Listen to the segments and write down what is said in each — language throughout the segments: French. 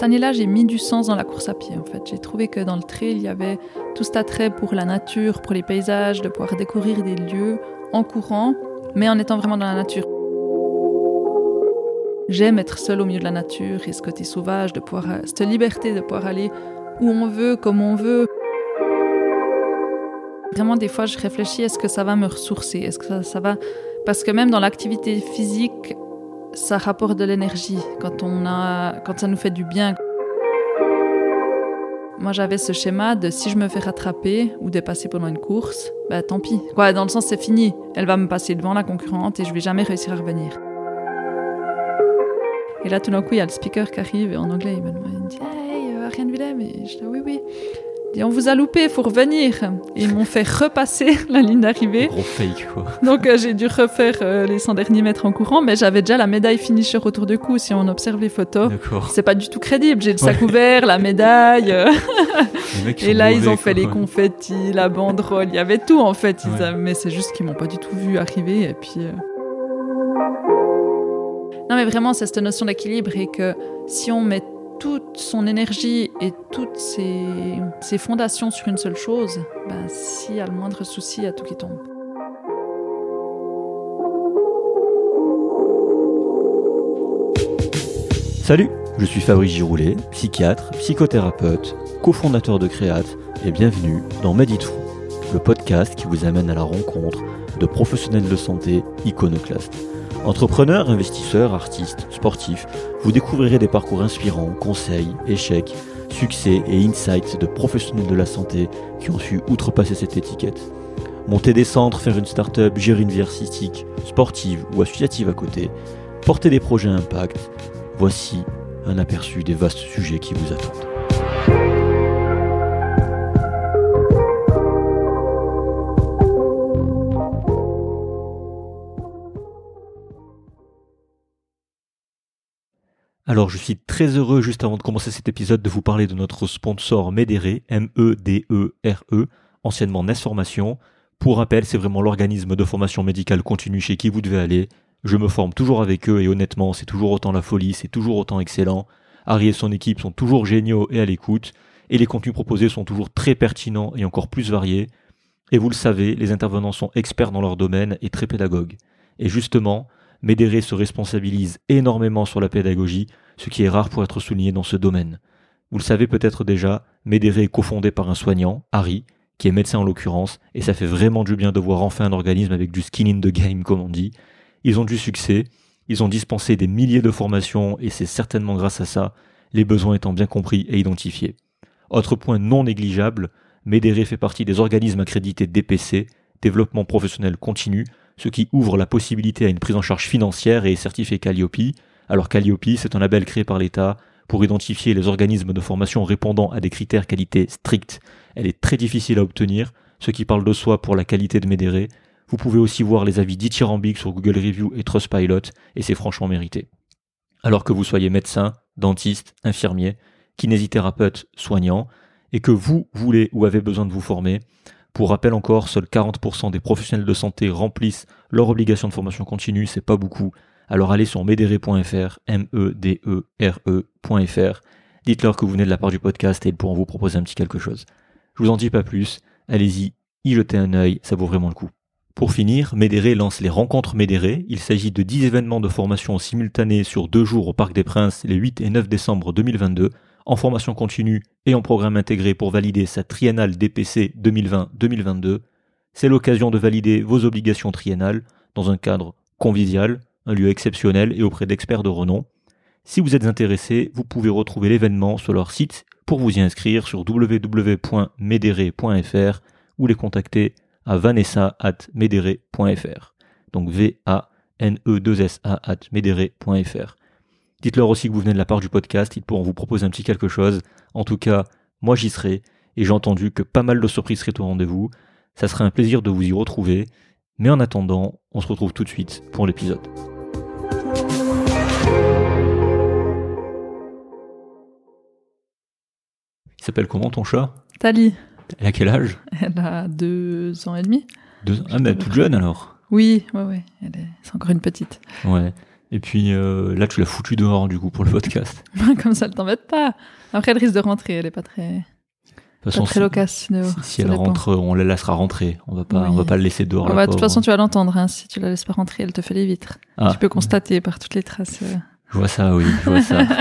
Cette année-là, j'ai mis du sens dans la course à pied, en fait. J'ai trouvé que dans le trail, il y avait tout cet attrait pour la nature, pour les paysages, de pouvoir découvrir des lieux en courant, mais en étant vraiment dans la nature. J'aime être seule au milieu de la nature et ce côté sauvage, de pouvoir, cette liberté de pouvoir aller où on veut, comme on veut. Vraiment, des fois, je réfléchis, est-ce que ça va me ressourcer? Est-ce que ça va... Parce que même dans l'activité physique, ça rapporte de l'énergie quand ça nous fait du bien. Moi, j'avais ce schéma de si je me fais rattraper ou dépasser pendant une course, tant pis. Dans le sens, c'est fini. Elle va me passer devant la concurrente et je vais jamais réussir à revenir. Et là, tout d'un coup, il y a le speaker qui arrive et en anglais, il me dit « Hey, Ariane Willem ?» Et je dis « Oui. » Il dit « On vous a loupé, il faut revenir. » Et ils m'ont fait repasser la ligne d'arrivée. Gros fake, quoi. Donc, j'ai dû refaire les 100 derniers mètres en courant, mais j'avais déjà la médaille finisher autour du cou. Si on observe les photos, D'accord. C'est pas du tout crédible. J'ai le sac ouvert, la médaille. Et là, ils ont fait les confettis, la banderole. Il y avait tout, en fait. Mais c'est juste qu'ils m'ont pas du tout vu arriver. Et puis... Non, mais vraiment, c'est cette notion d'équilibre et que si on met toute son énergie et toutes ses fondations sur une seule chose, s'il y a le moindre souci, il y a tout qui tombe. Salut, je suis Fabrice Giroulet, psychiatre, psychothérapeute, cofondateur de Créate et bienvenue dans Meditfou, le podcast qui vous amène à la rencontre de professionnels de santé iconoclastes. Entrepreneurs, investisseurs, artistes, sportifs, vous découvrirez des parcours inspirants, conseils, échecs, succès et insights de professionnels de la santé qui ont su outrepasser cette étiquette. Monter des centres, faire une start-up, gérer une vie artistique, sportive ou associative à côté, porter des projets à impact, voici un aperçu des vastes sujets qui vous attendent. Alors, je suis très heureux, juste avant de commencer cet épisode, de vous parler de notre sponsor Medere, M-E-D-E-R-E, anciennement NES Formation. Pour rappel, c'est vraiment l'organisme de formation médicale continue chez qui vous devez aller. Je me forme toujours avec eux et honnêtement, c'est toujours autant la folie, c'est toujours autant excellent. Harry et son équipe sont toujours géniaux et à l'écoute, et les contenus proposés sont toujours très pertinents et encore plus variés. Et vous le savez, les intervenants sont experts dans leur domaine et très pédagogues. Et justement, Medere se responsabilise énormément sur la pédagogie, ce qui est rare pour être souligné dans ce domaine. Vous le savez peut-être déjà, Medere est cofondé par un soignant, Harry, qui est médecin en l'occurrence, et ça fait vraiment du bien de voir enfin un organisme avec du skin in the game, comme on dit. Ils ont du succès, ils ont dispensé des milliers de formations, et c'est certainement grâce à ça, les besoins étant bien compris et identifiés. Autre point non négligeable, Medere fait partie des organismes accrédités DPC, Développement Professionnel Continu, ce qui ouvre la possibilité à une prise en charge financière et est certifié Calliope. Alors Calliope, c'est un label créé par l'État pour identifier les organismes de formation répondant à des critères qualité stricts. Elle est très difficile à obtenir, ce qui parle de soi pour la qualité de Medere. Vous pouvez aussi voir les avis dithyrambiques sur Google Review et Trustpilot, et c'est franchement mérité. Alors que vous soyez médecin, dentiste, infirmier, kinésithérapeute, soignant, et que vous voulez ou avez besoin de vous former, pour rappel encore, seuls 40% des professionnels de santé remplissent leur obligation de formation continue, c'est pas beaucoup. Alors allez sur medere.fr, M-E-D-E-R-E.fr, dites-leur que vous venez de la part du podcast et ils pourront vous proposer un petit quelque chose. Je vous en dis pas plus, allez-y, y jetez un œil, ça vaut vraiment le coup. Pour finir, Medere lance les rencontres Medere. Il s'agit de 10 événements de formation simultanés sur 2 jours au Parc des Princes les 8 et 9 décembre 2022, en formation continue et en programme intégré pour valider sa triennale DPC 2020-2022. C'est l'occasion de valider vos obligations triennales dans un cadre convivial, un lieu exceptionnel et auprès d'experts de renom. Si vous êtes intéressé, vous pouvez retrouver l'événement sur leur site pour vous y inscrire sur www.medere.fr ou les contacter à vanessa@medere.fr. Donc VANE2SA@medere.fr. Dites-leur aussi que vous venez de la part du podcast, ils pourront vous proposer un petit quelque chose. En tout cas, moi j'y serai, et j'ai entendu que pas mal de surprises seraient au rendez-vous. Ça serait un plaisir de vous y retrouver, mais en attendant, on se retrouve tout de suite pour l'épisode. Il s'appelle comment ton chat ? Tali. Elle a quel âge ? Elle a 2 ans et demi. 2 ans. Ah mais toute jeune alors ? Oui, ouais. C'est encore une petite. Ouais. Et puis là, tu l'as foutu dehors, du coup, pour le podcast. Comme ça, elle t'embête pas. Après, elle risque de rentrer, elle est pas très... De toute façon, très loquace dehors. Si elle rentre, on la laissera rentrer. On va pas le laisser dehors. De toute façon, tu vas l'entendre. Hein. Si tu la laisses pas rentrer, elle te fait les vitres. Tu peux constater par toutes les traces. Je vois ça, oui. Je vois ça.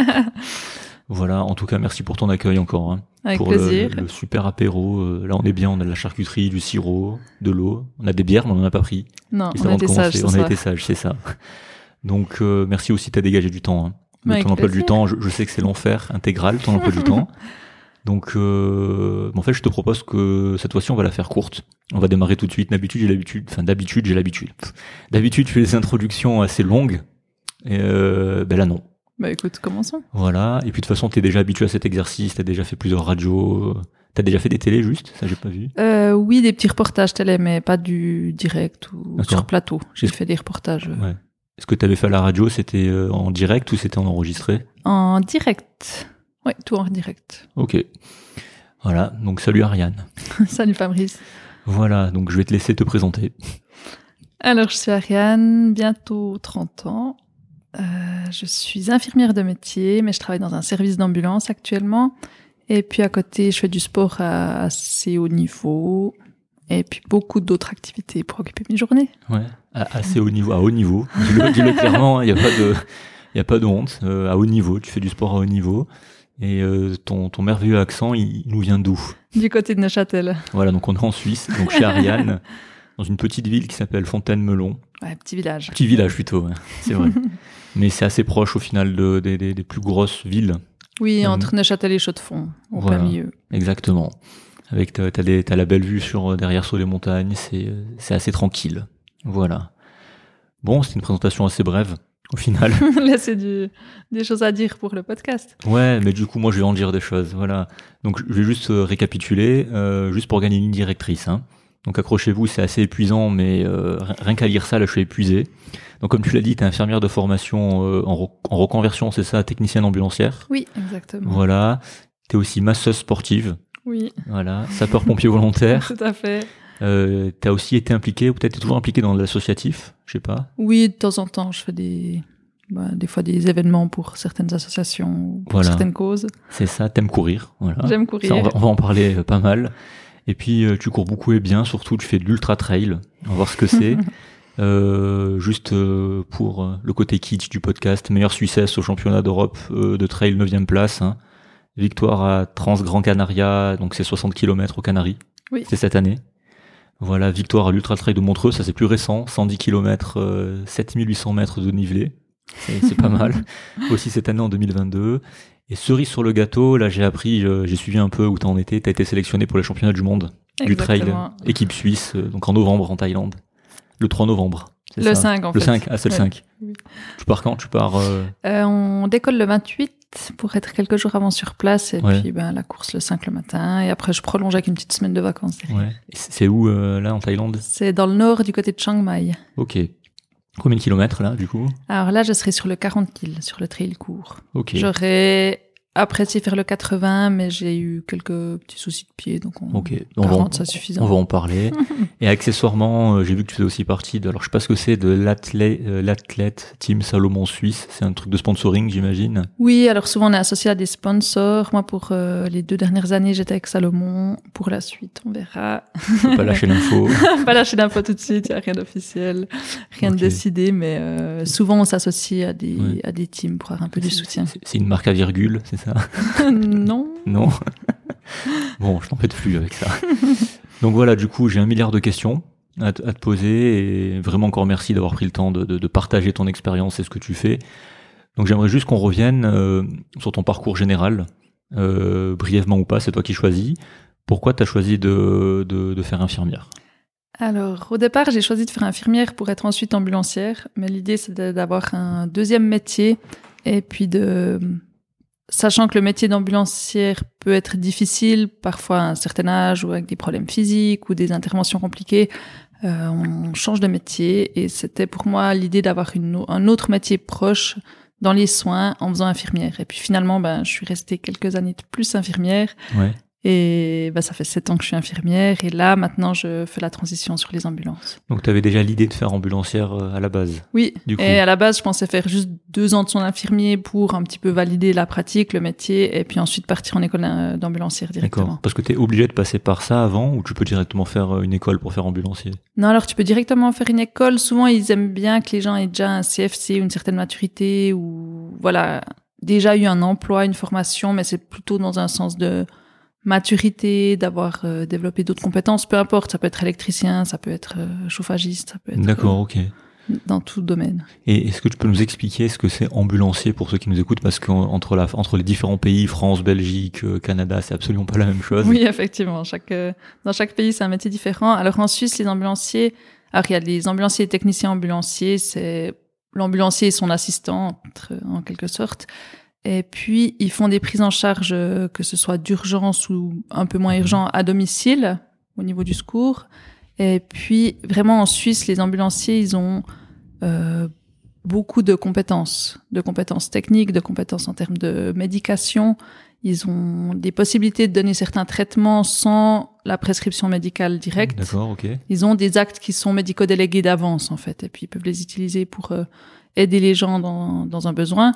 Voilà. En tout cas, merci pour ton accueil encore. Hein. Avec pour plaisir. Le super apéro. Là, on est bien. On a de la charcuterie, du sirop, de l'eau. On a des bières, mais on en a pas pris. Non, on a été sages. On a été sages, c'est ça. Donc, merci aussi. T'as dégagé du temps. Hein. Ton emploi du temps, je sais que c'est l'enfer intégral, ton emploi du temps. Donc, en fait, je te propose que cette fois-ci, on va la faire courte. On va démarrer tout de suite. D'habitude, j'ai l'habitude. D'habitude, je fais des introductions assez longues. Et là, non. Bah écoute, commençons. Voilà. Et puis, de toute façon, t'es déjà habitué à cet exercice. T'as déjà fait plusieurs radios. T'as déjà fait des télés, juste? Ça, j'ai pas vu. Oui, des petits reportages télé, mais pas du direct ou sur plateau. J'ai fait des reportages. Ouais. Est-ce que t'avais fait à la radio? C'était en direct ou c'était en enregistré? En direct. Oui, tout en direct. Ok. Voilà, donc salut Ariane. Salut Fabrice. Voilà, donc je vais te laisser te présenter. Alors, je suis Ariane, bientôt 30 ans. Je suis infirmière de métier, mais je travaille dans un service d'ambulance actuellement. Et puis à côté, je fais du sport à assez haut niveau. Et puis beaucoup d'autres activités pour occuper mes journées. Ouais, assez haut niveau, à haut niveau. Dis-le clairement, il n'y a pas de honte. À haut niveau, tu fais du sport à haut niveau. Et ton merveilleux accent, il nous vient d'où? Du côté de Neuchâtel. Voilà, donc on est en Suisse, donc chez Ariane, dans une petite ville qui s'appelle Fontaine-Melon. Ouais, petit village. Petit village plutôt, ouais, c'est vrai. Mais c'est assez proche au final des plus grosses villes. Oui, entre Neuchâtel et Chaux-de-Fonds, au plein milieu. Exactement. Avec t'as la belle vue derrière sur les montagnes, c'est assez tranquille. Voilà. Bon, c'était une présentation assez brève. Au final. Là, c'est des choses à dire pour le podcast. Ouais, mais du coup, moi, je vais en dire des choses. Voilà. Donc, je vais juste récapituler, juste pour gagner une ligne directrice. Hein. Donc, accrochez-vous, c'est assez épuisant, mais rien qu'à lire ça, là, je suis épuisé. Donc, comme tu l'as dit, t'es infirmière de formation en reconversion, c'est ça, technicienne ambulancière? Oui, exactement. Voilà. T'es aussi masseuse sportive. Oui. Voilà. Sapeur-pompier volontaire. Tout à fait. T'as aussi été impliqué, ou peut-être t'es toujours impliqué dans l'associatif, je sais pas. Oui, de temps en temps, je fais des fois des événements pour certaines associations, pour certaines causes. C'est ça, t'aimes courir. Voilà. J'aime courir. Ça, on va en parler pas mal. Et puis tu cours beaucoup et bien, surtout tu fais de l'ultra trail. On va voir ce que c'est. Juste pour le côté kitsch du podcast, meilleure Suissesse au championnat d'Europe de trail 9e place. Hein. Victoire à Trans-Gran Canaria, donc c'est 60 km aux Canaries. Oui. C'est cette année. Voilà, victoire à l'Ultra Trail de Montreux, ça c'est plus récent, 110 km, 7800 mètres de dénivelé, c'est pas mal. Aussi cette année en 2022. Et cerise sur le gâteau, là j'ai appris, j'ai suivi un peu où t'en étais, t'as été sélectionné pour les championnats du monde du trail, équipe suisse, donc en novembre en Thaïlande. Le 3 novembre. C'est le ça 5 en fait. Le 5, c'est le 5. Oui. Tu pars quand? Tu pars on décolle le 28 pour être quelques jours avant sur place et puis la course le 5 le matin et après je prolonge avec une petite semaine de vacances. Ouais. C'est où là en Thaïlande? C'est dans le nord du côté de Chiang Mai. Ok. Combien de kilomètres là du coup? Alors là je serai sur le 40 km sur le trail court. Ok. J'aurais apprécié faire le 80 mais j'ai eu quelques petits soucis de pied donc 40 ça suffisant. On va en parler. Et accessoirement j'ai vu que tu fais aussi partie de, alors je sais pas ce que c'est, de l'athlète Team Salomon Suisse, c'est un truc de sponsoring j'imagine. Oui, alors souvent on est associé à des sponsors. Moi pour les 2 dernières années j'étais avec Salomon, pour la suite on verra. Faut pas lâcher l'info. Pas lâcher l'info tout de suite, il n'y a rien d'officiel, rien de décidé, mais souvent on s'associe à des teams pour avoir un peu du soutien. C'est une marque à virgule, c'est ça? Non. Non. Bon, je t'embête plus avec ça. Donc voilà, du coup, j'ai 1 milliard de questions à te poser et vraiment encore merci d'avoir pris le temps de partager ton expérience et ce que tu fais. Donc j'aimerais juste qu'on revienne sur ton parcours général, brièvement ou pas, c'est toi qui choisis. Pourquoi tu as choisi de faire infirmière? Alors, au départ, j'ai choisi de faire infirmière pour être ensuite ambulancière, mais l'idée, c'est d'avoir un deuxième métier et puis sachant que le métier d'ambulancière peut être difficile, parfois à un certain âge ou avec des problèmes physiques ou des interventions compliquées, on change de métier et c'était pour moi l'idée d'avoir un autre métier proche dans les soins en faisant infirmière. Et puis finalement, je suis restée quelques années de plus infirmière. Ouais. Et ça fait 7 ans que je suis infirmière. Et là, maintenant, je fais la transition sur les ambulances. Donc, tu avais déjà l'idée de faire ambulancière à la base? Oui. Du coup. Et à la base, je pensais faire juste 2 ans de soins infirmiers pour un petit peu valider la pratique, le métier, et puis ensuite partir en école d'ambulancière directement. D'accord. Parce que tu es obligé de passer par ça avant, ou tu peux directement faire une école pour faire ambulancier? Non, alors tu peux directement faire une école. Souvent, ils aiment bien que les gens aient déjà un CFC, une certaine maturité, ou voilà, déjà eu un emploi, une formation, mais c'est plutôt dans un sens de maturité, d'avoir développé d'autres compétences, peu importe, ça peut être électricien, ça peut être chauffagiste, ça peut être D'accord, ok. Dans tout domaine. Et est-ce que tu peux nous expliquer ce que c'est ambulancier pour ceux qui nous écoutent, parce qu'entre les différents pays, France, Belgique, Canada, c'est absolument pas la même chose. Oui, effectivement, dans chaque pays c'est un métier différent. Alors en Suisse, les ambulanciers, alors il y a les ambulanciers et techniciens ambulanciers, c'est l'ambulancier et son assistant en quelque sorte. Et puis, ils font des prises en charge, que ce soit d'urgence ou un peu moins urgent, à domicile, au niveau du secours. Et puis, vraiment, en Suisse, les ambulanciers, ils ont beaucoup de compétences techniques, de compétences en termes de médication. Ils ont des possibilités de donner certains traitements sans la prescription médicale directe. D'accord, ok. Ils ont des actes qui sont médico-délégués d'avance, en fait. Et puis, ils peuvent les utiliser pour aider les gens dans un besoin.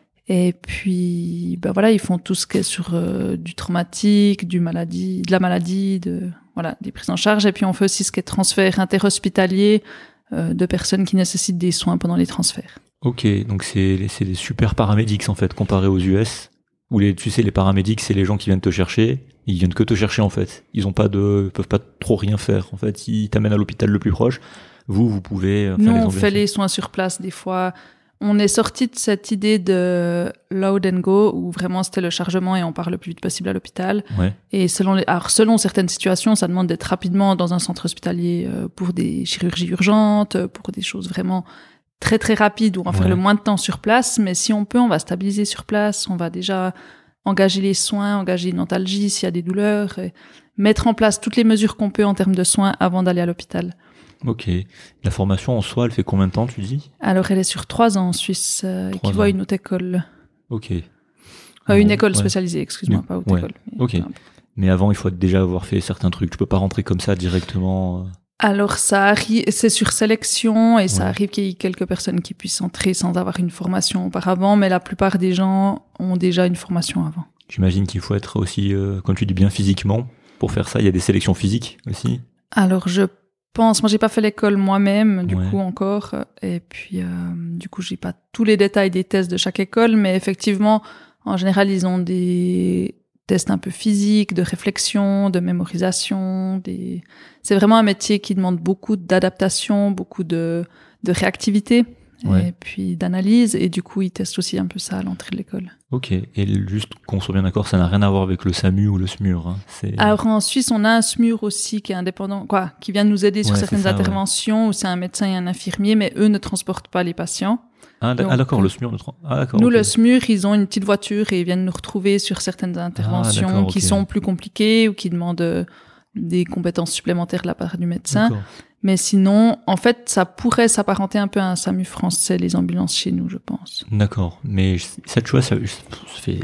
Et puis, voilà, ils font tout ce qui est sur du traumatique, de la maladie, des prises en charge. Et puis, on fait aussi ce qui est transfert interhospitalier de personnes qui nécessitent des soins pendant les transferts. Ok, donc c'est des super paramédics en fait, comparé aux US, où les paramédics, c'est les gens qui viennent te chercher, ils viennent que te chercher en fait. Ils peuvent pas trop rien faire en fait. Ils t'amènent à l'hôpital le plus proche. Vous pouvez faire Nous, les on fait les soins sur place des fois. On est sorti de cette idée de load and go, où vraiment c'était le chargement et on part le plus vite possible à l'hôpital. Ouais. Et selon certaines situations, ça demande d'être rapidement dans un centre hospitalier pour des chirurgies urgentes, pour des choses vraiment très très rapides où on va faire le moins de temps sur place. Mais si on peut, on va stabiliser sur place, on va déjà engager les soins, engager une antalgie s'il y a des douleurs, et mettre en place toutes les mesures qu'on peut en termes de soins avant d'aller à l'hôpital. Ok. La formation en soi, elle fait combien de temps, tu dis? Alors, elle est sur 3 ans en Suisse, équivaut à une haute école. Ok. Une école spécialisée, excuse-moi, pas haute école. Ok. Mais avant, il faut déjà avoir fait certains trucs. Tu peux pas rentrer comme ça directement. Alors, ça arrive, c'est sur sélection et ça arrive qu'il y ait quelques personnes qui puissent entrer sans avoir une formation auparavant, mais la plupart des gens ont déjà une formation avant. J'imagine qu'il faut être aussi, comme tu dis, bien physiquement pour faire ça. Il y a des sélections physiques aussi. Alors, moi j'ai pas fait l'école moi-même du coup encore, et puis du coup j'ai pas tous les détails des tests de chaque école, mais effectivement en général ils ont des tests un peu physiques, de réflexion, de mémorisation, c'est vraiment un métier qui demande beaucoup d'adaptation, beaucoup de réactivité et puis d'analyse, et du coup ils testent aussi un peu ça à l'entrée de l'école. Ok, et juste qu'on soit bien d'accord, ça n'a rien à voir avec le SAMU ou le SMUR. Hein. Alors en Suisse, on a un SMUR aussi qui est indépendant, qui vient nous aider sur certaines interventions, où c'est un médecin et un infirmier, mais eux ne transportent pas les patients. D'accord, le SMUR d'accord. Nous, le SMUR, ils ont une petite voiture et ils viennent nous retrouver sur certaines interventions qui sont plus compliquées ou qui demandent des compétences supplémentaires de la part du médecin. D'accord. Mais sinon, en fait, ça pourrait s'apparenter un peu à un SAMU français, les ambulances chez nous, je pense. D'accord. Mais cette chose, ça fait...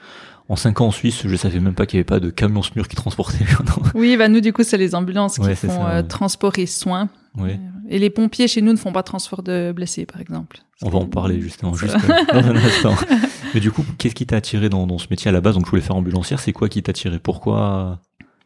En 5 ans en Suisse, je savais même pas qu'il y avait pas de camion SMUR qui transportait. Oui, nous, du coup, c'est les ambulances qui font transport et soins. Ouais. Et les pompiers chez nous ne font pas de transport de blessés, par exemple. On va en parler justement dans un instant. Mais du coup, qu'est-ce qui t'a attiré dans ce métier à la base? Donc, je voulais faire ambulancière. C'est quoi qui t'a attiré? Pourquoi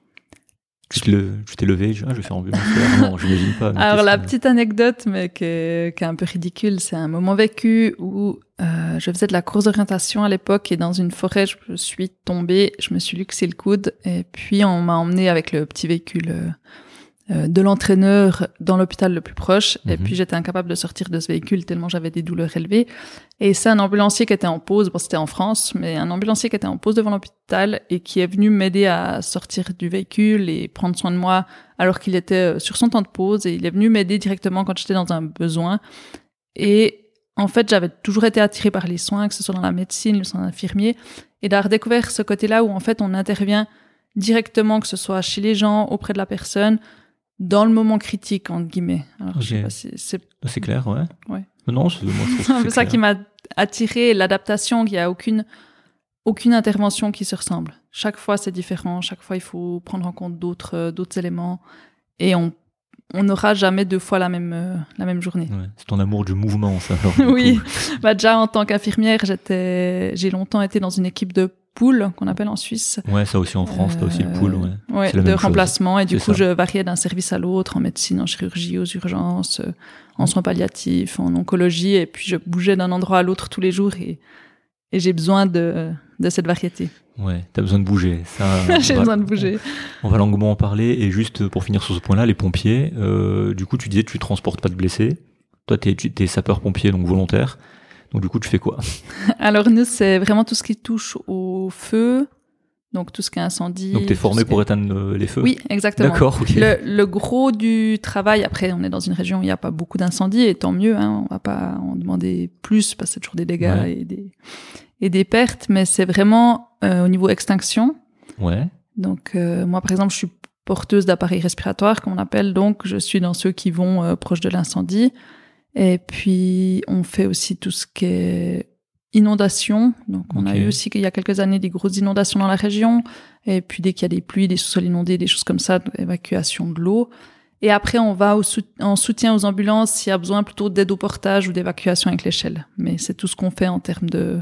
tu t'es levé, je vais faire ambulancière? Non, j'imagine pas. Alors, la petite anecdote, mais qui est un peu ridicule, c'est un moment vécu où je faisais de la course d'orientation à l'époque et dans une forêt, je suis tombée, je me suis luxé le coude et puis on m'a emmenée avec le petit véhicule de l'entraîneur dans l'hôpital le plus proche. Et puis j'étais incapable de sortir de ce véhicule tellement j'avais des douleurs élevées. Et c'est un ambulancier qui était en pause, c'était en France, mais un ambulancier qui était en pause devant l'hôpital et qui est venu m'aider à sortir du véhicule et prendre soin de moi alors qu'il était sur son temps de pause, et il est venu m'aider directement quand j'étais dans un besoin. Et en fait, j'avais toujours été attirée par les soins, que ce soit dans la médecine, le soin infirmier, et d'avoir découvert ce côté-là où en fait on intervient directement, que ce soit chez les gens, auprès de la personne, dans le moment critique, entre guillemets. Alors, je sais pas si c'est clair, ouais. Non, moi, je trouve c'est un peu ça qui m'a attiré, l'adaptation, qu'il n'y a aucune intervention qui se ressemble. chaque fois c'est différent, chaque fois il faut prendre en compte d'autres éléments et on n'aura jamais 2 fois la même journée. Ouais, c'est ton amour du mouvement, ça. Alors, oui, déjà en tant qu'infirmière, j'ai longtemps été dans une équipe de pool qu'on appelle en Suisse. Ouais, ça aussi en France, t'as aussi le pool, ouais, c'est la de même remplacement. chose. Et du C'est coup, ça. je variais d'un service à l'autre, en médecine, en chirurgie, aux urgences, en soins palliatifs, en oncologie. Et puis, je bougeais d'un endroit à l'autre tous les jours et j'ai besoin de cette variété. Ouais, t'as besoin de bouger. Ça, J'ai besoin de bouger. On va longuement en parler. Et juste pour finir sur ce point-là, les pompiers, du coup, tu disais que tu transportes pas de blessés. Toi, t'es sapeur-pompier, donc volontaire. Donc, du coup, tu fais quoi? Alors, nous, c'est vraiment tout ce qui touche au feu. Donc, tout ce qui est incendie. Donc, t'es formé pour éteindre les feux? Oui, exactement. D'accord, ok. Le gros du travail, après, on est dans une région où il n'y a pas beaucoup d'incendies, et tant mieux, hein, on va pas en demander plus, parce que c'est toujours des dégâts et des pertes, mais c'est vraiment au niveau extinction. Ouais. Donc, moi, par exemple, je suis porteuse d'appareils respiratoires, comme on appelle, donc je suis dans ceux qui vont proche de l'incendie. Et puis, on fait aussi tout ce qui est inondations. Donc, on a eu aussi, il y a quelques années, des grosses inondations dans la région. Et puis, dès qu'il y a des pluies, des sous-sols inondés, des choses comme ça, évacuation de l'eau. Et après, on va en soutien aux ambulances s'il y a besoin plutôt d'aide au portage ou d'évacuation avec l'échelle. Mais c'est tout ce qu'on fait en termes de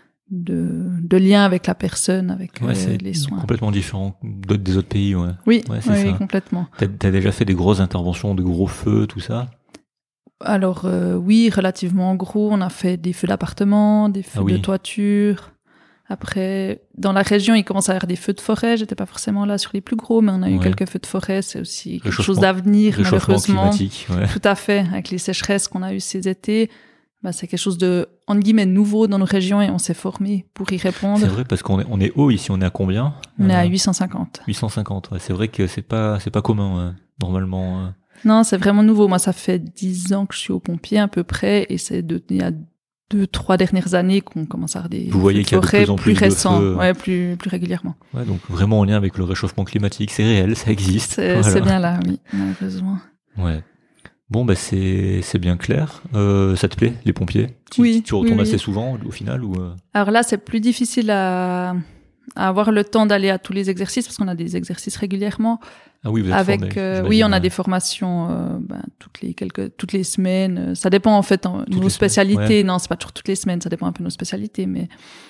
lien avec la personne, avec les soins. Complètement différent des autres pays, ouais. Oui, c'est ça. Complètement. T'as déjà fait des grosses interventions, de gros feux, tout ça? Alors oui, relativement gros. On a fait des feux d'appartement, des feux de toiture. Après, dans la région, il commence à y avoir des feux de forêt. J'étais pas forcément là sur les plus gros, mais on a eu quelques feux de forêt. C'est aussi quelque chose d'avenir, malheureusement. Climatique, Tout à fait. Avec les sécheresses qu'on a eues ces étés, c'est quelque chose de, entre guillemets, nouveau dans nos régions et on s'est formé pour y répondre. C'est vrai, parce qu'on est haut ici. On est à combien? On est à 850. 850, ouais. C'est vrai que c'est pas commun, normalement. Non, c'est vraiment nouveau. Moi, ça fait 10 ans que je suis au pompier à peu près, et c'est il y a 2-3 dernières années qu'on commence à avoir des Vous voyez qu'il y a de plus en plus récents, de feux. plus régulièrement. Ouais, donc vraiment en lien avec le réchauffement climatique, c'est réel, ça existe. C'est bien là, oui, malheureusement. Ouais. Bon, c'est bien clair. Ça te plaît, les pompiers? Oui. Tu retournes assez souvent au final ou Alors là, c'est plus difficile à avoir le temps d'aller à tous les exercices parce qu'on a des exercices régulièrement. Ah oui, vous êtes formés, on a des formations toutes les semaines. Ça dépend en fait de nos spécialités. Non, c'est pas toujours toutes les semaines, ça dépend un peu de nos spécialités. Mais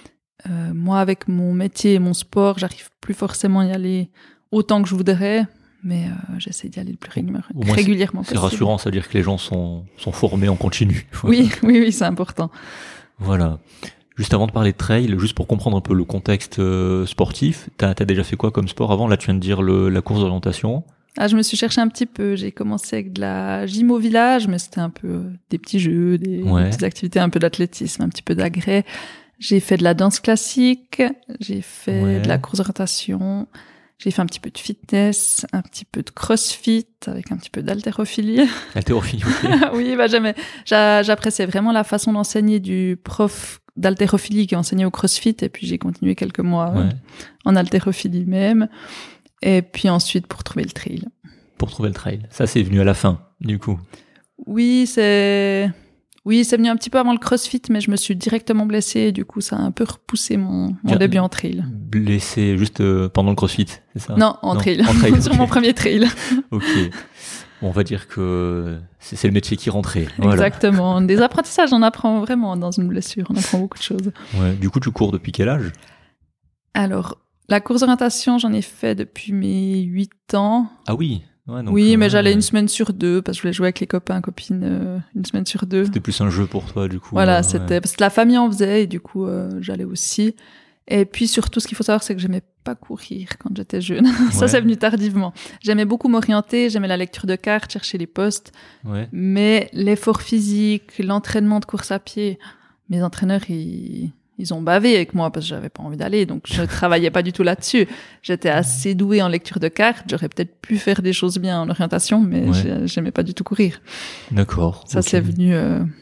moi, avec mon métier et mon sport, j'arrive plus forcément à y aller autant que je voudrais. Mais j'essaie d'y aller le plus régulièrement possible. C'est rassurant, ça veut dire que les gens sont formés en continu. Oui, c'est important. Voilà. Juste avant de parler de trail, juste pour comprendre un peu le contexte sportif, t'as déjà fait quoi comme sport avant? Là, tu viens de dire la course d'orientation. Ah, je me suis cherché un petit peu. J'ai commencé avec de la gym au village, mais c'était un peu des petits jeux, des petites activités, un peu d'athlétisme, un petit peu d'agrès. J'ai fait de la danse classique, j'ai fait de la course d'orientation. J'ai fait un petit peu de fitness, un petit peu de crossfit, avec un petit peu d'haltérophilie. Haltérophilie, ok. Oui, j'appréciais vraiment la façon d'enseigner du prof d'haltérophilie qui enseignait au crossfit, et puis j'ai continué quelques mois en haltérophilie même. Et puis ensuite pour trouver le trail. Pour trouver le trail. Ça, c'est venu à la fin, du coup. Oui, c'est venu un petit peu avant le crossfit, mais je me suis directement blessée et du coup, ça a un peu repoussé mon début en trail. Blessée juste pendant le crossfit, c'est ça? Non, en trail. Sur mon premier trail. Ok. On va dire que c'est le métier qui rentrait. Exactement. Voilà. Des apprentissages, on apprend vraiment dans une blessure. On apprend beaucoup de choses. Ouais. Du coup, tu cours depuis quel âge? Alors, la course d'orientation, j'en ai fait depuis mes 8 ans. Ah oui. Ouais, donc, oui, mais j'allais une semaine sur 2 parce que je voulais jouer avec les copains, copines une semaine sur 2. C'était plus un jeu pour toi, du coup. Voilà, c'était parce que la famille en faisait et du coup, j'allais aussi. Et puis surtout, ce qu'il faut savoir, c'est que j'aimais pas courir quand j'étais jeune. Ça, c'est venu tardivement. J'aimais beaucoup m'orienter, j'aimais la lecture de cartes, chercher les postes. Ouais. Mais l'effort physique, l'entraînement de course à pied, mes entraîneurs, ils ont bavé avec moi parce que j'avais pas envie d'aller, donc je travaillais pas du tout là-dessus. J'étais assez douée en lecture de cartes, j'aurais peut-être pu faire des choses bien en orientation, mais j'aimais pas du tout courir. D'accord. Ça, c'est venu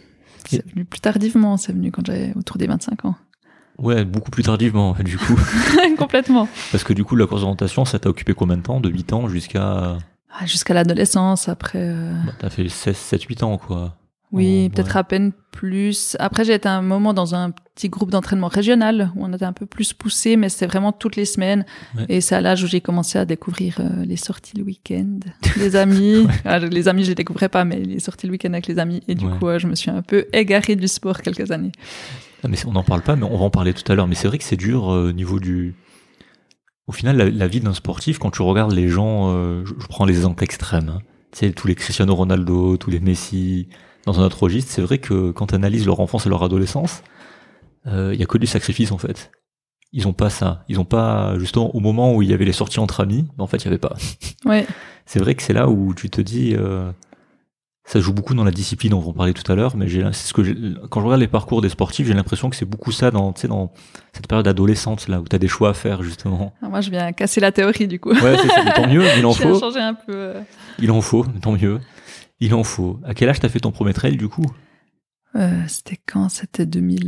plus tardivement, c'est venu quand j'avais autour des 25 ans. Ouais, beaucoup plus tardivement, du coup. Complètement. Parce que du coup, la course d'orientation, ça t'a occupé combien de temps? De 8 ans jusqu'à... Jusqu'à l'adolescence, après... t'as fait 7-8 ans, quoi. Oui, peut-être à peine plus. Après, j'ai été un moment dans un petit groupe d'entraînement régional où on était un peu plus poussé, mais c'était vraiment toutes les semaines. Ouais. Et c'est à l'âge où j'ai commencé à découvrir les sorties le week-end, les amis. Les amis, je les découvrais pas, mais les sorties le week-end avec les amis. Et du coup, je me suis un peu égarée du sport quelques années. Ah, mais on n'en parle pas, mais on va en parler tout à l'heure. Mais c'est vrai que c'est dur au niveau du... Au final, la vie d'un sportif, quand tu regardes les gens, je prends les exemples extrêmes, hein. Tu sais, tous les Cristiano Ronaldo, tous les Messi... Dans un autre registre, c'est vrai que quand tu analyses leur enfance et leur adolescence, il y a que du sacrifice en fait. Ils ont pas ça. Ils ont pas, justement, au moment où il y avait les sorties entre amis, en fait, il y avait pas. Ouais. C'est vrai que c'est là où tu te dis, ça joue beaucoup dans la discipline, on va en parler tout à l'heure, mais quand je regarde les parcours des sportifs, j'ai l'impression que c'est beaucoup ça dans cette période adolescente, là, où t'as des choix à faire, justement. Alors moi, je viens casser la théorie, du coup. Ouais, c'est tant mieux, il en faut. Je viens changer un peu. Il en faut, tant mieux. Il en faut. À quel âge t'as fait ton premier trail, du coup? C'était quand? C'était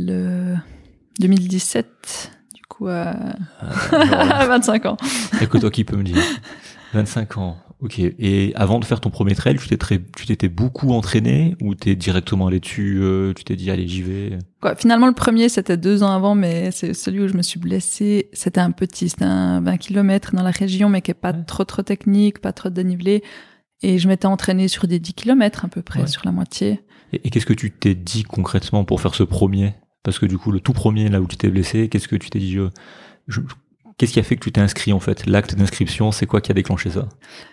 2017. Du coup, à 25 ans. C'est que toi qui peux me dire. 25 ans. Ok. Et avant de faire ton premier trail, tu t'étais beaucoup entraîné ou t'es directement allé dessus, tu t'es dit, allez, j'y vais? Finalement, le premier, c'était 2 ans avant, mais c'est celui où je me suis blessée. C'était un 20 km dans la région, mais qui est pas trop technique, pas trop dénivelé. Et je m'étais entraînée sur des 10 km à peu près, sur la moitié. Et qu'est-ce que tu t'es dit concrètement pour faire ce premier? Parce que du coup, le tout premier, là où tu t'es blessé, qu'est-ce que tu t'es dit? Qu'est-ce qui a fait que tu t'es inscrit en fait? L'acte d'inscription, c'est quoi qui a déclenché ça?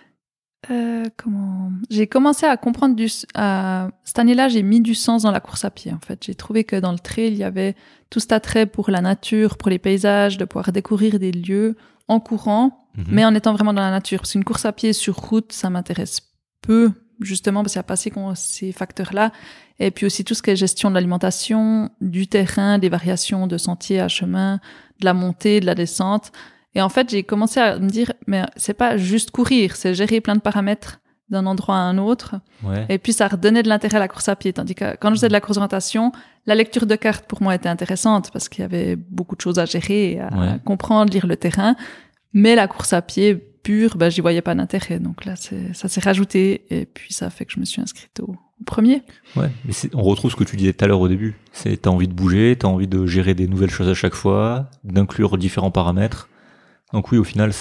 J'ai commencé à comprendre cette année-là, j'ai mis du sens dans la course à pied. En fait, j'ai trouvé que dans le trail, il y avait tout cet attrait pour la nature, pour les paysages, de pouvoir découvrir des lieux en courant, mais en étant vraiment dans la nature. Parce qu'une course à pied sur route, ça m'intéresse peu, justement, parce qu'il n'y a pas ces facteurs-là. Et puis aussi tout ce qui est gestion de l'alimentation, du terrain, des variations de sentiers à chemin, de la montée, de la descente. Et en fait, j'ai commencé à me dire, mais c'est pas juste courir, c'est gérer plein de paramètres d'un endroit à un autre. Ouais. Et puis, ça redonnait de l'intérêt à la course à pied. Tandis que quand je faisais de la course d'orientation, la lecture de cartes, pour moi, était intéressante parce qu'il y avait beaucoup de choses à gérer, à comprendre, lire le terrain. Mais la course à pied pure, j'y voyais pas d'intérêt. Donc là, ça s'est rajouté. Et puis, ça a fait que je me suis inscrite au premier. Ouais, mais on retrouve ce que tu disais tout à l'heure au début. T'as envie de bouger, t'as envie de gérer des nouvelles choses à chaque fois, d'inclure différents paramètres. Donc oui, au final,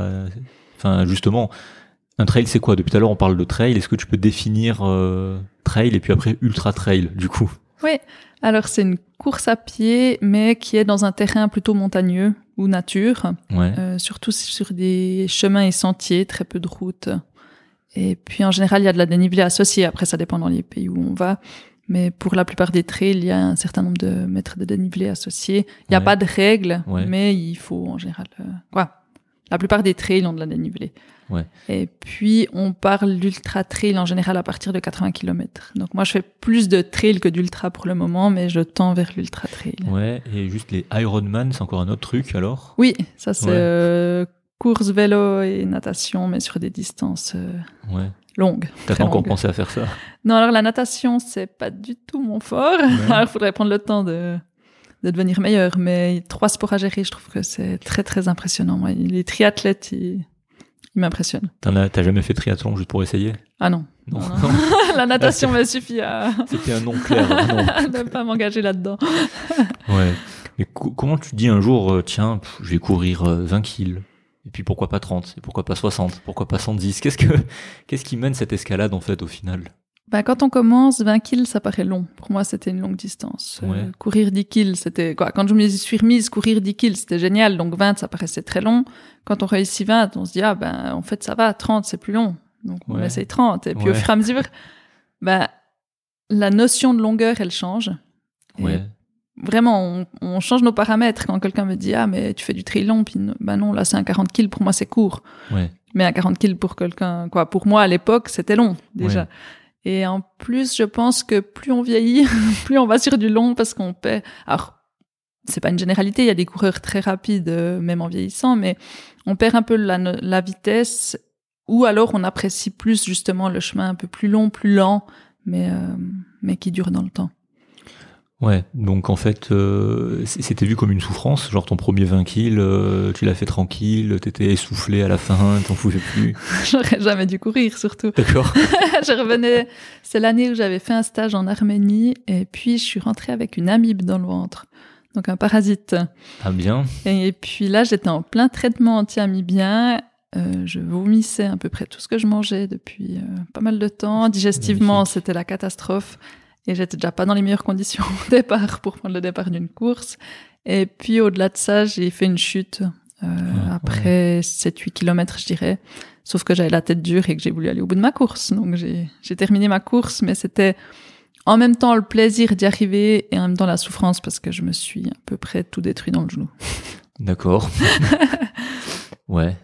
justement, un trail, c'est quoi? Depuis tout à l'heure, on parle de trail. Est-ce que tu peux définir trail et puis après ultra trail, du coup? Oui. Alors, c'est une course à pied, mais qui est dans un terrain plutôt montagneux ou nature. Ouais. Surtout sur des chemins et sentiers, très peu de routes. Et puis, en général, il y a de la dénivelé associée. Après, ça dépend dans les pays où on va. Mais pour la plupart des trails, il y a un certain nombre de mètres de dénivelé associés. Il n'y a pas de règles, mais il faut en général... La plupart des trails ont de la dénivelé. Ouais. Et puis, on parle d'ultra trail en général à partir de 80 km. Donc moi, je fais plus de trail que d'ultra pour le moment, mais je tends vers l'ultra trail. Ouais, et juste les Ironman, c'est encore un autre truc alors? Oui, ça c'est course, vélo et natation, mais sur des distances... longue. T'as pas encore pensé à faire ça? Non, alors la natation, c'est pas du tout mon fort. Ouais. Alors, il faudrait prendre le temps de devenir meilleur. Mais 3 sports à gérer, je trouve que c'est très, très impressionnant. Moi, les triathlètes, ils m'impressionnent. T'as jamais fait triathlon juste pour essayer? Ah non. Non. La natation me suffit à... C'était un non clair. Non. De pas m'engager là-dedans. Ouais. Mais comment tu dis un jour, tiens, je vais courir 20 kills? Et puis pourquoi pas 30? Et pourquoi pas 60? Pourquoi pas 110? Qu'est-ce qui mène cette escalade en fait au final? Quand on commence, 20 kills, ça paraît long. Pour moi, c'était une longue distance. Ouais. Courir 10 kills, c'était quoi? Quand je me suis remise, courir 10 kills, c'était génial. Donc 20, ça paraissait très long. Quand on réussit 20, on se dit, en fait, ça va, 30, c'est plus long. Donc on essaye 30. Et puis au fur et à mesure, la notion de longueur, elle change. Ouais. Vraiment, on change nos paramètres. Quand quelqu'un me dit, mais tu fais du trail long, puis non, là, c'est un 40 kills, pour moi, c'est court. Ouais. Mais un 40 kills pour quelqu'un, pour moi, à l'époque, c'était long, déjà. Ouais. Et en plus, je pense que plus on vieillit, plus on va sur du long parce qu'on paie. Alors, c'est pas une généralité, il y a des coureurs très rapides, même en vieillissant, mais on perd un peu la vitesse, ou alors on apprécie plus, justement, le chemin un peu plus long, plus lent, mais qui dure dans le temps. Ouais, donc en fait, c'était vu comme une souffrance, genre ton premier 20 kills, tu l'as fait tranquille, t'étais essoufflé à la fin, t'en pouvais plus. J'aurais jamais dû courir, surtout. D'accord. Je revenais, c'est l'année où j'avais fait un stage en Arménie, et puis je suis rentrée avec une amibe dans le ventre, donc un parasite. Ah bien. Et puis là, j'étais en plein traitement anti-amibien. Je vomissais à peu près tout ce que je mangeais depuis pas mal de temps. Digestivement, Magnifique. c'était la catastrophe. Et j'étais déjà pas dans les meilleures conditions au départ pour prendre le départ d'une course. Et puis au-delà de ça, j'ai fait une chute après 7-8 kilomètres, je dirais. Sauf que j'avais la tête dure et que j'ai voulu aller au bout de ma course. Donc j'ai terminé ma course, mais c'était en même temps le plaisir d'y arriver et en même temps la souffrance parce que je me suis à peu près tout détruit dans le genou. D'accord. Ouais,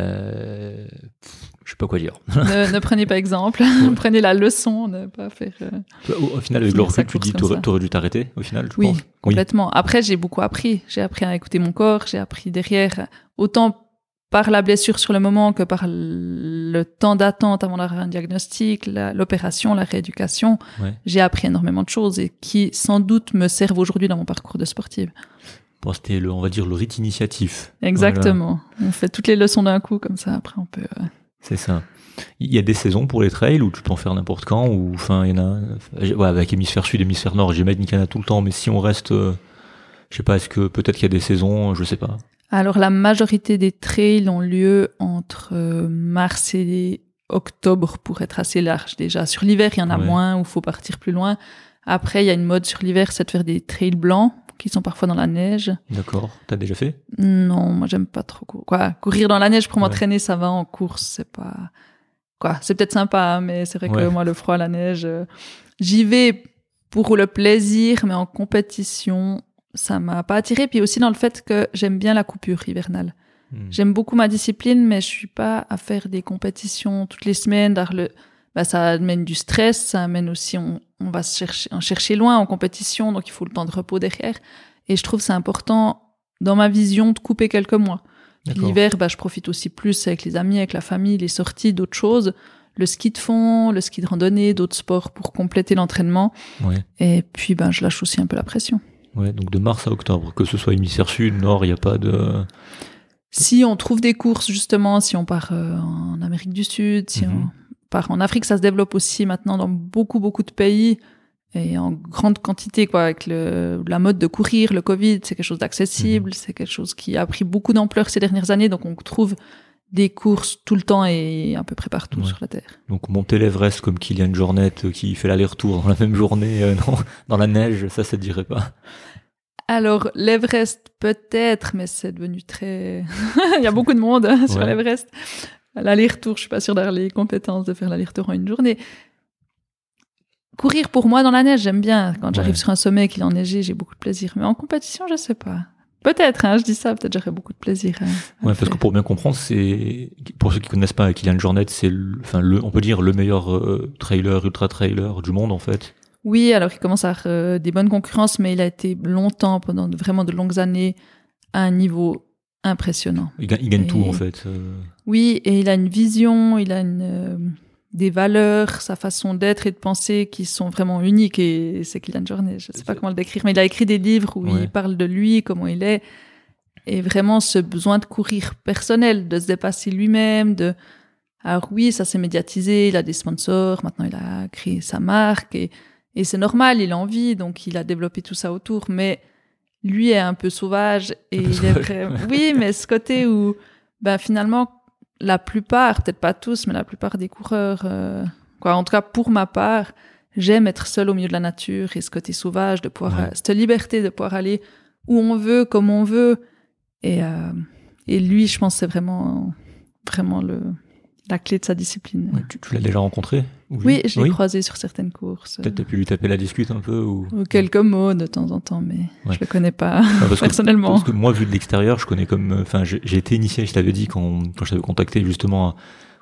je sais pas quoi dire. Ne prenez pas exemple, prenez la leçon, ne pas faire... Au final, avec le recul, tu dis t'aurais dû t'arrêter, au final, tu penses ? Complètement. Oui. Après, j'ai beaucoup appris. J'ai appris à écouter mon corps, j'ai appris derrière, autant par la blessure sur le moment que par le temps d'attente avant d'avoir un diagnostic, l'opération, la rééducation. Ouais. J'ai appris énormément de choses et qui, sans doute, me servent aujourd'hui dans mon parcours de sportive. Bon, c'était on va dire le rite initiatif. Exactement. Voilà. On fait toutes les leçons d'un coup, comme ça, après on peut... C'est ça. Il y a des saisons pour les trails où tu peux en faire n'importe quand, ou enfin il y en a... Ouais, avec hémisphère sud, hémisphère nord, j'imagine qu'il y en a tout le temps, mais si on reste... je sais pas, est-ce que peut-être qu'il y a des saisons, je sais pas. Alors la majorité des trails ont lieu entre mars et octobre pour être assez large déjà. Sur l'hiver, il y en a moins, où il faut partir plus loin. Après, il y a une mode sur l'hiver, c'est de faire des trails blancs, qui sont parfois dans la neige. D'accord. T'as déjà fait ? Non, moi j'aime pas trop courir dans la neige pour m'entraîner, ça va. En course, c'est pas c'est peut-être sympa, hein, mais c'est vrai que moi le froid, la neige, j'y vais pour le plaisir, mais en compétition, ça m'a pas attiré. Puis aussi dans le fait que j'aime bien la coupure hivernale. J'aime beaucoup ma discipline, mais je suis pas à faire des compétitions toutes les semaines. Ça amène du stress, ça amène aussi, on va chercher loin en compétition, donc il faut le temps de repos derrière. Et je trouve c'est important, dans ma vision, de couper quelques mois. Puis l'hiver, je profite aussi plus avec les amis, avec la famille, les sorties, d'autres choses. Le ski de fond, le ski de randonnée, d'autres sports pour compléter l'entraînement. Ouais. Et puis, je lâche aussi un peu la pression. Ouais, donc de mars à octobre, que ce soit hémisphère sud, nord, il n'y a pas de... Si on trouve des courses, justement, si on part en Amérique du Sud, si on... En Afrique, ça se développe aussi maintenant dans beaucoup, beaucoup de pays et en grande quantité, avec la mode de courir, le Covid, c'est quelque chose d'accessible, c'est quelque chose qui a pris beaucoup d'ampleur ces dernières années, donc on trouve des courses tout le temps et à peu près partout sur la Terre. Donc monter l'Everest comme Kylian Jornet qui fait l'aller-retour dans la même journée dans la neige, ça te dirait pas ? Alors, l'Everest peut-être, mais c'est devenu très... Il y a beaucoup de monde sur l'Everest. L'aller-retour, je suis pas sûre d'avoir les compétences de faire l'aller-retour en une journée. Courir pour moi dans la neige, j'aime bien. Quand j'arrive sur un sommet et qu'il est enneigé, j'ai beaucoup de plaisir. Mais en compétition, je sais pas. Peut-être, je dis ça, peut-être j'aurais beaucoup de plaisir. Parce que pour bien comprendre, c'est, pour ceux qui connaissent pas Kylian Jornet, c'est on peut dire le meilleur trailer, ultra-trailer du monde, en fait. Oui, alors il commence à avoir des bonnes concurrences, mais il a été longtemps, pendant vraiment de longues années, à un niveau impressionnant. Il gagne tout, en fait. Oui, et il a une vision, il a des valeurs, sa façon d'être et de penser qui sont vraiment uniques, et c'est Kylian Jornet, je sais pas comment le décrire, mais il a écrit des livres où il parle de lui, comment il est, et vraiment ce besoin de courir personnel, de se dépasser lui-même, alors oui, ça s'est médiatisé, il a des sponsors, maintenant il a créé sa marque, et c'est normal, il a envie, donc il a développé tout ça autour, mais lui est un peu sauvage, et il est vraiment... Oui, mais ce côté où, finalement, la plupart, peut-être pas tous, mais la plupart des coureurs, en tout cas pour ma part, j'aime être seul au milieu de la nature, et ce côté sauvage, de pouvoir, cette liberté de pouvoir aller où on veut, comme on veut, et lui, je pense, c'est vraiment la clé de sa discipline. Ouais, tu l'as déjà rencontré ? Oui, je l'ai croisé sur certaines courses. Peut-être t'as pu lui taper la discute un peu ou quelques mots de temps en temps, mais je le connais pas personnellement. Parce que moi, vu de l'extérieur, je connais j'ai été initié, je t'avais dit quand je t'avais contacté justement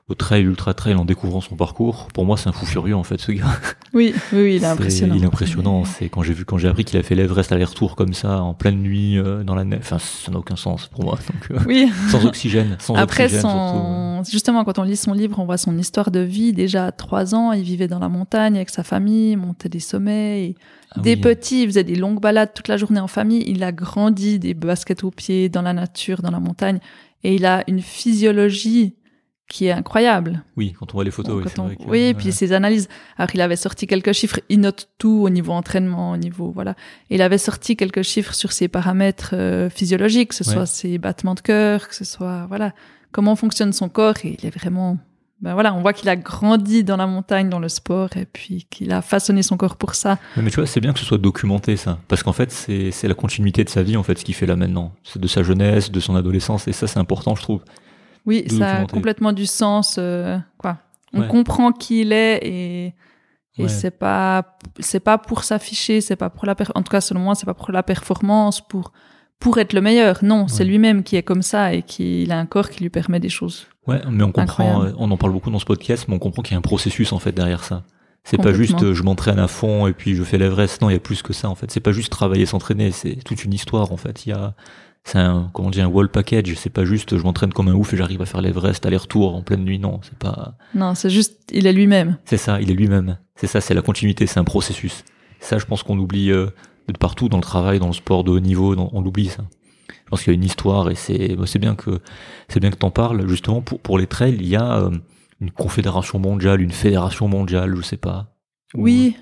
au trail, ultra trail en découvrant son parcours. Pour moi, c'est un fou furieux en fait, ce gars. Oui, il est impressionnant. Il est impressionnant. C'est quand j'ai appris qu'il a fait l'Everest aller-retour comme ça en pleine nuit dans la neige. Enfin, ça n'a aucun sens pour moi. Donc, oui. Sans oxygène. Après, surtout. Justement, quand on lit son livre, on voit son histoire de vie. Déjà à 3 ans, il vivait dans la montagne avec sa famille, il montait des sommets. Petits, il faisait des longues balades toute la journée en famille. Il a grandi des baskets aux pieds dans la nature, dans la montagne, et il a une physiologie qui est incroyable. Oui, quand on voit les photos, et puis ses analyses. Alors, il avait sorti quelques chiffres, il note tout au niveau entraînement, au niveau, voilà. Il avait sorti quelques chiffres sur ses paramètres physiologiques, que ce soit ses battements de cœur, que ce soit, voilà, comment fonctionne son corps, et il est vraiment, on voit qu'il a grandi dans la montagne, dans le sport, et puis qu'il a façonné son corps pour ça. Mais tu vois, c'est bien que ce soit documenté, ça. Parce qu'en fait, c'est la continuité de sa vie, en fait, ce qu'il fait là maintenant. C'est de sa jeunesse, de son adolescence, et ça, c'est important, je trouve. Oui, ça a complètement du sens, quoi. On comprend qui il est et c'est pas pour s'afficher, c'est pas pour en tout cas, selon moi, c'est pas pour la performance, pour être le meilleur. Non, c'est lui-même qui est comme ça et qu'il a un corps qui lui permet des choses. Ouais, mais on comprend, on en parle beaucoup dans ce podcast, mais on comprend qu'il y a un processus, en fait, derrière ça. C'est pas juste, je m'entraîne à fond et puis je fais l'Everest. Non, il y a plus que ça, en fait. C'est pas juste travailler, s'entraîner. C'est toute une histoire, en fait. C'est un wall package. C'est pas juste, je m'entraîne comme un ouf et j'arrive à faire l'Everest aller-retour en pleine nuit. Non, c'est pas. Non, c'est juste, il est lui-même. C'est ça, il est lui-même. C'est ça, c'est la continuité, c'est un processus. Ça, je pense qu'on oublie de partout dans le travail, dans le sport de haut niveau, on l'oublie ça. Je pense qu'il y a une histoire et c'est bien que t'en parles. Justement, pour les trails, il y a une confédération mondiale, une fédération mondiale, je sais pas. Oui,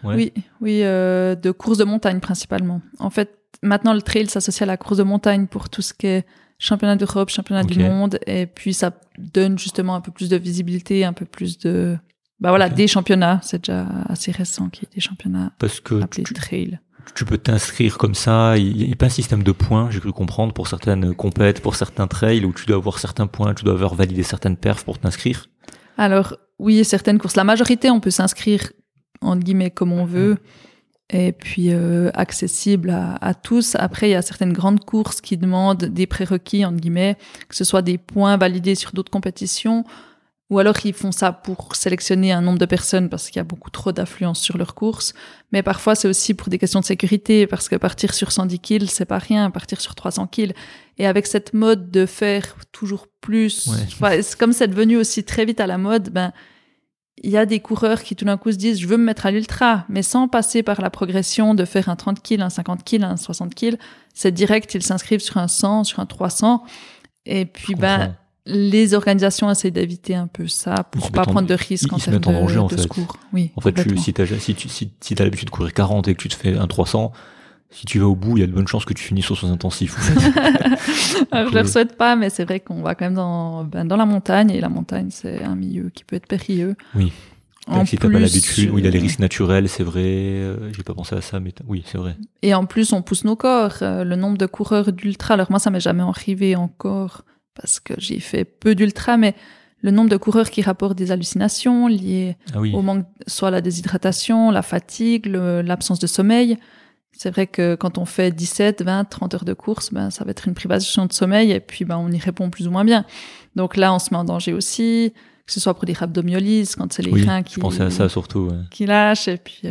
de course de montagne principalement. En fait, maintenant, le trail s'associe à la course de montagne pour tout ce qui est championnat d'Europe, championnat du monde, et puis ça donne justement un peu plus de visibilité, un peu plus de, des championnats. C'est déjà assez récent qu'il y ait des championnats appelés trail. Tu peux t'inscrire comme ça. Il n'y a pas un système de points, j'ai cru comprendre, pour certaines compètes, pour certains trails, où tu dois avoir certains points, tu dois avoir validé certaines perfs pour t'inscrire. Alors, oui, certaines courses. La majorité, on peut s'inscrire, entre guillemets, comme on veut. Et puis accessible à tous. Après, il y a certaines grandes courses qui demandent des prérequis, entre guillemets, que ce soit des points validés sur d'autres compétitions, ou alors ils font ça pour sélectionner un nombre de personnes parce qu'il y a beaucoup trop d'affluence sur leur course. Mais parfois, c'est aussi pour des questions de sécurité, parce que partir sur 110 kills, c'est pas rien, partir sur 300 kills. Et avec cette mode de faire toujours plus, c'est comme c'est devenu aussi très vite à la mode, il y a des coureurs qui tout d'un coup se disent je veux me mettre à l'ultra, mais sans passer par la progression de faire un 30 kills, un 50 kills, un 60 kills. C'est direct, ils s'inscrivent sur un 100, sur un 300. Et puis, les organisations essaient d'éviter un peu ça pour pas prendre de risques en termes de secours. Oui, en fait, si t'as l'habitude de courir 40 et que tu te fais un 300, si tu vas au bout, il y a de bonnes chances que tu finisses aux soins intensifs. Alors, je ne le souhaite pas, mais c'est vrai qu'on va quand même dans la montagne, et la montagne, c'est un milieu qui peut être périlleux. Oui. Si t'as pas l'habitude, il y a les risques naturels, c'est vrai. J'ai pas pensé à ça, mais oui, c'est vrai. Et en plus, on pousse nos corps. Le nombre de coureurs d'ultra, alors moi, ça m'est jamais arrivé encore parce que j'ai fait peu d'ultra, mais le nombre de coureurs qui rapportent des hallucinations liées au manque, soit la déshydratation, la fatigue, l'absence de sommeil. C'est vrai que quand on fait 17, 20, 30 heures de course, ça va être une privation de sommeil et puis on y répond plus ou moins bien. Donc là, on se met en danger aussi, que ce soit pour des rhabdomyolyses, quand c'est les reins qui... je pensais à ça surtout. Ouais. Qui lâchent et puis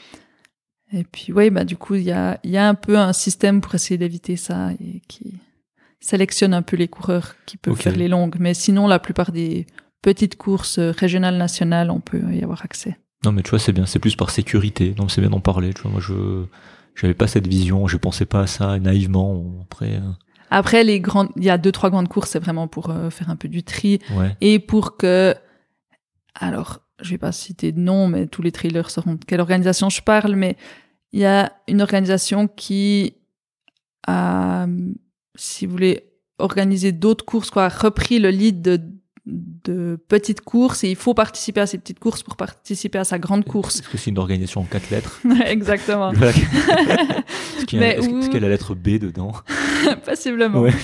du coup, il y a un peu un système pour essayer d'éviter ça et qui sélectionne un peu les coureurs qui peuvent faire les longues. Mais sinon, la plupart des petites courses régionales, nationales, on peut y avoir accès. Non, mais tu vois, c'est bien, c'est plus par sécurité. Donc c'est bien d'en parler. Tu vois, moi, j'avais pas cette vision, je pensais pas à ça naïvement. Après, il y a 2-3 grandes courses, c'est vraiment pour faire un peu du tri et pour que, alors, je vais pas citer de nom, mais tous les trailers sauront de quelle organisation je parle, mais il y a une organisation qui a, si vous voulez, organisé d'autres courses, repris le lead de petites courses, et il faut participer à ces petites courses pour participer à sa grande course. Est-ce que c'est une organisation en 4 lettres? Exactement. Est-ce qu'il y a la lettre B dedans? Possiblement. Ouais.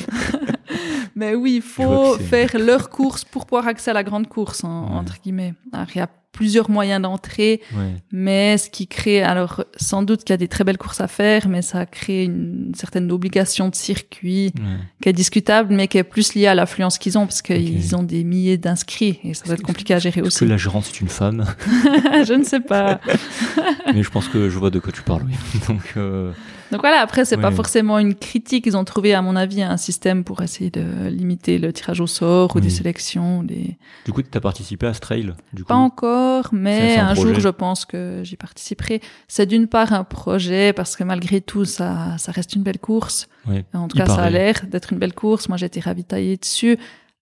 Mais oui, il faut faire leur course pour pouvoir accéder à la grande course, entre guillemets. Alors, il y a plusieurs moyens d'entrée, mais ce qui crée, alors sans doute qu'il y a des très belles courses à faire, mais ça crée une certaine obligation de circuit qui est discutable, mais qui est plus liée à l'affluence qu'ils ont, parce qu'ils ont des milliers d'inscrits, et ça va être compliqué à gérer aussi. Est-ce que la gérante c'est une femme? Je ne sais pas. Mais je pense que je vois de quoi tu parles, oui. Donc voilà, après, c'est pas forcément une critique. Ils ont trouvé, à mon avis, un système pour essayer de limiter le tirage au sort ou des sélections. Du coup, tu as participé à ce trail, du coup? Pas encore, mais un jour, je pense que j'y participerai. C'est d'une part un projet, parce que malgré tout, ça reste une belle course. Oui, en tout cas, ça a l'air d'être une belle course. Moi, j'ai été ravitaillée dessus.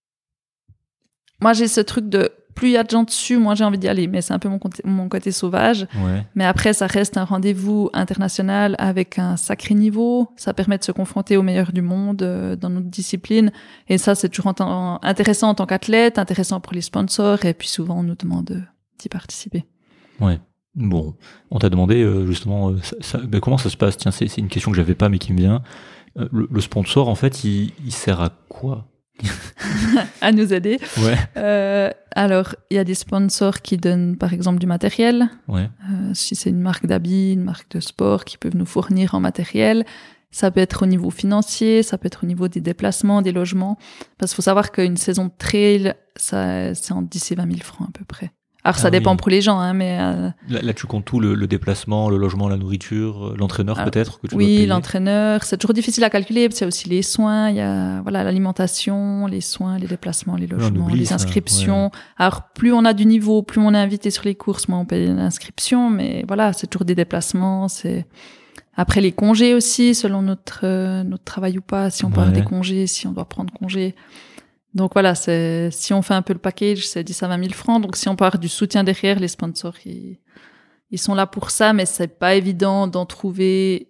Moi, j'ai ce truc de... Plus il y a de gens dessus, moi j'ai envie d'y aller, mais c'est un peu mon côté sauvage. Mais après, ça reste un rendez-vous international avec un sacré niveau. Ça permet de se confronter aux meilleurs du monde dans notre discipline. Et ça, c'est toujours intéressant en tant qu'athlète, intéressant pour les sponsors. Et puis souvent, on nous demande d'y participer. Ouais. Bon, on t'a demandé justement comment ça se passe. Tiens, c'est une question que j'avais pas mais qui me vient. Le sponsor, en fait, il sert à quoi? À nous aider. Alors, il y a des sponsors qui donnent, par exemple, du matériel. Si c'est une marque d'habits, une marque de sport, qui peuvent nous fournir en matériel. Ça peut être au niveau financier, ça peut être au niveau des déplacements, des logements. Parce qu'il faut savoir qu'une saison de trail, c'est entre 10 et 20 000 francs à peu près. Alors, ça dépend pour les gens, hein, mais... Là, tu comptes tout, le déplacement, le logement, la nourriture, l'entraîneur peut-être que tu dois payer. L'entraîneur. C'est toujours difficile à calculer, parce qu'il y a aussi les soins, il y a l'alimentation, les soins, les déplacements, les logements, les inscriptions. Alors, plus on a du niveau, plus on est invité sur les courses, moins on paye l'inscription, mais voilà, c'est toujours des déplacements, c'est... Après, les congés aussi, selon notre travail ou pas, si on peut avoir des congés, si on doit prendre congé... Donc voilà, si on fait un peu le package, c'est 10 à 20 000 francs. Donc si on part du soutien derrière, les sponsors, ils sont là pour ça, mais c'est pas évident d'en trouver,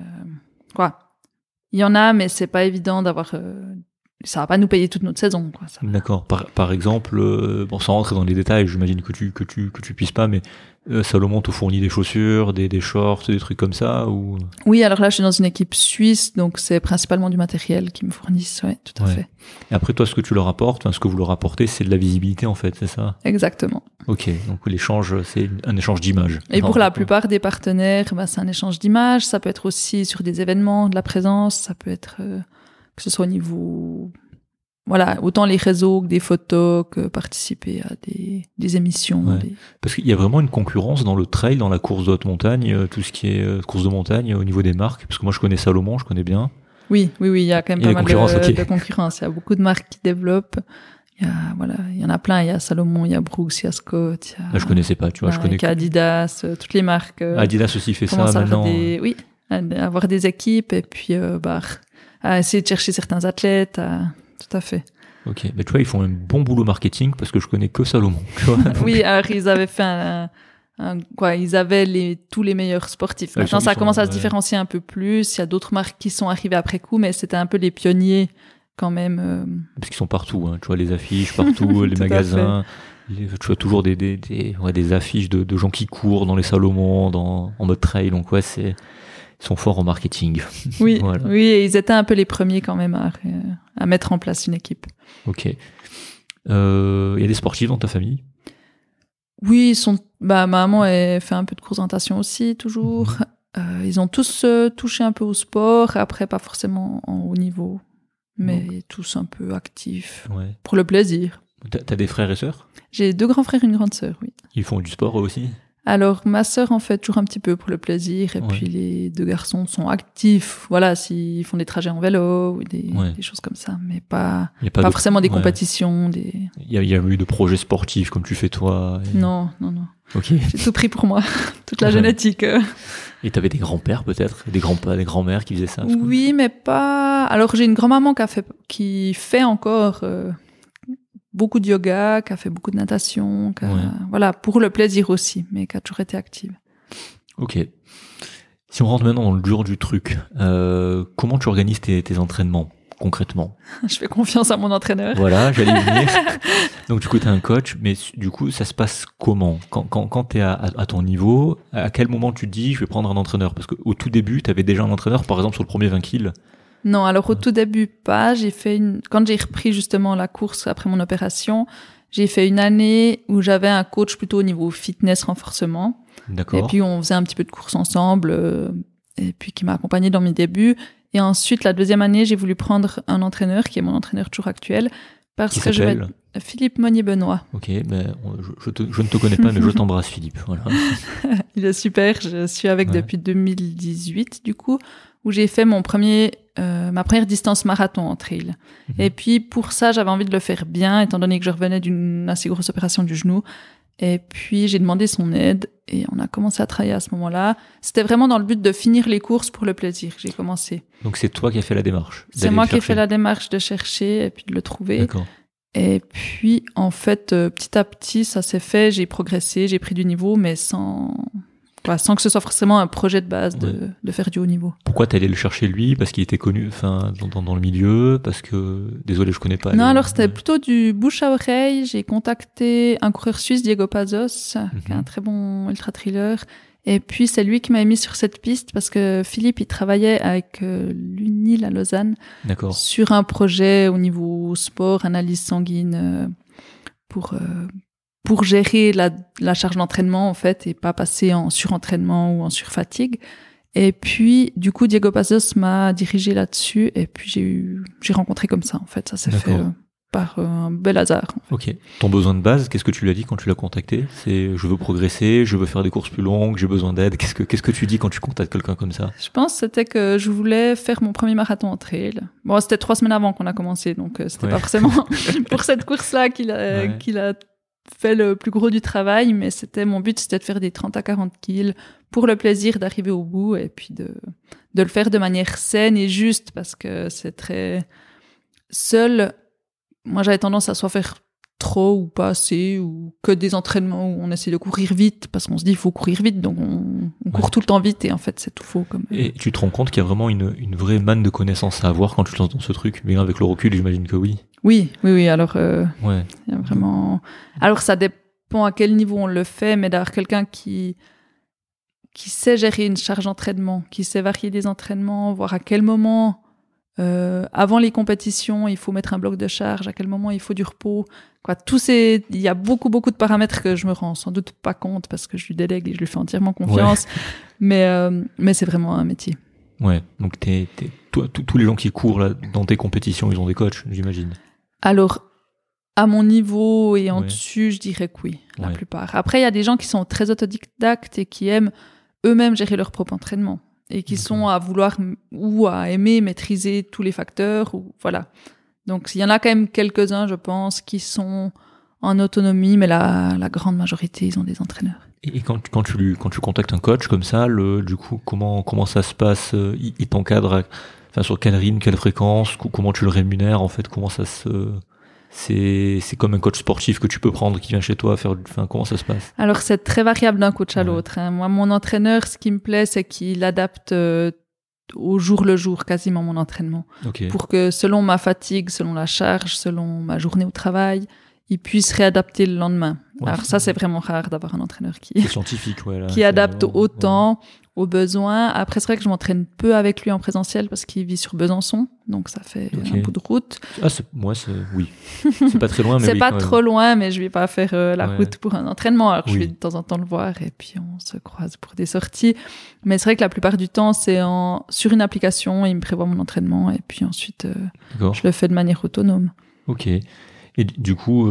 Il y en a, mais c'est pas évident d'avoir, ça va pas nous payer toute notre saison, quoi. D'accord. Par exemple, sans rentrer dans les détails, j'imagine que tu puisses pas, mais Salomon te fournit des chaussures, des shorts, des trucs comme ça ou... Oui, alors là, je suis dans une équipe suisse, donc c'est principalement du matériel qu'ils me fournissent, tout à fait. Et après, toi, ce que tu leur apportes, ce que vous leur apportez, c'est de la visibilité, en fait, c'est ça? Exactement. Ok, donc l'échange, c'est un échange d'images. Et pour la plupart des partenaires, c'est un échange d'images. Ça peut être aussi sur des événements, de la présence, ça peut être que ce soit au niveau... Voilà, autant les réseaux que des photos, que participer à des émissions. Parce qu'il y a vraiment une concurrence dans le trail, dans la course de haute montagne, tout ce qui est course de montagne au niveau des marques. Parce que moi, je connais Salomon, je connais bien. Oui, il y a quand même pas mal de concurrence. Il y a beaucoup de marques qui développent. Il y en a plein. Il y a Salomon, il y a Brooks, il y a Scott. Là, je connaissais pas, tu vois. Je connais que Adidas, toutes les marques. Adidas aussi fait ça maintenant. Avoir des équipes et puis à essayer de chercher certains athlètes. Tout à fait. Ok, mais tu vois, ils font un bon boulot marketing parce que je connais que Salomon. Tu vois, oui, alors ils avaient fait ils avaient tous les meilleurs sportifs. Maintenant, ça commence à se différencier un peu plus. Il y a d'autres marques qui sont arrivées après coup, mais c'était un peu les pionniers quand même. Parce qu'ils sont partout, hein. Tu vois les affiches partout, les magasins. Tu vois toujours des affiches de gens qui courent dans les Salomon, en mode trail. Donc ils sont forts en marketing. Oui, oui, et ils étaient un peu les premiers quand même à mettre en place une équipe. Ok. Il y a des sportifs dans ta famille? Oui, ma maman elle fait un peu de course natation aussi, toujours. Ils ont tous touché un peu au sport, après pas forcément en haut niveau, mais tous un peu actifs, pour le plaisir. T'as des frères et sœurs? J'ai 2 grands frères et une grande sœur, oui. Ils font du sport eux aussi? Alors, ma sœur en fait toujours un petit peu pour le plaisir, et puis les 2 garçons sont actifs, voilà, s'ils font des trajets en vélo ou des choses comme ça, mais pas forcément des compétitions. Il y a eu de projets sportifs comme tu fais toi? Non. Ok. J'ai tout pris pour moi, toute la génétique. Et t'avais des grands-pères peut-être, des grands-mères qui faisaient ça? Oui, mais pas... Alors j'ai une grand-maman qui fait encore... beaucoup de yoga, qui a fait beaucoup de natation, voilà, pour le plaisir aussi, mais qui a toujours été active. Ok. Si on rentre maintenant dans le dur du truc, comment tu organises tes entraînements concrètement? Je fais confiance à mon entraîneur. Voilà, j'allais y venir. Donc du coup, tu es un coach, mais du coup, ça se passe comment? Quand tu es à ton niveau, à quel moment tu te dis je vais prendre un entraîneur? Parce qu'au tout début, tu avais déjà un entraîneur, par exemple sur le premier 20 kills. Non, alors au tout début pas. Quand j'ai repris justement la course après mon opération, J'ai fait une année où j'avais un coach plutôt au niveau fitness renforcement. D'accord. Et puis, on faisait un petit peu de course ensemble, et puis qui m'a accompagnée dans mes débuts. Et ensuite, la deuxième année, j'ai voulu prendre un entraîneur, qui est mon entraîneur toujours actuel, parce Qui que je vais s'appelle Philippe Monnier-Benoît. Ok, ben, je ne te connais pas, mais je t'embrasse, Philippe. Voilà. Il est super. Je suis avec depuis 2018, du coup, où j'ai fait ma première distance marathon en trail. Et puis, pour ça, j'avais envie de le faire bien, étant donné que je revenais d'une assez grosse opération du genou. Et puis, j'ai demandé son aide et on a commencé à travailler à ce moment-là. C'était vraiment dans le but de finir les courses pour le plaisir. J'ai commencé. Donc, c'est toi qui as fait la démarche. C'est moi qui ai fait la démarche de chercher et puis de le trouver. D'accord. Et puis, en fait, petit à petit, ça s'est fait. J'ai progressé, j'ai pris du niveau, mais sans que ce soit forcément un projet de base de faire du haut niveau. Pourquoi t'es allé le chercher lui? Parce qu'il était connu, dans le milieu, parce que, désolé, je connais pas. Non, alors c'était plutôt du bouche à oreille. J'ai contacté un coureur suisse, Diego Pazos, qui est un très bon ultra-trailer. Et puis, c'est lui qui m'a mis sur cette piste parce que Philippe, il travaillait avec l'UNIL à Lausanne. D'accord. Sur un projet au niveau sport, analyse sanguine, pour gérer la charge d'entraînement, en fait, et pas passer en surentraînement ou en surfatigue. Et puis, du coup, Diego Pazos m'a dirigé là-dessus, et puis j'ai rencontré comme ça, en fait. Ça s'est fait par un bel hasard. En fait. Ok. Ton besoin de base, qu'est-ce que tu lui as dit quand tu l'as contacté? C'est, je veux progresser, je veux faire des courses plus longues, j'ai besoin d'aide. Qu'est-ce que tu dis quand tu contactes quelqu'un comme ça? Je pense que c'était que je voulais faire mon premier marathon en trail. Bon, c'était 3 semaines avant qu'on a commencé, donc c'était pas forcément pour cette course-là qu'il a fait le plus gros du travail, mais mon but, c'était de faire des 30 à 40 kills pour le plaisir d'arriver au bout et puis de le faire de manière saine et juste parce que c'est très seul. Moi, j'avais tendance à soit faire trop ou pas assez ou que des entraînements où on essaie de courir vite parce qu'on se dit il faut courir vite, donc on court tout le temps vite et en fait, c'est tout faux. Et tu te rends compte qu'il y a vraiment une vraie manne de connaissances à avoir quand tu te lances dans ce truc? Mais avec le recul, j'imagine que oui. Oui. Alors, il y a vraiment. Alors, ça dépend à quel niveau on le fait, mais d'avoir quelqu'un qui sait gérer une charge d'entraînement, qui sait varier des entraînements, voir à quel moment, avant les compétitions, il faut mettre un bloc de charge, à quel moment il faut du repos. Il y a beaucoup de paramètres que je me rends sans doute pas compte parce que je lui délègue et je lui fais entièrement confiance. Ouais. Mais c'est vraiment un métier. Ouais. Donc, toi, tous les gens qui courent là, dans tes compétitions, ils ont des coachs, j'imagine. Alors, à mon niveau et en dessus, je dirais que oui, la plupart. Après, il y a des gens qui sont très autodidactes et qui aiment eux-mêmes gérer leur propre entraînement et qui sont à vouloir ou à aimer maîtriser tous les facteurs. Voilà. Donc, il y en a quand même quelques-uns, je pense, qui sont en autonomie, mais la grande majorité, ils ont des entraîneurs. Et quand tu contactes un coach comme ça, du coup, comment ça se passe? Il t'encadre sur quel rythme, quelle fréquence, comment tu le rémunères, en fait, comment ça se... C'est comme un coach sportif que tu peux prendre qui vient chez toi comment ça se passe? Alors, c'est très variable d'un coach à l'autre. Hein. Moi, mon entraîneur, ce qui me plaît, c'est qu'il adapte au jour le jour quasiment mon entraînement. Okay. Pour que selon ma fatigue, selon la charge, selon ma journée au travail, il puisse réadapter le lendemain. Alors ça, c'est vraiment rare d'avoir un entraîneur qui est scientifique, qui adapte autant aux besoins. Après, c'est vrai que je m'entraîne peu avec lui en présentiel parce qu'il vit sur Besançon, donc ça fait un bout de route. Ah, oui. C'est pas très loin, mais c'est pas trop loin, mais je vais pas faire la route pour un entraînement. Alors je vais de temps en temps le voir et puis on se croise pour des sorties. Mais c'est vrai que la plupart du temps, c'est sur une application, il me prévoit mon entraînement et puis ensuite je le fais de manière autonome. Ok. Et du coup,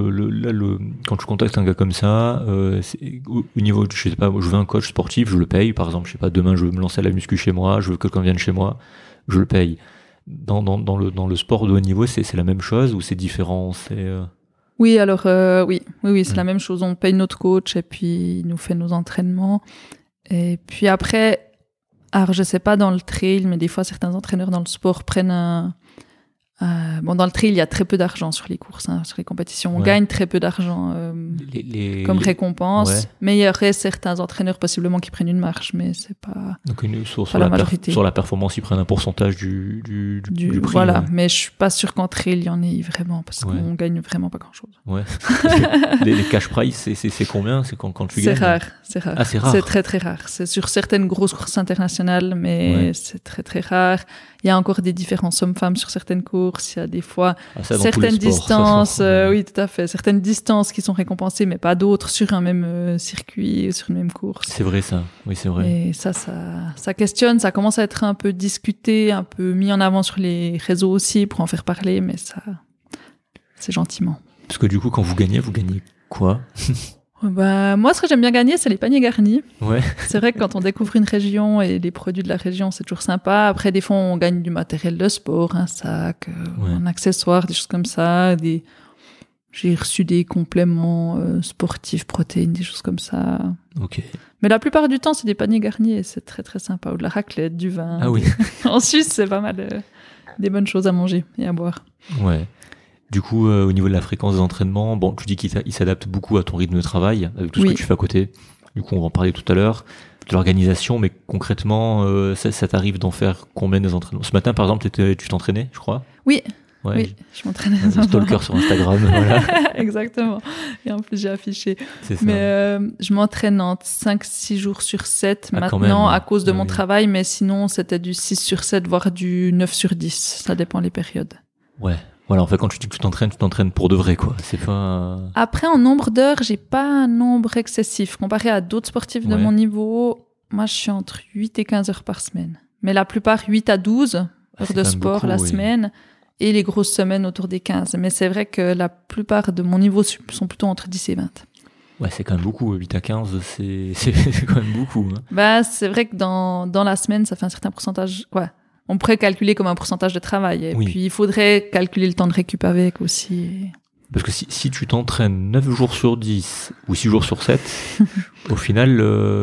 quand tu contactes un gars comme ça, au niveau, je sais pas, je veux un coach sportif, je le paye. Par exemple, je sais pas, demain je veux me lancer à la muscu chez moi, je veux que quelqu'un vienne chez moi, je le paye. Dans le sport de haut niveau, c'est la même chose ou c'est différent? Oui, alors oui, c'est la même chose. On paye notre coach et puis il nous fait nos entraînements. Et puis après, alors je sais pas dans le trail, mais des fois certains entraîneurs dans le sport prennent dans le trail, il y a très peu d'argent sur les courses, sur les compétitions. On gagne très peu d'argent comme récompense. Mais il y aurait certains entraîneurs possiblement qui prennent une marge, mais c'est pas, la majorité. Sur la performance, ils prennent un pourcentage du prix. Voilà, mais je suis pas sûre qu'en trail, il y en ait vraiment, parce qu'on gagne vraiment pas grand-chose. Ouais. les cash prize, c'est combien? C'est quand tu gagnes? C'est rare. Ah, c'est rare. C'est très, très rare. C'est sur certaines grosses courses internationales, mais c'est très, très rare. Il y a encore des différences hommes-femmes sur certaines courses. course. Il y a des fois ça, dans tous les certaines sports, distances, oui, tout à fait, certaines distances qui sont récompensées, mais pas d'autres sur un même circuit ou sur une même course. C'est vrai ça, oui c'est vrai. Et ça questionne, ça commence à être un peu discuté, un peu mis en avant sur les réseaux aussi pour en faire parler, mais ça, c'est gentiment. Parce que du coup, quand vous gagnez quoi? Moi, ce que j'aime bien gagner, c'est les paniers garnis. Ouais. C'est vrai que quand on découvre une région et les produits de la région, c'est toujours sympa. Après, des fois, on gagne du matériel de sport, un sac, un accessoire, des choses comme ça. J'ai reçu des compléments sportifs, protéines, des choses comme ça. Ok. Mais la plupart du temps, c'est des paniers garnis et c'est très très sympa. Ou de la raclette, du vin. Ah oui. En Suisse, c'est pas mal des bonnes choses à manger et à boire. Ouais. Du coup, au niveau de la fréquence des entraînements, bon, tu dis qu'il s'adapte beaucoup à ton rythme de travail, avec tout ce que tu fais à côté. Du coup, on va en parler tout à l'heure. De l'organisation, mais concrètement, ça t'arrive d'en faire combien des entraînements? Ce matin, par exemple, tu t'entraînais, je crois? Oui. Ouais, oui, je m'entraînais. Stalker sur Instagram, voilà. Exactement. Et en plus, j'ai affiché. C'est ça. Mais je m'entraîne en 5-6 jours sur 7 maintenant même, à cause de mon oui. travail, mais sinon, c'était du 6 sur 7, voire du 9 sur 10. Ça dépend les périodes. Ouais. Voilà, en fait, quand tu dis que tu t'entraînes pour de vrai, quoi. C'est pas... Après, en nombre d'heures, j'ai pas un nombre excessif. Comparé à d'autres sportifs de mon niveau, moi, je suis entre 8 et 15 heures par semaine. Mais la plupart, 8 à 12 heures de sport beaucoup, la semaine. Et les grosses semaines autour des 15. Mais c'est vrai que la plupart de mon niveau sont plutôt entre 10 et 20. Ouais, c'est quand même beaucoup. 8 à 15, c'est quand même beaucoup. Hein. C'est vrai que dans la semaine, ça fait un certain pourcentage... Ouais. On pourrait calculer comme un pourcentage de travail. Et puis, il faudrait calculer le temps de récup avec aussi. Parce que si tu t'entraînes 9 jours sur 10 ou 6 jours sur 7, au final,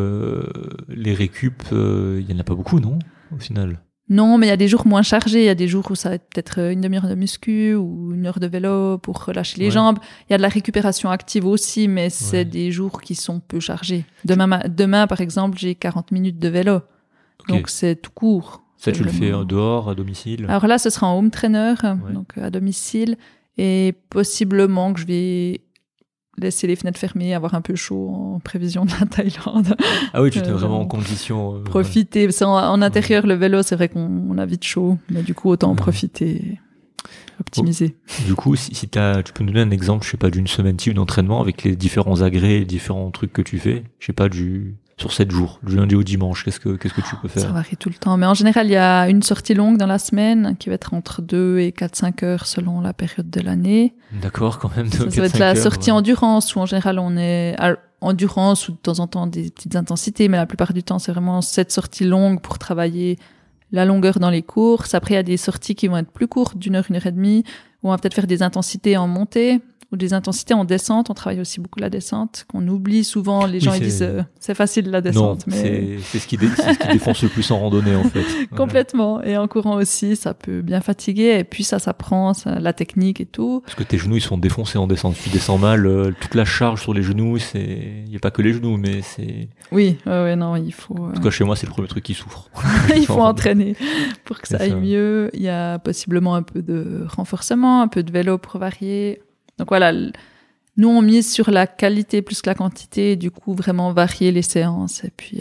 les récup, il y en a pas beaucoup, non? Au final. Non, mais il y a des jours moins chargés. Il y a des jours où ça va être peut-être une demi-heure de muscu ou une heure de vélo pour relâcher les jambes. Il y a de la récupération active aussi, mais c'est des jours qui sont peu chargés. Demain, par exemple, j'ai 40 minutes de vélo. Okay. Donc, c'est tout court. Ça, tu le fais dehors, à domicile? Alors là, ce sera en home trainer, donc à domicile. Et possiblement que je vais laisser les fenêtres fermées, avoir un peu chaud en prévision de la Thaïlande. Ah oui, tu t'es vraiment en condition. Profiter. En intérieur, le vélo, c'est vrai qu'on a vite chaud. Mais du coup, autant en profiter, optimiser. Du coup, si tu peux nous donner un exemple, je sais pas, d'une semaine type d'entraînement avec les différents agrès, les différents trucs que tu fais. Je sais pas, sur 7 jours, du lundi au dimanche, qu'est-ce que tu peux faire? Ça varie tout le temps. Mais en général, il y a une sortie longue dans la semaine qui va être entre 2 et 4-5 heures selon la période de l'année. D'accord, quand même. Ça va être la sortie endurance où en général on est à endurance ou de temps en temps des petites intensités. Mais la plupart du temps, c'est vraiment cette sortie longue pour travailler la longueur dans les courses. Après, il y a des sorties qui vont être plus courtes, d'1 heure, 1 heure et demie, où on va peut-être faire des intensités en montée ou des intensités en descente. On travaille aussi beaucoup la descente, qu'on oublie souvent. Les gens ils disent c'est facile la descente. Non, mais c'est ce qui défonce le plus en randonnée en fait. Complètement. Et en courant aussi, ça peut bien fatiguer. Et puis ça s'apprend, la technique et tout. Parce que tes genoux ils sont défoncés en descente. Tu descends mal, toute la charge sur les genoux, il y a pas que les genoux, mais c'est. Oui, non, il faut. En tout cas chez moi c'est le premier truc qui souffre. Il faut entraîner pour que ça aille mieux. Il y a possiblement un peu de renforcement, un peu de vélo pour varier. Donc voilà, nous on mise sur la qualité plus que la quantité, et du coup vraiment varier les séances et puis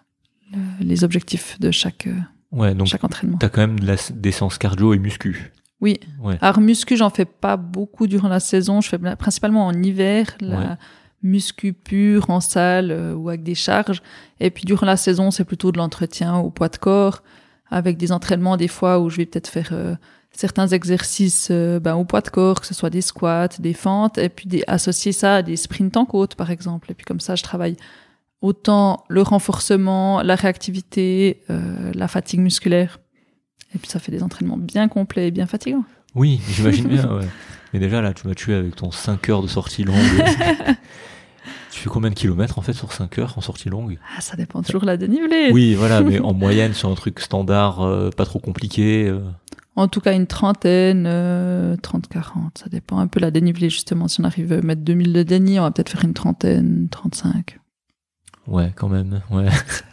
les objectifs de chaque entraînement. T'as quand même des séances cardio et muscu. Oui. Ouais. Alors muscu, j'en fais pas beaucoup durant la saison, je fais principalement en hiver, la muscu pure en salle ou avec des charges. Et puis durant la saison, c'est plutôt de l'entretien au poids de corps, avec des entraînements des fois où je vais peut-être faire certains exercices au poids de corps, que ce soit des squats, des fentes, et puis associer ça à des sprints en côte, par exemple. Et puis comme ça, je travaille autant le renforcement, la réactivité, la fatigue musculaire. Et puis ça fait des entraînements bien complets et bien fatigants. Oui, j'imagine bien, ouais. Mais déjà, là, tu m'as tué avec ton 5 heures de sortie longue. Tu fais combien de kilomètres, en fait, sur 5 heures en sortie longue? Ça dépend toujours de la dénivelée. Oui, voilà, mais en moyenne, sur un truc standard, pas trop compliqué. En tout cas, une trentaine, 30-40, ça dépend un peu la dénivelée, justement. Si on arrive à mettre 2000 de déni, on va peut-être faire une trentaine, 35. Ouais, quand même, ouais.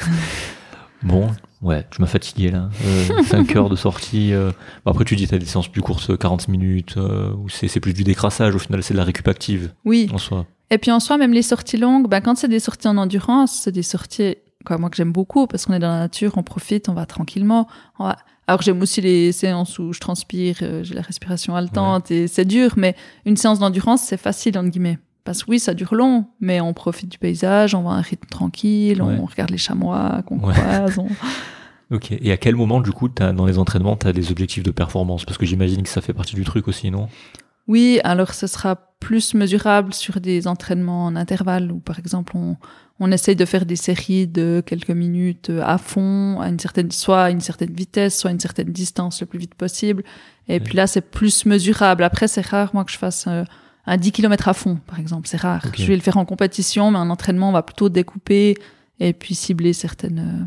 Bon, ouais, tu m'as fatigué, là. 5 heures de sortie. Après, tu dis, t'as des séances plus courtes, 40 minutes, où c'est plus du décrassage. Au final, c'est de la récup active. Oui. En soi. Et puis, en soi, même les sorties longues, quand c'est des sorties en endurance, c'est des sorties, moi, que j'aime beaucoup, parce qu'on est dans la nature, on profite, on va tranquillement. Alors j'aime aussi les séances où je transpire, j'ai la respiration haletante et c'est dur, mais une séance d'endurance, c'est facile, entre guillemets. Parce que oui, ça dure long, mais on profite du paysage, on va à un rythme tranquille, on regarde les chamois qu'on croise. Ok, et à quel moment, du coup, dans les entraînements, tu as des objectifs de performance? Parce que j'imagine que ça fait partie du truc aussi, non? Oui, alors ce sera plus mesurable sur des entraînements en intervalle, où par exemple, on essaye de faire des séries de quelques minutes à fond, soit à une certaine vitesse, soit à une certaine distance le plus vite possible. Et puis là, c'est plus mesurable. Après, c'est rare, moi, que je fasse un 10 km à fond, par exemple. C'est rare. Okay. Je vais le faire en compétition, mais en entraînement, on va plutôt découper et puis cibler certaines...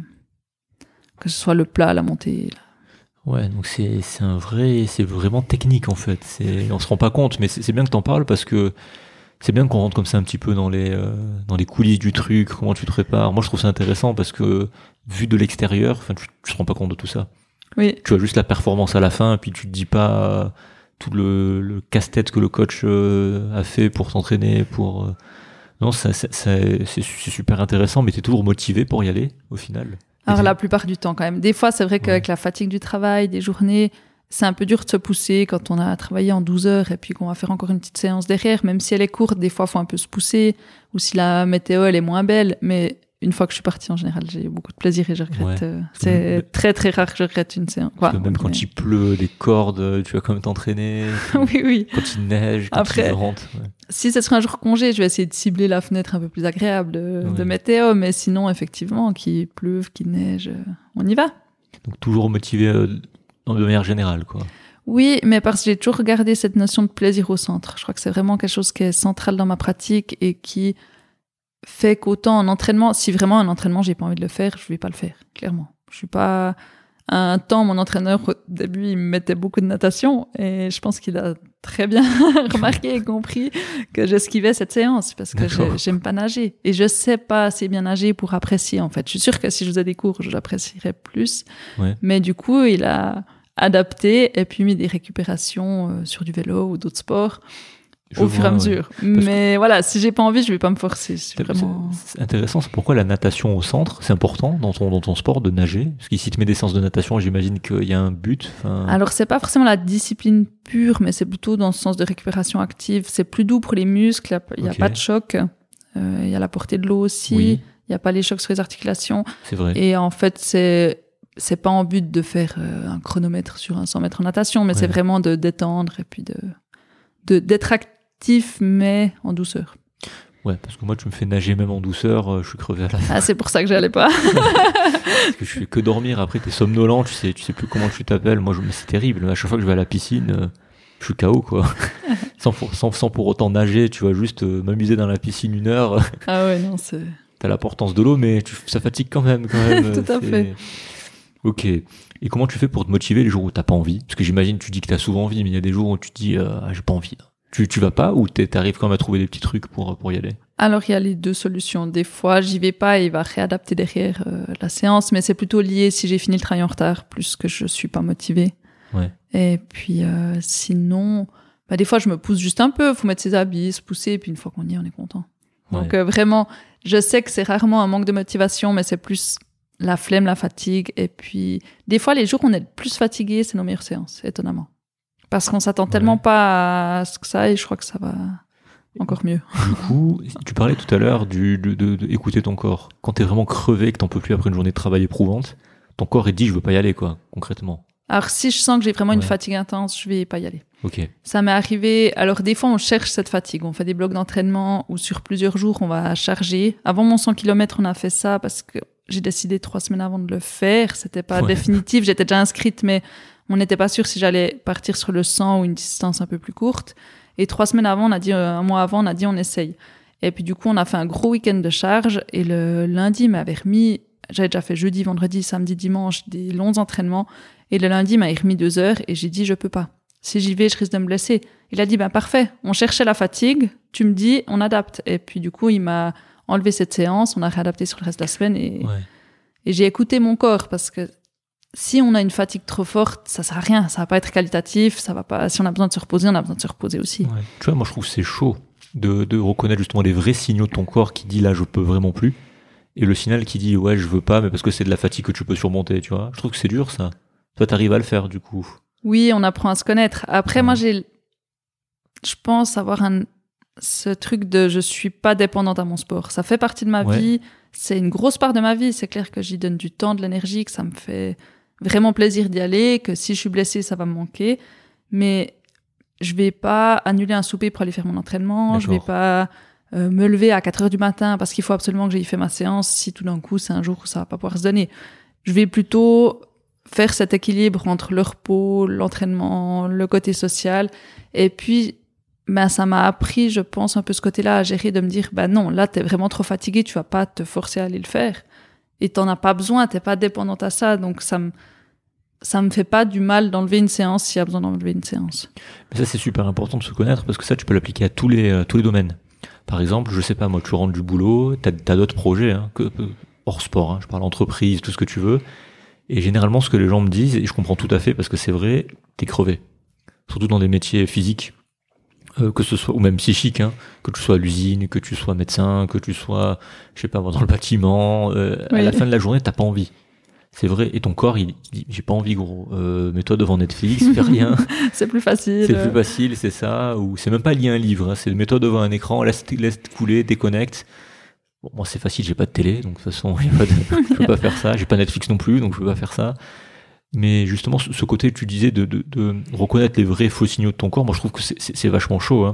que ce soit le plat, la montée... Ouais, donc c'est vraiment technique en fait. On se rend pas compte, mais c'est bien que t'en parles parce que c'est bien qu'on rentre comme ça un petit peu dans les coulisses du truc, comment tu te prépares. Moi, je trouve ça intéressant parce que vu de l'extérieur, tu te rends pas compte de tout ça. Oui. Tu as juste la performance à la fin, et puis tu te dis pas tout le casse-tête que le coach a fait pour t'entraîner, pour. Non, c'est super intéressant, mais t'es toujours motivé pour y aller au final. Alors la plupart du temps quand même. Des fois, c'est vrai qu'avec la fatigue du travail, des journées, c'est un peu dur de se pousser quand on a travaillé en 12 heures et puis qu'on va faire encore une petite séance derrière. Même si elle est courte, des fois, il faut un peu se pousser. Ou si la météo, elle est moins belle. Mais une fois que je suis partie, en général, j'ai beaucoup de plaisir et je regrette. C'est très, très rare que je regrette une séance. Même quand il pleut, des cordes, tu vas quand même t'entraîner. Oui. Quand il neige, quand il rentre. Si ce serait un jour congé, je vais essayer de cibler la fenêtre un peu plus agréable de météo. Mais sinon, effectivement, qu'il pleuve, qu'il neige, on y va. Donc toujours motivé de manière générale, quoi. Oui, mais parce que j'ai toujours regardé cette notion de plaisir au centre. Je crois que c'est vraiment quelque chose qui est central dans ma pratique et qui fait qu'autant en entraînement, si vraiment un entraînement j'ai pas envie de le faire, je vais pas le faire, clairement. Je suis pas... Un temps, mon entraîneur, au début, il me mettait beaucoup de natation et je pense qu'il a très bien remarqué et compris que j'esquivais cette séance parce que j'aime pas nager. Et je sais pas assez bien nager pour apprécier, en fait. Je suis sûre que si je faisais des cours, je l'apprécierais plus. Ouais. Mais du coup, il a adapté et puis mis des récupérations sur du vélo ou d'autres sports. Au fur et à mesure. Mais voilà, si j'ai pas envie, je vais pas me forcer. C'est intéressant, c'est pourquoi la natation au centre, c'est important dans ton sport de nager. Parce qu'ici, tu mets des séances de natation, j'imagine qu'il y a un but. Alors, c'est pas forcément la discipline pure, mais c'est plutôt dans ce sens de récupération active. C'est plus doux pour les muscles, il y a pas de choc. Il y a la portée de l'eau aussi. Il y a pas les chocs sur les articulations. C'est vrai. Et en fait, c'est pas en but de faire un chronomètre sur un 100 mètres en natation, mais c'est vraiment de détendre et puis d'être actif, mais en douceur. Ouais, parce que moi, tu me fais nager même en douceur, je suis crevé à la fin. Ah, c'est pour ça que j'allais pas. Parce que je fais que dormir, après t'es somnolent, tu sais plus comment tu t'appelles. Moi, c'est terrible. À chaque fois que je vais à la piscine, je suis KO, quoi. sans pour autant nager, tu vas juste m'amuser dans la piscine 1 heure. Ah ouais, non, c'est... T'as l'importance de l'eau, mais ça fatigue quand même. Tout à fait. Ok. Et comment tu fais pour te motiver les jours où t'as pas envie? Parce que j'imagine, tu dis que t'as souvent envie, mais il y a des jours où tu te dis, j'ai pas envie. Tu vas pas ou t'arrives quand même à trouver des petits trucs pour y aller? Alors, il y a les deux solutions. Des fois, j'y vais pas et il va réadapter derrière la séance, mais c'est plutôt lié si j'ai fini le travail en retard, plus que je suis pas motivée. Ouais. Et puis, sinon, des fois, je me pousse juste un peu. Faut mettre ses habits, se pousser, et puis une fois qu'on y est, on est content. Ouais. Donc, vraiment, je sais que c'est rarement un manque de motivation, mais c'est plus la flemme, la fatigue. Et puis, des fois, les jours où on est le plus fatigué, c'est nos meilleures séances, étonnamment. Parce qu'on s'attend tellement pas à ce que ça, et je crois que ça va encore mieux. Du coup, tu parlais tout à l'heure de écouter ton corps. Quand t'es vraiment crevé, que t'en peux plus après une journée de travail éprouvante, ton corps, il te dit, je veux pas y aller, quoi, concrètement. Alors, si je sens que j'ai vraiment une fatigue intense, je vais pas y aller. Ok. Ça m'est arrivé. Alors, des fois, on cherche cette fatigue. On fait des blocs d'entraînement où sur plusieurs jours, on va charger. Avant mon 100 km, on a fait ça parce que j'ai décidé 3 semaines avant de le faire. C'était pas définitif. J'étais déjà inscrite, mais on n'était pas sûr si j'allais partir sur le 100 ou une distance un peu plus courte. Et 3 semaines avant, un mois avant, on a dit on essaye. Et puis du coup, on a fait un gros week-end de charge. Et le lundi, il m'avait remis, j'avais déjà fait jeudi, vendredi, samedi, dimanche, des longs entraînements. Et le lundi, il m'avait remis 2 heures et j'ai dit je peux pas. Si j'y vais, je risque de me blesser. Il a dit parfait, on cherchait la fatigue, tu me dis, on adapte. Et puis du coup, il m'a enlevé cette séance, on a réadapté sur le reste de la semaine et j'ai écouté mon corps parce que si on a une fatigue trop forte, ça sert à rien, ça va pas être qualitatif, ça va pas. Si on a besoin de se reposer, on a besoin de se reposer aussi. Ouais. Tu vois, moi je trouve que c'est chaud de reconnaître justement les vrais signaux de ton corps qui dit là je peux vraiment plus, et le signal qui dit ouais je veux pas, mais parce que c'est de la fatigue que tu peux surmonter, tu vois. Je trouve que c'est dur ça. Toi, t'arrives à le faire, du coup. Oui, on apprend à se connaître. Après, moi, je pense avoir ce truc de je suis pas dépendante à mon sport. Ça fait partie de ma vie. C'est une grosse part de ma vie. C'est clair que j'y donne du temps, de l'énergie, que ça me fait vraiment plaisir d'y aller, que si je suis blessée, ça va me manquer. Mais je vais pas annuler un souper pour aller faire mon entraînement. D'accord. Je vais pas me lever à 4 heures du matin parce qu'il faut absolument que j'aille faire ma séance si tout d'un coup, c'est un jour où ça va pas pouvoir se donner. Je vais plutôt faire cet équilibre entre le repos, l'entraînement, le côté social. Et puis, ça m'a appris, je pense, un peu ce côté-là à gérer, de me dire, non, là, t'es vraiment trop fatigué, tu vas pas te forcer à aller le faire. Et t'en as pas besoin, t'es pas dépendante à ça. Donc, ça me fait pas du mal d'enlever une séance s'il y a besoin d'enlever une séance. Mais ça, c'est super important de se connaître parce que ça, tu peux l'appliquer à tous les domaines. Par exemple, je sais pas, moi, tu rentres du boulot, t'as d'autres projets, hors sport, je parle entreprise, tout ce que tu veux. Et généralement, ce que les gens me disent, et je comprends tout à fait parce que c'est vrai, t'es crevé. Surtout dans des métiers physiques, que ce soit, ou même psychiques, que tu sois à l'usine, que tu sois médecin, que tu sois, je sais pas, dans le bâtiment, à la fin de la journée, t'as pas envie. C'est vrai, et ton corps, il dit, j'ai pas envie, gros, mets-toi devant Netflix, fais rien. C'est plus facile. C'est plus facile, c'est ça, ou c'est même pas lié à un livre, c'est mets-toi devant un écran, laisse couler, déconnecte. Bon, moi, c'est facile, j'ai pas de télé, donc de toute façon, je peux pas faire ça. J'ai pas Netflix non plus, donc je peux pas faire ça. Mais justement, ce côté, tu disais, de reconnaître les vrais faux signaux de ton corps, moi, je trouve que c'est vachement chaud,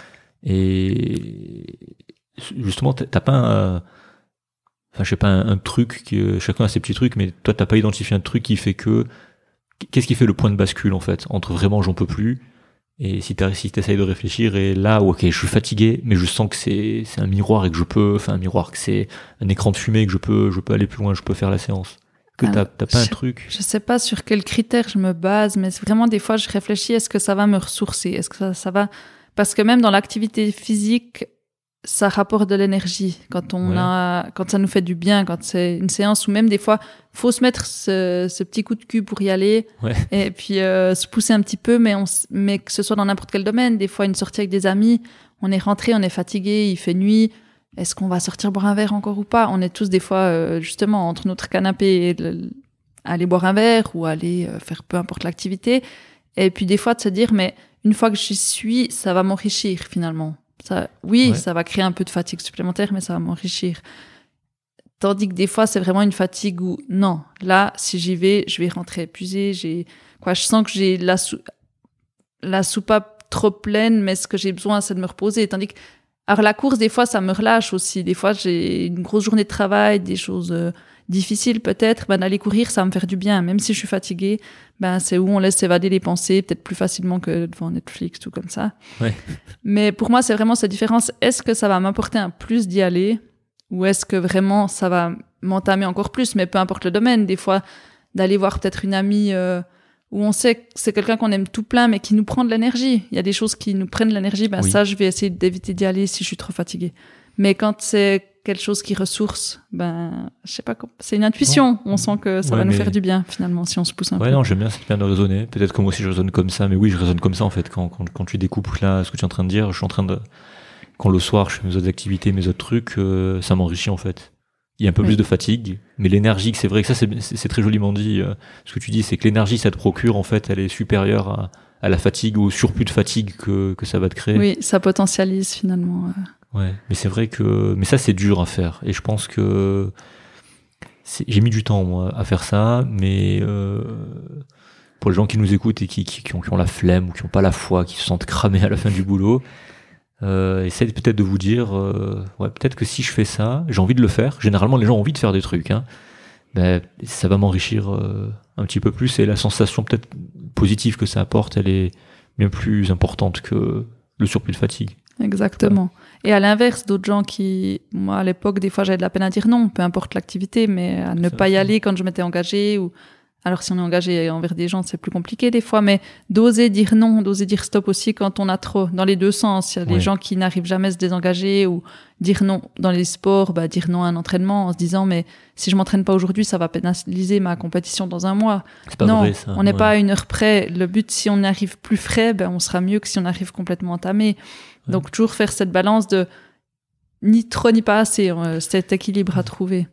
Et justement, t'as pas je sais pas, un truc chacun a ses petits trucs, mais toi, t'as pas identifié un truc qui fait qu'est-ce qui fait le point de bascule, en fait, entre vraiment j'en peux plus, et si t'essayes de réfléchir, et là, ok, je suis fatigué, mais je sens que c'est un miroir et que que c'est un écran de fumée et que je peux aller plus loin, je peux faire la séance. T'as pas un truc? Je sais pas sur quel critère je me base, mais vraiment, des fois, je réfléchis, est-ce que ça va me ressourcer? Est-ce que ça va? Parce que même dans l'activité physique, ça rapporte de l'énergie quand ça nous fait du bien, quand c'est une séance, ou même des fois, faut se mettre ce petit coup de cul pour y aller, et puis se pousser un petit peu, mais que ce soit dans n'importe quel domaine. Des fois, une sortie avec des amis, on est rentré, on est fatigué, il fait nuit, est-ce qu'on va sortir boire un verre encore ou pas? On est tous des fois, justement, entre notre canapé et aller boire un verre ou aller faire peu importe l'activité. Et puis des fois, de se dire, mais une fois que j'y suis, ça va m'enrichir finalement. Ça va créer un peu de fatigue supplémentaire, mais ça va m'enrichir. Tandis que des fois, c'est vraiment une fatigue où, non, là, si j'y vais, je vais rentrer épuisée. Je sens que j'ai la soupape trop pleine, mais ce que j'ai besoin, c'est de me reposer. Tandis que, alors la course, des fois, ça me relâche aussi. Des fois, j'ai une grosse journée de travail, des choses difficiles peut-être. D'aller courir, ça va me faire du bien. Même si je suis fatiguée, c'est où on laisse s'évader les pensées, peut-être plus facilement que devant Netflix, tout comme ça. Ouais. Mais pour moi, c'est vraiment cette différence. Est-ce que ça va m'apporter un plus d'y aller, ou est-ce que vraiment ça va m'entamer encore plus? Mais peu importe le domaine, des fois, d'aller voir peut-être une amie où on sait que c'est quelqu'un qu'on aime tout plein, mais qui nous prend de l'énergie. Il y a des choses qui nous prennent de l'énergie, ça, je vais essayer d'éviter d'y aller si je suis trop fatiguée. Mais quand c'est quelque chose qui ressource, je sais pas, c'est une intuition. On sent que ça va nous faire du bien, finalement, si on se pousse un peu. Ouais, non, j'aime bien cette manière de raisonner. Peut-être que moi aussi je raisonne comme ça, mais oui, je raisonne comme ça, en fait. Quand tu découpes là ce que tu es en train de dire, je suis en train de, quand le soir je fais mes autres activités, mes autres trucs, ça m'enrichit, en fait. Il y a un peu plus de fatigue, mais l'énergie, c'est vrai que ça, c'est très joliment dit. Ce que tu dis, c'est que l'énergie, ça te procure, en fait, elle est supérieure à la fatigue ou au surplus de fatigue que ça va te créer. Oui, ça potentialise, finalement. Ouais, mais c'est vrai mais ça, c'est dur à faire. Et je pense que j'ai mis du temps, moi, à faire ça, mais pour les gens qui nous écoutent et qui ont la flemme ou qui ont pas la foi, qui se sentent cramés à la fin du boulot, essayez peut-être de vous dire, peut-être que si je fais ça, j'ai envie de le faire. Généralement, les gens ont envie de faire des trucs, ça va m'enrichir un petit peu plus, et la sensation peut-être positive que ça apporte, elle est bien plus importante que le surplus de fatigue. Exactement. Et à l'inverse, d'autres gens moi à l'époque, des fois j'avais de la peine à dire non, peu importe l'activité, mais à ne pas y aller quand je m'étais engagée, ou alors si on est engagé envers des gens, c'est plus compliqué des fois, mais d'oser dire non, d'oser dire stop aussi quand on a trop, dans les deux sens. Il y a des gens qui n'arrivent jamais à se désengager, ou dire non dans les sports, dire non à un entraînement en se disant, mais si je m'entraîne pas aujourd'hui, ça va pénaliser ma compétition dans un mois. C'est pas vrai, ça. On n'est pas à 1 heure près. Le but, si on arrive plus frais, on sera mieux que si on arrive complètement entamé. Donc toujours faire cette balance de ni trop ni pas assez, cet équilibre à trouver.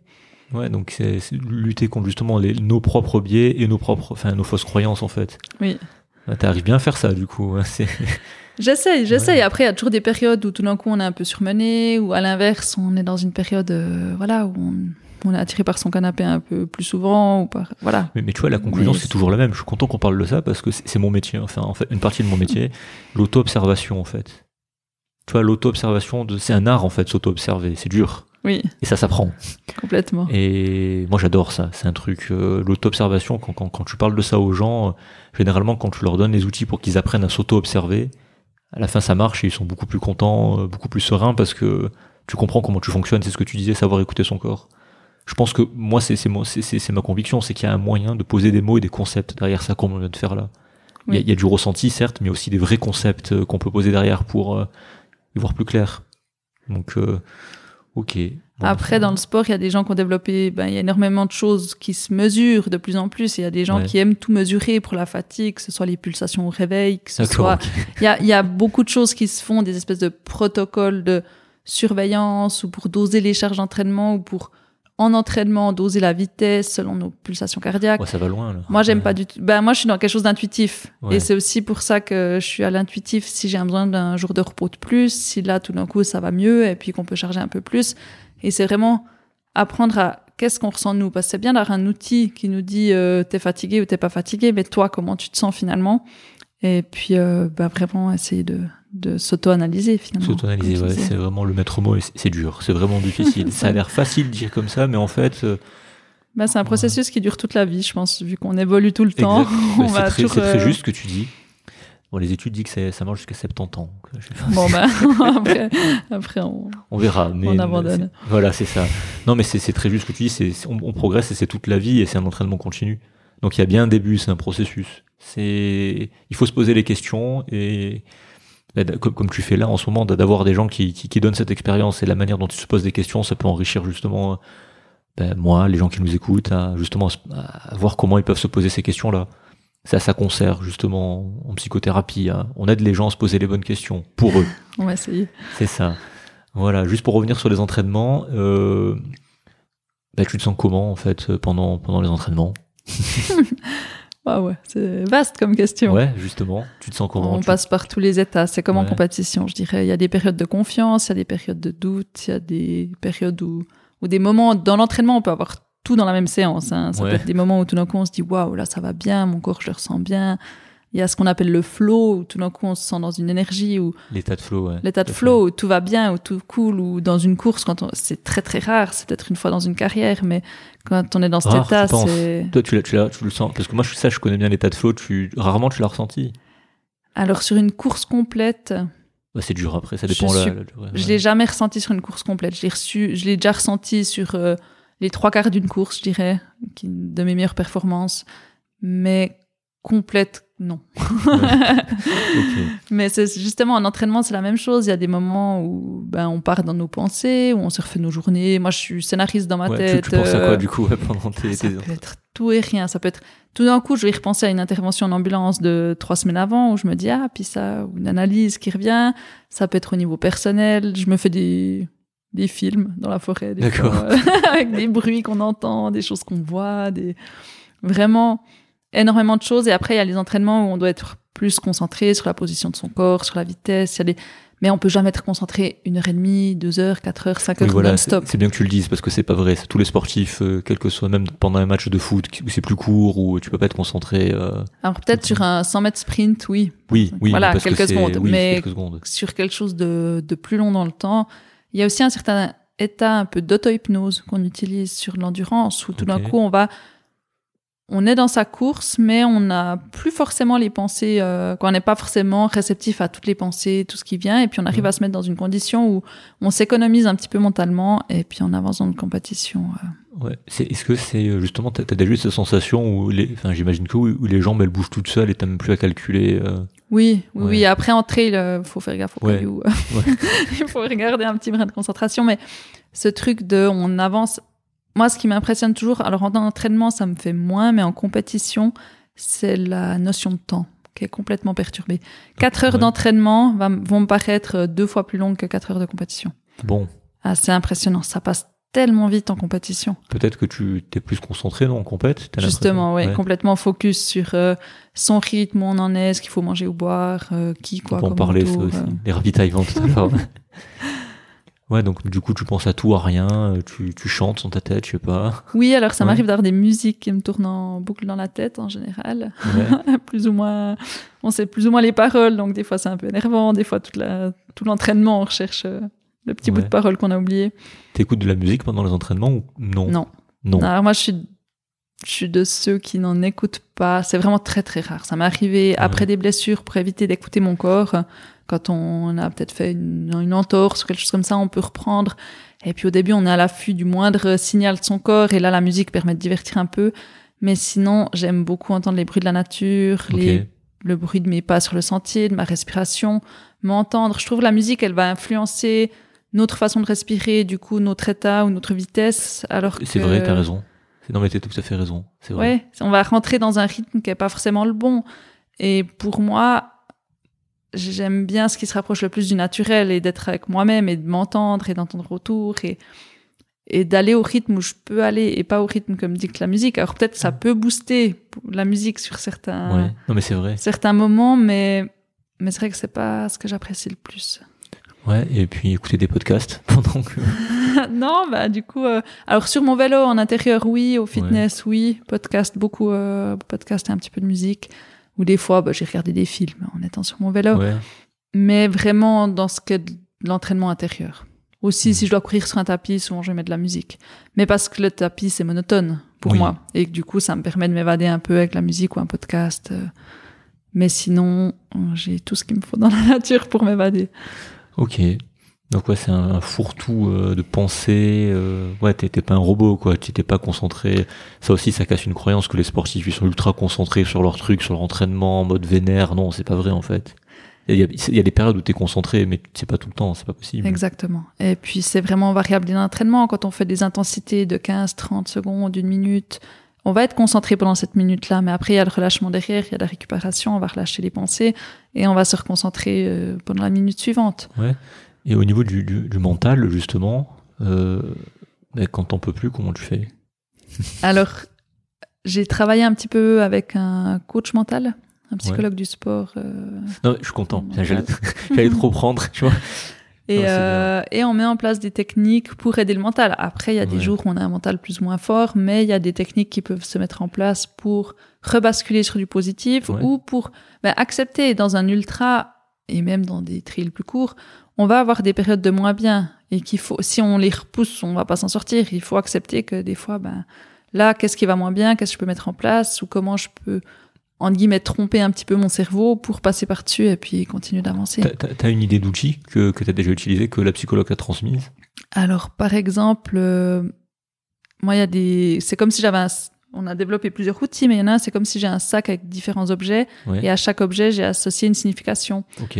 Ouais, donc c'est lutter contre justement nos propres biais et nos fausses croyances en fait. Oui. T'arrives bien à faire ça du coup. J'essaye. Ouais. Après, il y a toujours des périodes où tout d'un coup on est un peu surmené, ou à l'inverse, on est dans une période où on est attiré par son canapé un peu plus souvent, ou par voilà. Mais tu vois, la conclusion c'est toujours la même. Je suis content qu'on parle de ça parce que c'est mon métier. Enfin, en fait, une partie de mon métier, l'auto-observation en fait. Tu vois, l'auto-observation, c'est un art en fait, s'auto-observer. C'est dur. Oui. Et ça s'apprend. Complètement. Et moi j'adore ça. C'est un truc, l'auto-observation. Quand tu parles de ça aux gens, généralement quand tu leur donnes les outils pour qu'ils apprennent à s'auto-observer, à la fin ça marche et ils sont beaucoup plus contents, beaucoup plus sereins parce que tu comprends comment tu fonctionnes. C'est ce que tu disais, savoir écouter son corps. Je pense que moi c'est ma conviction, c'est qu'il y a un moyen de poser des mots et des concepts derrière ça comme on vient de faire là. Oui. Il y a du ressenti certes, mais aussi des vrais concepts qu'on peut poser derrière pour y voir plus clair. Donc ok. Bon, après, dans le sport, il y a des gens qui ont développé, il y a énormément de choses qui se mesurent de plus en plus. Il y a des gens qui aiment tout mesurer pour la fatigue, que ce soit les pulsations au réveil, que ce soit, il y a beaucoup de choses qui se font, des espèces de protocoles de surveillance ou pour doser les charges d'entraînement ou pour, en entraînement, doser la vitesse selon nos pulsations cardiaques. Ouais, ça va loin, là. Moi, j'aime pas du tout. Moi, je suis dans quelque chose d'intuitif. Ouais. Et c'est aussi pour ça que je suis à l'intuitif si j'ai besoin d'un jour de repos de plus, si là, tout d'un coup, ça va mieux et puis qu'on peut charger un peu plus. Et c'est vraiment apprendre à qu'est-ce qu'on ressent nous. Parce que c'est bien d'avoir un outil qui nous dit t'es fatigué ou t'es pas fatigué, mais toi, comment tu te sens finalement. Et puis, vraiment essayer de s'auto-analyser finalement. S'auto-analyser, ouais, c'est vraiment le maître mot et c'est dur, c'est vraiment difficile. Ça a l'air facile de dire comme ça, mais en fait... c'est un processus qui dure toute la vie, je pense, vu qu'on évolue tout le temps. C'est très juste ce que tu dis. Bon, les études disent que ça marche jusqu'à 70 ans. Bon, après on verra. Mais on abandonne. Voilà, c'est ça. Non, mais c'est très juste ce que tu dis. On progresse et c'est toute la vie et c'est un entraînement continu. Donc il y a bien un début, c'est un processus. Il faut se poser les questions et comme tu fais là en ce moment, d'avoir des gens qui donnent cette expérience et la manière dont ils se posent des questions, ça peut enrichir justement moi, les gens qui nous écoutent, à voir comment ils peuvent se poser ces questions-là. Ça concert justement en psychothérapie. On aide les gens à se poser les bonnes questions pour eux. On va essayer. C'est ça. Voilà, juste pour revenir sur les entraînements, tu te sens comment en fait pendant les entraînements? Ouais, c'est vaste comme question. Ouais, justement. Tu te sens comment? On passe par tous les états. C'est comme en compétition, je dirais. Il y a des périodes de confiance, il y a des périodes de doute, il y a des périodes où des moments dans l'entraînement, on peut avoir tout dans la même séance. Ça peut être des moments où tout d'un coup on se dit waouh, là ça va bien, mon corps je le ressens bien. Il y a ce qu'on appelle le flow, où tout d'un coup on se sent dans une énergie, où l'état de flow, ouais. L'état de flow, où tout va bien, où tout cool, ou dans une course, c'est très très rare, c'est peut-être une fois dans une carrière, mais quand on est dans cet état, c'est... Toi, tu le sens, parce que moi je connais bien l'état de flow, rarement tu l'as ressenti. Alors sur une course complète... c'est dur après, ça dépend je l'ai jamais ressenti sur une course complète, je l'ai déjà ressenti sur les 3/4 d'une course, je dirais, de mes meilleures performances, mais complète, non. Okay. Mais c'est justement en entraînement, c'est la même chose. Il y a des moments où on part dans nos pensées, où on se refait nos journées. Moi, je suis scénariste dans ma tête. Tu penses à quoi du coup pendant ça peut être tout et rien. Ça peut être tout d'un coup, je vais y repenser à une intervention en ambulance de 3 semaines avant où je me dis puis ça, ou une analyse qui revient. Ça peut être au niveau personnel. Je me fais des films dans la forêt, avec des bruits qu'on entend, des choses qu'on voit, vraiment énormément de choses. Et après, il y a les entraînements où on doit être plus concentré sur la position de son corps, sur la vitesse. Mais on peut jamais être concentré 1h30, 2h, 4h, 5h non-stop. C'est bien que tu le dises parce que c'est pas vrai. C'est tous les sportifs, quel que soit, même pendant un match de foot où c'est plus court, où tu peux pas être concentré. Alors peut-être sur un 100 mètres sprint, oui. Oui. Voilà, quelques secondes. Mais quelques secondes. Sur quelque chose de plus long dans le temps, il y a aussi un certain état un peu d'auto-hypnose qu'on utilise sur l'endurance où tout d'un coup on est dans sa course, mais on n'a plus forcément les pensées, on n'est pas forcément réceptif à toutes les pensées, tout ce qui vient, et puis on arrive à se mettre dans une condition où on s'économise un petit peu mentalement, et puis on avance dans une compétition. Ouais. Est-ce que c'est justement, t'as déjà eu cette sensation où j'imagine que où les jambes elles bougent toutes seules et t'as même plus à calculer. Oui. Après en trail, faut faire gaffe au caillou. Il faut regarder un petit brin de concentration, mais ce truc on avance. Moi, ce qui m'impressionne toujours, alors en entraînement, ça me fait moins, mais en compétition, c'est la notion de temps qui est complètement perturbée. 4 heures d'entraînement vont me paraître 2 fois plus longues que 4 heures de compétition. Bon. C'est impressionnant, ça passe tellement vite en compétition. Peut-être que tu t'es plus concentré, non, en compète? Justement, ouais, complètement focus sur son rythme, où on en est, ce qu'il faut manger ou boire, qui, quoi. On peut en parler, ça aussi. Les ravitaillements tout à l'heure. Ouais, donc du coup, tu penses à tout, à rien, tu chantes dans ta tête, je sais pas. Oui, alors ça m'arrive d'avoir des musiques qui me tournent en boucle dans la tête, en général. Ouais. Plus ou moins, on sait plus ou moins les paroles, donc des fois c'est un peu énervant, des fois tout l'entraînement, on recherche le petit bout de parole qu'on a oublié. T'écoutes de la musique pendant les entraînements ou non? Non. Alors moi, je suis de ceux qui n'en écoutent pas. C'est vraiment très, très rare. Ça m'est arrivé après des blessures pour éviter d'écouter mon corps. Quand on a peut-être fait une entorse ou quelque chose comme ça, on peut reprendre. Et puis au début, on est à l'affût du moindre signal de son corps. Et là, la musique permet de divertir un peu. Mais sinon, j'aime beaucoup entendre les bruits de la nature, le bruit de mes pas sur le sentier, de ma respiration, m'entendre. Je trouve que la musique, elle va influencer notre façon de respirer, du coup, notre état ou notre vitesse. Alors c'est vrai, t'as raison. Non, mais t'as tout à fait raison. C'est vrai. Ouais, on va rentrer dans un rythme qui est pas forcément le bon. Et pour moi, j'aime bien ce qui se rapproche le plus du naturel et d'être avec moi-même et de m'entendre et d'entendre autour et d'aller au rythme où je peux aller et pas au rythme comme dicte la musique. Alors peut-être ça peut booster la musique sur certains, non, mais c'est vrai. Certains moments, mais c'est vrai que c'est pas ce que j'apprécie le plus. Ouais, et puis écouter des podcasts pendant que... Non, du coup, alors sur mon vélo en intérieur, oui, au fitness, oui, podcast, beaucoup, podcast et un petit peu de musique. Ou des fois, j'ai regardé des films en étant sur mon vélo. Ouais. Mais vraiment dans ce qu'est de l'entraînement intérieur. Aussi, si je dois courir sur un tapis, souvent je vais mettre de la musique. Mais parce que le tapis, c'est monotone pour moi. Et que du coup, ça me permet de m'évader un peu avec la musique ou un podcast. Mais sinon, j'ai tout ce qu'il me faut dans la nature pour m'évader. Ok. Donc c'est un fourre-tout de pensée. T'es pas un robot, quoi. Tu t'es pas concentré. Ça aussi, ça casse une croyance que les sportifs ils sont ultra concentrés sur leur truc, sur leur entraînement, en mode vénère. Non, c'est pas vrai en fait. Il y a des périodes où t'es concentré, mais c'est pas tout le temps, c'est pas possible. Exactement. Et puis c'est vraiment variable d'un entraînement. Quand on fait des intensités de 15, 30 secondes, 1 minute, on va être concentré pendant cette minute-là, mais après il y a le relâchement derrière, il y a la récupération, on va relâcher les pensées et on va se reconcentrer pendant la minute suivante. Ouais. Et au niveau du mental, justement, quand t'en peux plus, comment tu fais? Alors, j'ai travaillé un petit peu avec un coach mental, un psychologue du sport. Non, je suis content. J'allais te reprendre, tu vois. Et on met en place des techniques pour aider le mental. Après, il y a des jours où on a un mental plus ou moins fort, mais il y a des techniques qui peuvent se mettre en place pour rebasculer sur du positif ou pour accepter dans un ultra et même dans des trails plus courts, on va avoir des périodes de moins bien et qu'il faut, si on les repousse, on va pas s'en sortir. Il faut accepter que des fois, là, qu'est-ce qui va moins bien, qu'est-ce que je peux mettre en place ou comment je peux, entre guillemets, tromper un petit peu mon cerveau pour passer par-dessus et puis continuer d'avancer. T'as une idée d'outil que t'as déjà utilisé, que la psychologue a transmise? Alors, par exemple, moi, c'est comme si on a développé plusieurs outils, mais il y en a un, c'est comme si j'ai un sac avec différents objets et à chaque objet, j'ai associé une signification.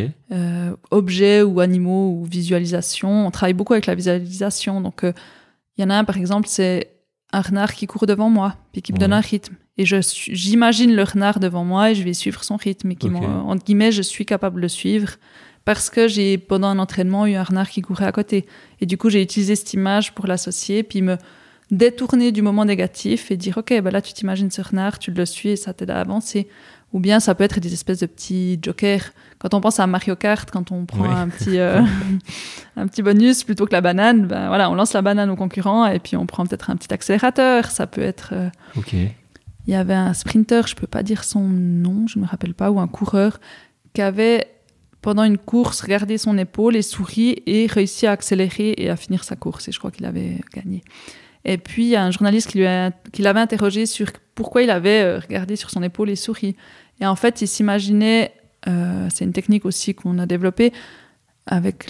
Objets ou animaux ou visualisation. On travaille beaucoup avec la visualisation. Donc, il y en a un, par exemple, c'est un renard qui court devant moi puis qui me donne un rythme. Et j'imagine le renard devant moi et je vais suivre son rythme. Et entre guillemets, je suis capable de le suivre parce que j'ai, pendant un entraînement, eu un renard qui courait à côté. Et du coup, j'ai utilisé cette image pour l'associer puis me détourner du moment négatif et dire, OK, là, tu t'imagines ce renard, tu le suis et ça t'aide à avancer. Ou bien, ça peut être des espèces de petits jokers. Quand on pense à Mario Kart, quand on prend un petit bonus plutôt que la banane, on lance la banane au concurrent et puis on prend peut-être un petit accélérateur. Ça peut être... Il y avait un sprinter, je peux pas dire son nom, je me rappelle pas, ou un coureur qui avait, pendant une course, regardé son épaule et souri et réussi à accélérer et à finir sa course. Et je crois qu'il avait gagné. Et puis, il y a un journaliste qui l'avait interrogé sur pourquoi il avait regardé sur son épaule et souri. Et en fait, il s'imaginait, c'est une technique aussi qu'on a développée avec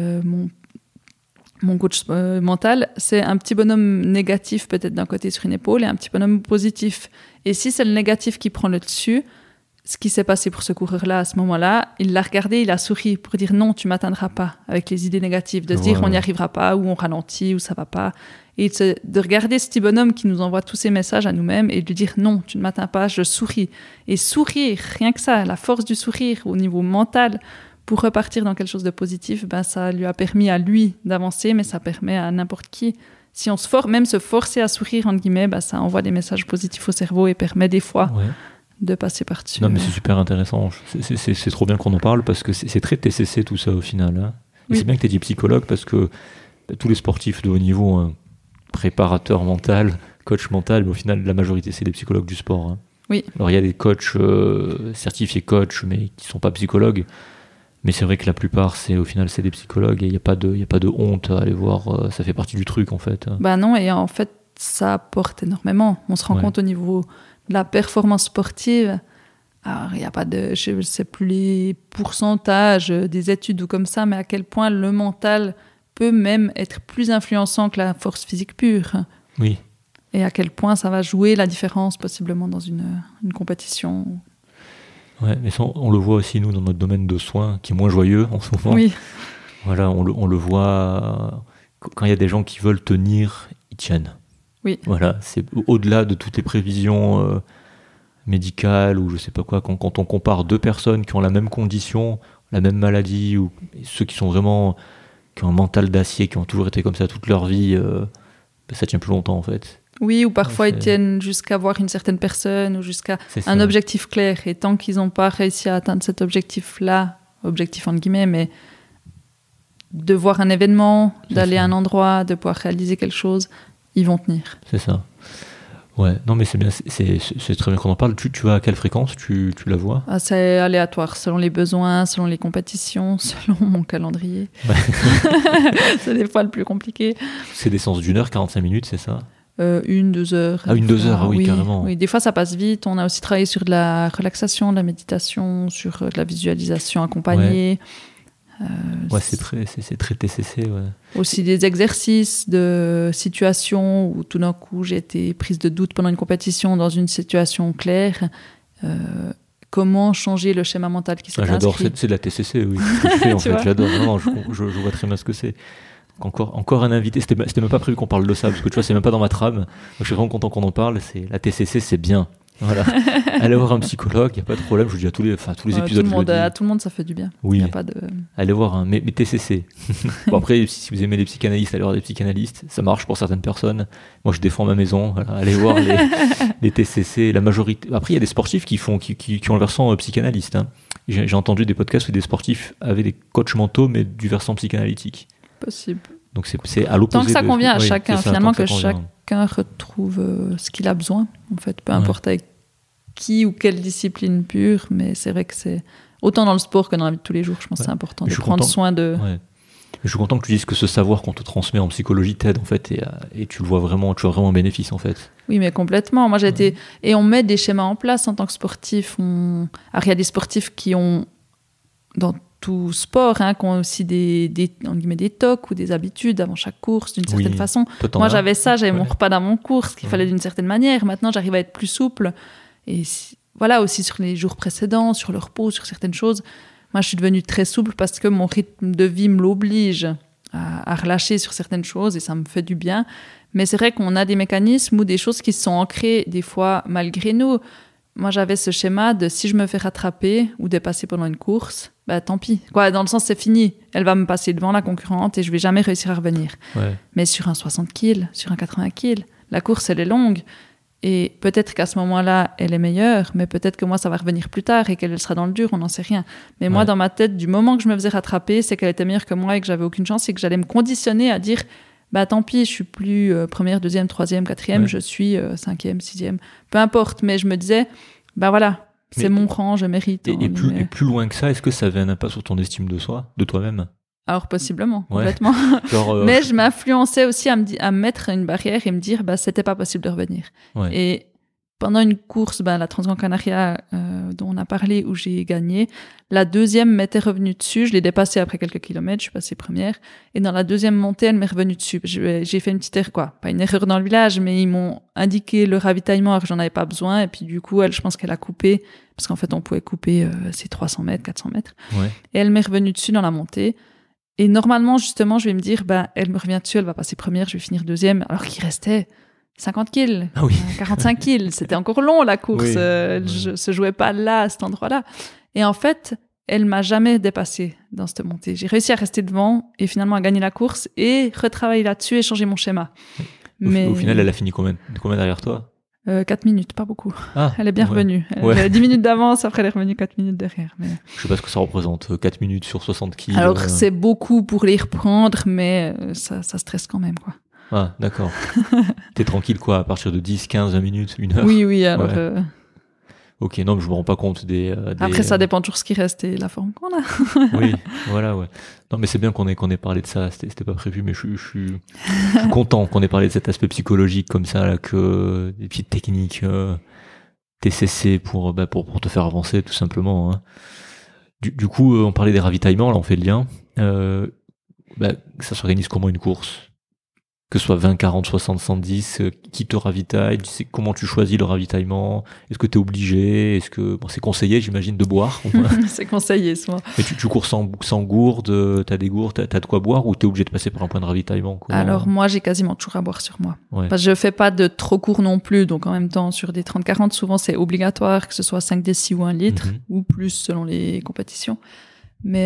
mon coach mental, c'est un petit bonhomme négatif peut-être d'un côté sur une épaule et un petit bonhomme positif. Et si c'est le négatif qui prend le dessus, ce qui s'est passé pour ce coureur-là à ce moment-là, il l'a regardé, il a souri pour dire non, tu m'atteindras pas, avec les idées négatives, de se dire on n'y arrivera pas, ou on ralentit, ou ça va pas. Et de regarder ce petit bonhomme qui nous envoie tous ces messages à nous-mêmes et de lui dire non, tu ne m'atteins pas, je souris. Et sourire, rien que ça, la force du sourire au niveau mental, pour repartir dans quelque chose de positif, ça lui a permis à lui d'avancer, mais ça permet à n'importe qui si on même se forcer à sourire, entre guillemets, ça envoie des messages positifs au cerveau et permet des fois de passer par-dessus. Non, mais c'est super intéressant. C'est trop bien qu'on en parle parce que c'est très TCC tout ça au final. Hein. Et c'est bien que tu aies dit psychologue parce que tous les sportifs de haut niveau, hein, préparateur mental, coach mental, mais au final, la majorité, c'est des psychologues du sport. Hein. Oui. Alors, il y a des coachs certifiés coachs, mais qui ne sont pas psychologues. Mais c'est vrai que la plupart, au final, c'est des psychologues et il n'y a pas de honte à aller voir. Ça fait partie du truc, en fait. Non, et en fait, ça apporte énormément. On se rend compte au niveau de la performance sportive. Alors, il n'y a pas de... Je ne sais plus les pourcentages des études ou comme ça, mais à quel point le mental peut même être plus influençant que la force physique pure. Oui. Et à quel point ça va jouer la différence possiblement dans une compétition. Ouais, mais ça, on le voit aussi, nous, dans notre domaine de soins, qui est moins joyeux en ce moment. Oui. Voilà, on le voit quand il y a des gens qui veulent tenir, ils tiennent. Oui. Voilà, c'est au-delà de toutes les prévisions médicales ou je sais pas quoi, quand on compare deux personnes qui ont la même condition, la même maladie, ou ceux qui sont vraiment, qui ont un mental d'acier, qui ont toujours été comme ça toute leur vie, ça tient plus longtemps en fait. Oui, ou parfois ils tiennent jusqu'à voir une certaine personne ou jusqu'à un objectif clair. Et tant qu'ils n'ont pas réussi à atteindre cet objectif-là, objectif entre guillemets, mais de voir un événement, d'aller à un endroit, de pouvoir réaliser quelque chose, ils vont tenir. C'est ça. Ouais, non mais c'est bien, c'est très bien qu'on en parle. Tu vas à quelle fréquence tu la vois? C'est aléatoire, selon les besoins, selon les compétitions, selon mon calendrier. Ouais. C'est des fois le plus compliqué. C'est des séances d'1h, 45 minutes, c'est ça? 1-2 heures. Ah, 1-2 heures, oui, carrément. Oui, des fois ça passe vite. On a aussi travaillé sur de la relaxation, de la méditation, sur de la visualisation accompagnée. C'est très TCC. Ouais. Aussi des exercices de situation où tout d'un coup j'ai été prise de doute pendant une compétition dans une situation claire. Comment changer le schéma mental qui s'est inscrit. J'adore, c'est de la TCC, oui. Ce que je fais, en fait, j'adore. Non, je vois très bien ce que c'est. Encore un invité, c'était même pas prévu qu'on parle de ça, parce que tu vois, c'est même pas dans ma trame. Donc, je suis vraiment content qu'on en parle. La TCC, c'est bien. Voilà. Allez voir un psychologue, il n'y a pas de problème. Je vous dis à tous les épisodes. À tout le monde, ça fait du bien. Oui. Y a pas de... Allez voir un mais TCC. Bon, après, si vous aimez les psychanalystes, allez voir des psychanalystes. Ça marche pour certaines personnes. Moi, je défends ma maison. Voilà. Allez voir les TCC. La majorité. Après, il y a des sportifs qui ont le versant psychanalyste. Hein. J'ai entendu des podcasts où des sportifs avaient des coachs mentaux, mais du versant psychanalytique. Possible. Donc c'est à l'opposé. Tant que ça convient à chacun, finalement, que chacun retrouve ce qu'il a besoin, en fait, peu importe avec qui ou quelle discipline pure, mais c'est vrai que c'est autant dans le sport que dans la vie de tous les jours, je pense que c'est important de prendre soin de... Je suis content que tu dises que ce savoir qu'on te transmet en psychologie t'aide, en fait, et tu le vois vraiment, tu as vraiment un bénéfice, en fait. Oui, mais complètement. Moi, et on met des schémas en place en tant que sportif. Alors, il y a des sportifs qui ont, dans tout sport, qui ont aussi des tocs ou des habitudes avant chaque course, d'une certaine façon. Moi, j'avais mon repas dans mon course, qu'il fallait d'une certaine manière. Maintenant, j'arrive à être plus souple. Et voilà, aussi sur les jours précédents, sur le repos, sur certaines choses. Moi, je suis devenue très souple parce que mon rythme de vie me l'oblige à relâcher sur certaines choses et ça me fait du bien. Mais c'est vrai qu'on a des mécanismes ou des choses qui se sont ancrées des fois malgré nous. Moi, j'avais ce schéma de si je me fais rattraper ou dépasser pendant une course, tant pis. Dans le sens, c'est fini. Elle va me passer devant la concurrente et je vais jamais réussir à revenir. Ouais. Mais sur un 60 kg, sur un 80 kg, la course, elle est longue. Et peut-être qu'à ce moment-là, elle est meilleure, mais peut-être que moi, ça va revenir plus tard et qu'elle sera dans le dur, on n'en sait rien. Mais moi, dans ma tête, du moment que je me faisais rattraper, c'est qu'elle était meilleure que moi et que j'avais aucune chance et que j'allais me conditionner à dire tant pis, je suis plus première, deuxième, troisième, quatrième, je suis cinquième, sixième, peu importe. Mais je me disais, voilà, c'est mon rang, je mérite. Et plus loin que ça, est-ce que ça avait un impact sur ton estime de soi, de toi-même ? Alors possiblement, complètement. Mais je m'influençais aussi à me mettre une barrière et me dire c'était pas possible de revenir. Ouais. Et pendant une course, la Transgran Canaria dont on a parlé, où j'ai gagné, la deuxième m'était revenue dessus. Je l'ai dépassée après quelques kilomètres, je suis passée première. Et dans la deuxième montée, elle m'est revenue dessus. J'ai fait une petite erreur, pas une erreur dans le village, mais ils m'ont indiqué le ravitaillement alors que j'en avais pas besoin. Et puis du coup, je pense qu'elle a coupé, parce qu'en fait, on pouvait couper ces 300 mètres, 400 mètres. Ouais. Et elle m'est revenue dessus dans la montée. Et normalement, justement, je vais me dire, elle me revient dessus, elle va passer première, je vais finir deuxième, alors qu'il restait 50 kills, 45 kills. C'était encore long, la course. Se jouait pas là, à cet endroit-là. Et en fait, elle m'a jamais dépassée dans cette montée. J'ai réussi à rester devant et finalement à gagner la course et retravailler là-dessus et changer mon schéma. Au final, elle a fini combien derrière toi? 4 minutes, pas beaucoup. Ah, elle est bien revenue. Elle avait 10 minutes d'avance, après elle est revenue 4 minutes derrière. Mais... Je sais pas ce que ça représente, 4 minutes sur 60 kilos. Alors, c'est beaucoup pour les reprendre, mais ça stresse quand même, quoi. Ah, d'accord. T'es tranquille, quoi, à partir de 10, 15, 20 minutes, 1 heure? Oui, alors... Ouais. Ok, non, mais je me rends pas compte des... Après, ça dépend toujours ce qui reste et la forme qu'on a. Oui, voilà, ouais. Non, mais c'est bien qu'on ait parlé de ça. C'était pas prévu, mais je suis content qu'on ait parlé de cet aspect psychologique comme ça, là, que des petites techniques, TCC pour te faire avancer, tout simplement. Hein. Du coup, on parlait des ravitaillements, là, on fait le lien. Ça s'organise comment une course? Que ce soit 20, 40, 60, 110, qui te ravitaille, comment tu choisis le ravitaillement, est-ce que t'es obligé, est-ce que, c'est conseillé, j'imagine, de boire? C'est conseillé, souvent. Mais tu cours sans gourde, t'as des gourdes, t'as de quoi boire, ou t'es obligé de passer par un point de ravitaillement, quoi? Alors, moi, j'ai quasiment toujours à boire sur moi. Ouais. Parce que je fais pas de trop court non plus, donc en même temps, sur des 30-40, souvent, c'est obligatoire que ce soit 5 décis ou 1 litre, ou plus selon les compétitions. Mais,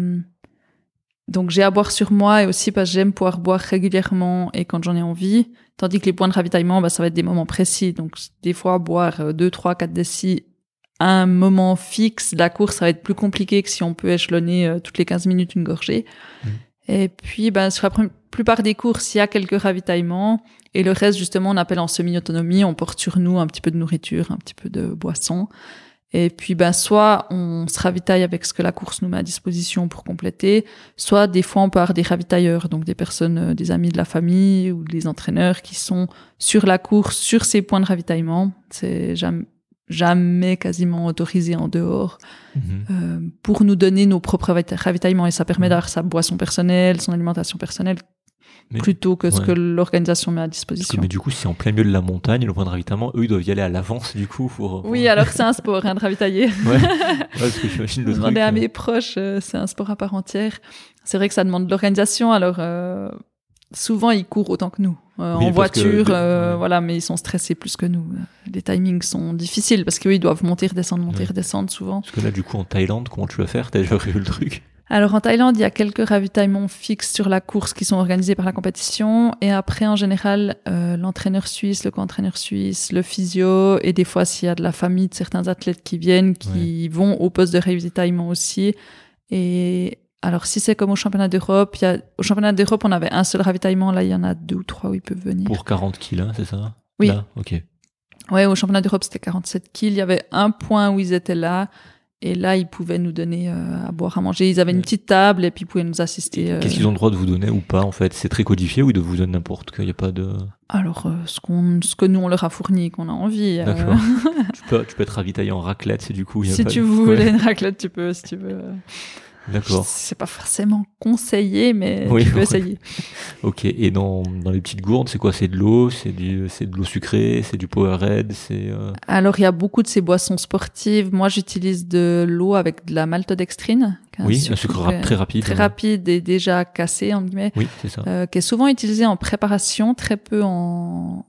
donc j'ai à boire sur moi et aussi parce que j'aime pouvoir boire régulièrement et quand j'en ai envie. Tandis que les points de ravitaillement, ça va être des moments précis. Donc des fois, boire 2, 3, 4 décis à un moment fixe de la course, ça va être plus compliqué que si on peut échelonner toutes les 15 minutes une gorgée. Et puis sur la plupart des courses, il y a quelques ravitaillements et le reste, justement, on appelle en semi-autonomie. On porte sur nous un petit peu de nourriture, un petit peu de boisson. Et puis, soit on se ravitaille avec ce que la course nous met à disposition pour compléter, soit des fois on peut avoir des ravitailleurs, donc des personnes, des amis de la famille ou des entraîneurs qui sont sur la course, sur ces points de ravitaillement. C'est jamais quasiment autorisé en dehors, pour nous donner nos propres ravitaillements. Et ça permet d'avoir sa boisson personnelle, son alimentation personnelle, plutôt que ce que l'organisation met à disposition. Mais du coup, si c'est en plein milieu de la montagne, le point de ravitaillement, eux, ils doivent y aller à l'avance, du coup. Oui, alors c'est un sport, de ravitailler. Parce que j'imagine le truc. Demander à mes proches, c'est un sport à part entière. C'est vrai que ça demande de l'organisation, alors souvent ils courent autant que nous. En voiture, voilà, mais ils sont stressés plus que nous. Les timings sont difficiles parce qu'eux, ils doivent monter, redescendre souvent. Parce que là, du coup, en Thaïlande, comment tu vas faire? T'as déjà prévu le truc? Alors en Thaïlande, il y a quelques ravitaillements fixes sur la course qui sont organisés par la compétition. Et après, en général, l'entraîneur suisse, le co-entraîneur suisse, le physio, et des fois, s'il y a de la famille de certains athlètes qui viennent, qui vont au poste de ravitaillement aussi. Et alors, si c'est comme au championnat d'Europe, au championnat d'Europe, on avait un seul ravitaillement. Là, il y en a 2 ou 3 où ils peuvent venir. Pour 40 kilos, c'est ça? Oui. Là, ok. Ouais, au championnat d'Europe, c'était 47 kilos. Il y avait un point où ils étaient là. Et là, ils pouvaient nous donner à boire, à manger. Ils avaient une petite table et puis ils pouvaient nous assister. Qu'est-ce qu'ils ont le droit de vous donner ou pas, en fait? C'est très codifié ou ils vous donnent n'importe quoi? Il n'y a pas de... Alors, ce que nous, on leur a fourni, qu'on a envie. D'accord. tu peux être ravitaillé en raclette, c'est du coup... Si tu voulais une raclette, tu peux, si tu veux. D'accord. C'est pas forcément conseillé, mais tu peux essayer. Ok. Et dans les petites gourdes, c'est quoi? C'est de l'eau, c'est de l'eau sucrée, c'est du Powerade, Alors, il y a beaucoup de ces boissons sportives. Moi, j'utilise de l'eau avec de la maltodextrine. Un sucre très rapide. Très rapide et déjà cassé, entre guillemets. Oui, c'est ça. Qui est souvent utilisé en préparation, très peu en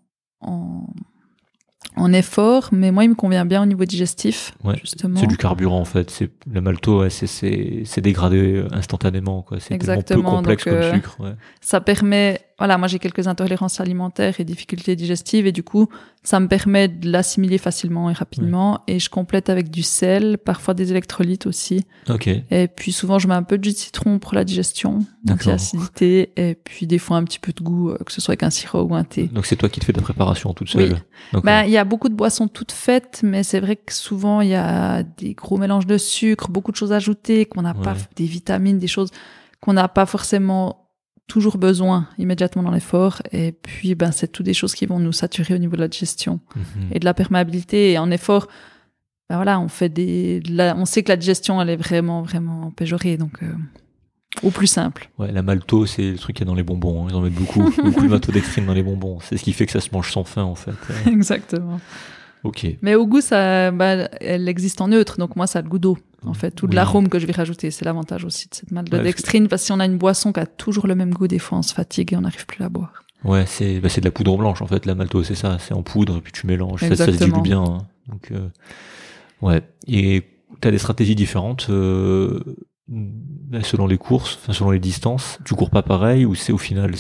effort, mais moi il me convient bien au niveau digestif, justement. C'est du carburant en fait, le malto, c'est dégradé instantanément, quoi. C'est tellement peu complexe comme sucre. Ça permet, voilà, moi j'ai quelques intolérances alimentaires et difficultés digestives et du coup ça me permet de l'assimiler facilement et rapidement et je complète avec du sel, parfois des électrolytes aussi. Ok. Et puis souvent je mets un peu de jus de citron pour la digestion, anti-acidité et puis des fois un petit peu de goût, que ce soit avec un sirop ou un thé. Donc c'est toi qui te fais ta préparation toute seule. Oui. Il y a beaucoup de boissons toutes faites, mais c'est vrai que souvent il y a des gros mélanges de sucre, beaucoup de choses ajoutées, qu'on n'a pas, des vitamines, des choses qu'on n'a pas forcément toujours besoin immédiatement dans l'effort. Et puis, c'est toutes des choses qui vont nous saturer au niveau de la digestion et de la perméabilité. Et en effort, on fait on sait que la digestion, elle est vraiment, vraiment péjorée. Donc, au plus simple. Ouais, la malto, c'est le truc qu'il y a dans les bonbons. Ils en mettent beaucoup de maltodextrine dans les bonbons. C'est ce qui fait que ça se mange sans faim, en fait. Exactement. Ok. Mais au goût, elle existe en neutre. Donc, moi, ça a le goût d'eau. En fait, ou de l'arôme que je vais rajouter. C'est l'avantage aussi de cette maltodextrine, parce que si on a une boisson qui a toujours le même goût, des fois on se fatigue et on n'arrive plus à boire. Ouais, c'est de la poudre blanche en fait, la malto, c'est ça, c'est en poudre et puis tu mélanges, ça se dilue bien. Hein. Donc, Et t'as des stratégies différentes selon les courses, enfin selon les distances. Tu cours pas pareil ou c'est au final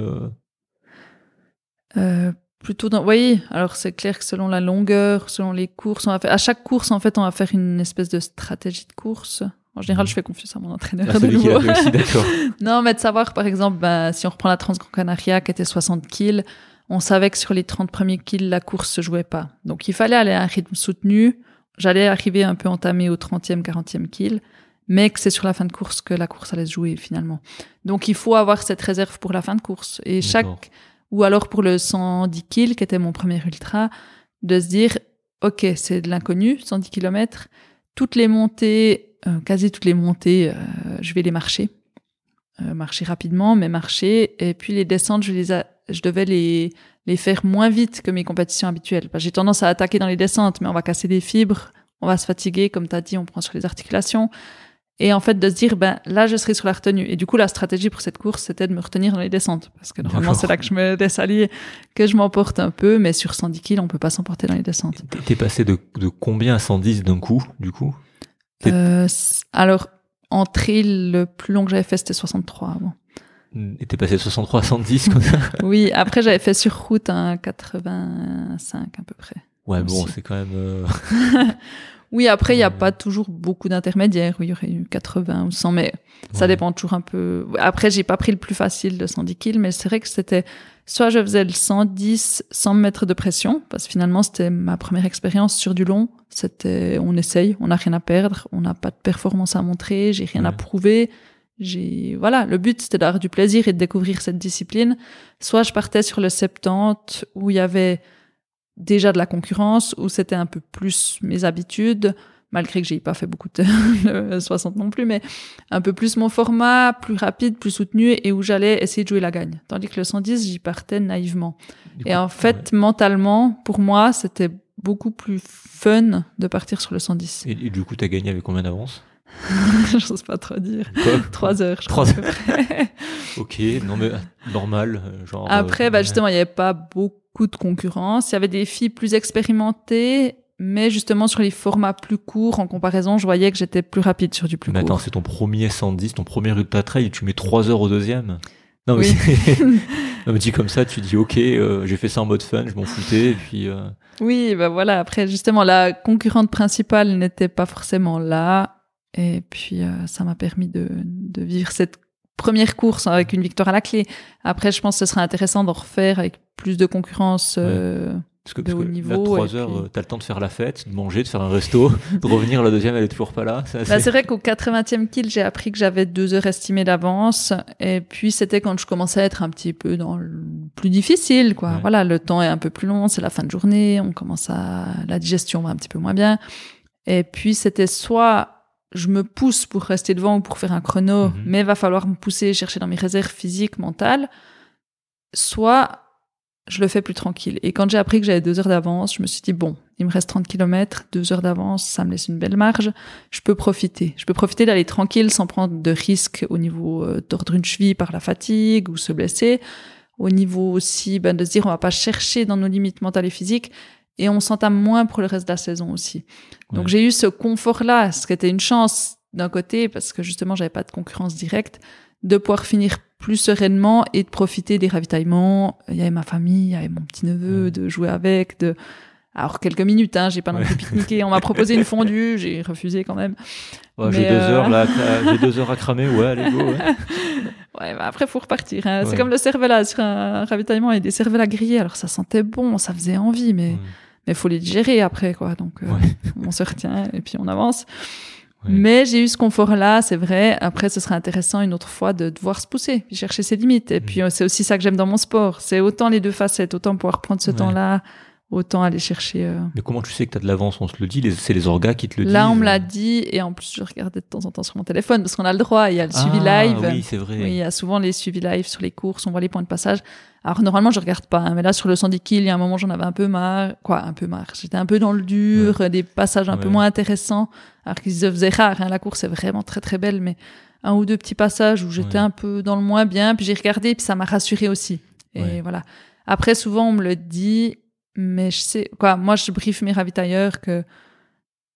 Plutôt oui, alors c'est clair que selon la longueur, selon les courses, à chaque course, en fait, on va faire une espèce de stratégie de course. En général, je fais confiance à mon entraîneur. c'est lui qui l'a fait aussi, d'accord. Non, mais de savoir, par exemple, si on reprend la Transgran Canaria qui était 60 kills, on savait que sur les 30 premiers kills, la course se jouait pas. Donc, il fallait aller à un rythme soutenu. J'allais arriver un peu entamé au 30e, 40e kill, mais que c'est sur la fin de course que la course allait se jouer, finalement. Donc, il faut avoir cette réserve pour la fin de course. Et ou alors pour le 110 kills, qui était mon premier ultra, de se dire, OK, c'est de l'inconnu, 110 km. Toutes les montées, quasi toutes les montées, je vais les marcher. Marcher rapidement, mais marcher. Et puis les descentes, je devais les faire moins vite que mes compétitions habituelles. J'ai tendance à attaquer dans les descentes, mais on va casser des fibres, on va se fatiguer, comme tu as dit, on prend sur les articulations. Et en fait, de se dire, là, je serai sur la retenue. Et du coup, la stratégie pour cette course, c'était de me retenir dans les descentes. Parce que normalement, c'est là que je me laisse aller, que je m'emporte un peu. Mais sur 110 kills, on peut pas s'emporter dans les descentes. T'es passé de combien à 110 d'un coup, du coup? Alors, en trail, le plus long que j'avais fait, c'était 63 avant. Et t'es passé de 63 à 110 comme ça? Oui, après, j'avais fait sur route un 85 à peu près. Ouais, bon, c'est quand même... Oui, après, il n'y a pas toujours beaucoup d'intermédiaires où il y aurait eu 80 ou 100, mais ça dépend toujours un peu. Après, j'ai pas pris le plus facile de 110 kills, mais c'est vrai que c'était, soit je faisais le 110 sans me mettre de pression, parce que finalement, c'était ma première expérience sur du long. C'était, on essaye, on n'a rien à perdre, on n'a pas de performance à montrer, j'ai rien à prouver. Voilà, le but, c'était d'avoir du plaisir et de découvrir cette discipline. Soit je partais sur le 70 où il y avait déjà de la concurrence, où c'était un peu plus mes habitudes, malgré que j'ai pas fait beaucoup de 60 non plus, mais un peu plus mon format, plus rapide, plus soutenu, et où j'allais essayer de jouer la gagne. Tandis que le 110, j'y partais naïvement. Et en fait, mentalement, pour moi, c'était beaucoup plus fun de partir sur le 110. Et du coup, t'as gagné avec combien d'avance? J'ose pas trop dire. 3 heures, je crois. 3 heures. Ok, non mais normal. Genre, après, justement, il y avait pas beaucoup de concurrence. Il y avait des filles plus expérimentées, mais justement sur les formats plus courts, en comparaison, je voyais que j'étais plus rapide sur du plus court. Attends, c'est ton premier 110, ton premier ultra trail, tu mets 3 heures au deuxième? Non, mais non, mais dit comme ça, tu dis ok, j'ai fait ça en mode fun, je m'en foutais, et puis... Oui, voilà. Après, justement, la concurrente principale n'était pas forcément là. Et puis, ça m'a permis de vivre cette première course avec une victoire à la clé. Après, je pense que ce serait intéressant d'en refaire avec plus de concurrence parce que haut niveau. Là, 3 heures, t'as le temps de faire la fête, de manger, de faire un resto, de revenir, la deuxième, elle est toujours pas là. C'est vrai qu'au 80e kill, j'ai appris que j'avais 2 heures estimées d'avance. Et puis, c'était quand je commençais à être un petit peu dans le plus difficile, quoi. Ouais. Voilà, le temps est un peu plus long, c'est la fin de journée, la digestion va un petit peu moins bien. Et puis, c'était soit je me pousse pour rester devant ou pour faire un chrono, mais va falloir me pousser, chercher dans mes réserves physiques, mentales, soit je le fais plus tranquille. Et quand j'ai appris que j'avais 2 heures d'avance, je me suis dit, bon, il me reste 30 km, 2 heures d'avance, ça me laisse une belle marge, je peux profiter. Je peux profiter d'aller tranquille sans prendre de risques au niveau tordre une cheville par la fatigue ou se blesser. Au niveau aussi, de se dire, on va pas chercher dans nos limites mentales et physiques, et on s'entame moins pour le reste de la saison aussi. Donc j'ai eu ce confort-là, ce qui était une chance d'un côté, parce que justement j'avais pas de concurrence directe, de pouvoir finir plus sereinement et de profiter des ravitaillements. Il y avait ma famille, il y avait mon petit-neveu, de jouer avec, alors quelques minutes, j'ai pas non plus pique-niqué. On m'a proposé une fondue, j'ai refusé quand même. Ouais, j'ai 2 heures là, j'ai 2 heures à cramer, ouais, allez go. Ouais, après faut repartir. C'est comme le cervelas sur un ravitaillement, il y a des cervelas grillés, alors ça sentait bon, ça faisait envie, mais faut les digérer après, quoi. Donc on se retient et puis on avance. Ouais. Mais j'ai eu ce confort-là, c'est vrai. Après, ce serait intéressant une autre fois de devoir se pousser, puis chercher ses limites. Et puis c'est aussi ça que j'aime dans mon sport. C'est autant les deux facettes, autant pouvoir prendre ce temps-là, autant aller chercher... Mais comment tu sais que t'as de l'avance? On se le dit, c'est les orgas qui te le disent? Là, on me l'a dit, et en plus, je regardais de temps en temps sur mon téléphone, parce qu'on a le droit, il y a le suivi live. Oui, c'est vrai. Oui, il y a souvent les suivis live sur les courses, on voit les points de passage. Alors, normalement, je regarde pas, mais là, sur le 110 kills, il y a un moment, j'en avais un peu marre. J'étais un peu dans le dur, des passages un peu moins intéressants, alors qu'ils se faisaient rares, la course est vraiment très, très belle, mais un ou deux petits passages où j'étais un peu dans le moins bien, puis j'ai regardé, puis ça m'a rassuré aussi. Et voilà. Après, souvent, on me le dit, mais je sais, moi, je briefe mes ravitailleurs que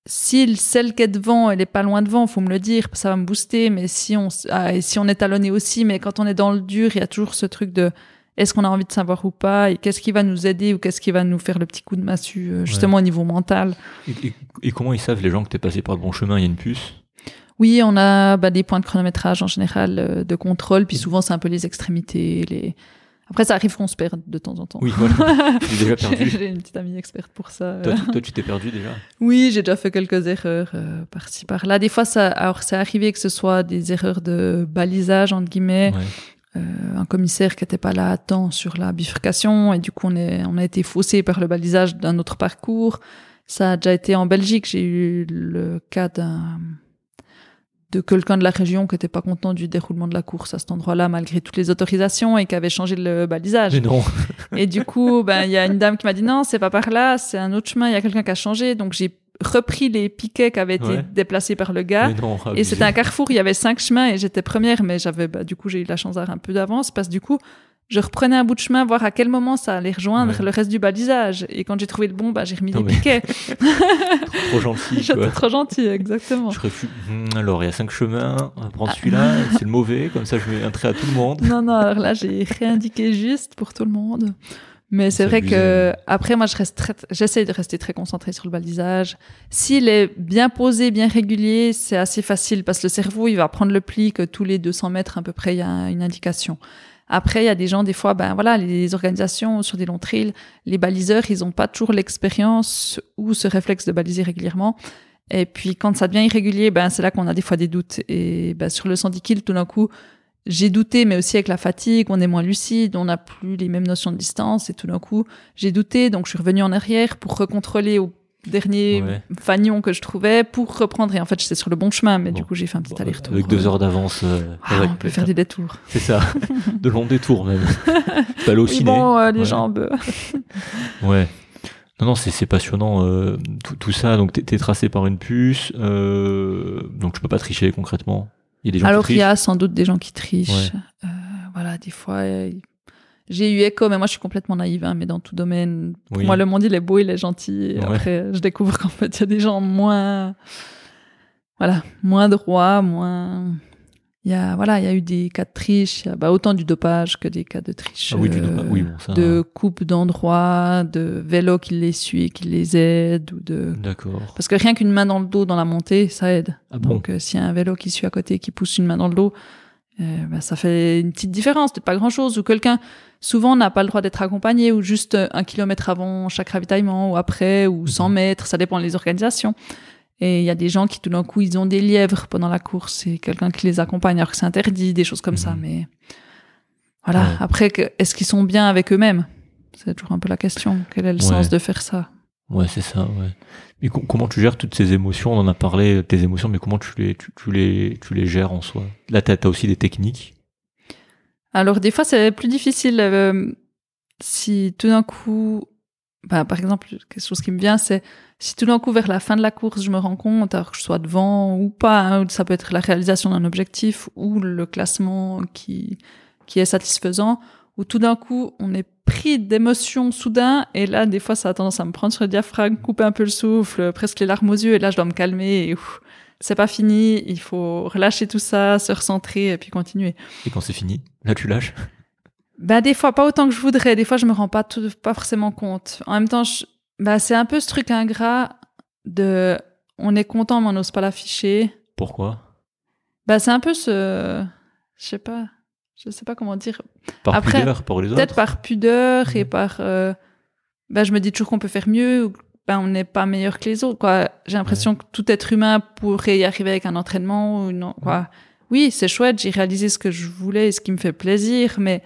si celle qui est devant, elle est pas loin devant, faut me le dire, ça va me booster. Mais si on est talonné aussi, mais quand on est dans le dur, il y a toujours ce truc de est-ce qu'on a envie de savoir ou pas, et qu'est-ce qui va nous aider ou qu'est-ce qui va nous faire le petit coup de massue, justement au niveau mental. Et comment ils savent, les gens, que t'es passé par le bon chemin? Il y a une puce? Oui, on a des points de chronométrage en général, de contrôle, puis souvent c'est un peu les extrémités, Après, ça arrive qu'on se perde de temps en temps. Oui, voilà. J'ai déjà perdu. J'ai une petite amie experte pour ça. Toi, tu t'es perdu déjà? Oui, j'ai déjà fait quelques erreurs par-ci, par-là. Des fois, c'est arrivé que ce soit des erreurs de balisage, entre guillemets. Ouais. Un commissaire qui n'était pas là à temps sur la bifurcation, et du coup, on a été faussé par le balisage d'un autre parcours. Ça a déjà été en Belgique. J'ai eu le cas de quelqu'un de la région qui n'était pas content du déroulement de la course à cet endroit-là, malgré toutes les autorisations, et qui avait changé le balisage. Mais non. Et du coup, il y a une dame qui m'a dit non, c'est pas par là, c'est un autre chemin, il y a quelqu'un qui a changé. Donc j'ai repris les piquets qui avaient été déplacés par le gars. Mais non, et c'était un carrefour, il y avait 5 chemins et j'étais première, mais du coup, j'ai eu la chance d'avoir un peu d'avance parce que du coup, je reprenais un bout de chemin, voir à quel moment ça allait rejoindre le reste du balisage. Et quand j'ai trouvé le bon, j'ai remis les piquets. Trop gentil, J'étais trop gentil, exactement. Alors, il y a 5 chemins, on va prendre celui-là, c'est le mauvais, comme ça je mets un trait à tout le monde. Non, alors là, j'ai réindiqué juste pour tout le monde. Mais c'est vrai que, après, moi, j'essaie de rester très concentrée sur le balisage. S'il est bien posé, bien régulier, c'est assez facile parce que le cerveau, il va prendre le pli que tous les 200 mètres, à peu près, il y a une indication. Après, il y a des gens, des fois, les organisations sur des longs trails, les baliseurs, ils ont pas toujours l'expérience ou ce réflexe de baliser régulièrement. Et puis, quand ça devient irrégulier, c'est là qu'on a des fois des doutes. Et sur le 110 km, tout d'un coup, j'ai douté, mais aussi avec la fatigue, on est moins lucide, on n'a plus les mêmes notions de distance. Et tout d'un coup, j'ai douté, donc je suis revenue en arrière pour recontrôler au dernier fanion que je trouvais pour reprendre. Et en fait, j'étais sur le bon chemin, mais du coup, j'ai fait un petit aller-retour. Avec 2 heures d'avance. On peut faire des détours. C'est ça. De longs détours, même. T'as aller au ciné. Les jambes. Ouais. Non, c'est passionnant, tout ça. Donc, t'es tracé par une puce. Donc, tu peux pas tricher, concrètement. Il y a des gens qui trichent. Il y a sans doute des gens qui trichent. Des fois... J'ai eu écho, mais moi je suis complètement naïve, mais dans tout domaine. Pour moi, le monde, il est beau, il est gentil. Et après, je découvre qu'en fait, il y a des gens moins droits, moins... Il y a eu des cas de triche, autant du dopage que des cas de triche. De coupe d'endroits, de vélos qui les suit et qui les aident. D'accord. Parce que rien qu'une main dans le dos dans la montée, ça aide. Donc, s'il y a un vélo qui suit à côté, qui pousse une main dans le dos, ça fait une petite différence, peut-être pas grand-chose. Ou quelqu'un, souvent, n'a pas le droit d'être accompagné, ou juste 1 kilomètre avant chaque ravitaillement, ou après, ou 100 mètres, ça dépend des organisations. Et il y a des gens qui, tout d'un coup, ils ont des lièvres pendant la course, et quelqu'un qui les accompagne alors que c'est interdit, des choses comme ça. Mais voilà. Ouais. Après, est-ce qu'ils sont bien avec eux-mêmes? C'est toujours un peu la question. Quel est le sens de faire ça? Ouais, c'est ça, ouais. Mais comment tu gères toutes ces émotions? On en a parlé, tes émotions, mais comment tu les gères en soi? Là, t'as aussi des techniques? Alors, des fois, c'est plus difficile si tout d'un coup... par exemple, quelque chose qui me vient, c'est si tout d'un coup, vers la fin de la course, je me rends compte, alors que je sois devant ou pas, ça peut être la réalisation d'un objectif ou le classement qui est satisfaisant, où tout d'un coup, on est pris d'émotions soudain, et là, des fois, ça a tendance à me prendre sur le diaphragme, couper un peu le souffle, presque les larmes aux yeux, et là, je dois me calmer, et c'est pas fini, il faut relâcher tout ça, se recentrer, et puis continuer. Et quand c'est fini, là, tu lâches? Des fois, pas autant que je voudrais, des fois, je me rends pas forcément compte. En même temps, c'est un peu ce truc ingrat on est content, mais on n'ose pas l'afficher. Pourquoi? C'est un peu je sais pas comment dire. Par pudeur pour les autres? Peut-être par pudeur et par... je me dis toujours qu'on peut faire mieux, ou on n'est pas meilleur que les autres, quoi. J'ai l'impression que tout être humain pourrait y arriver avec un entraînement, ou non, quoi. Oui, c'est chouette, j'ai réalisé ce que je voulais et ce qui me fait plaisir, mais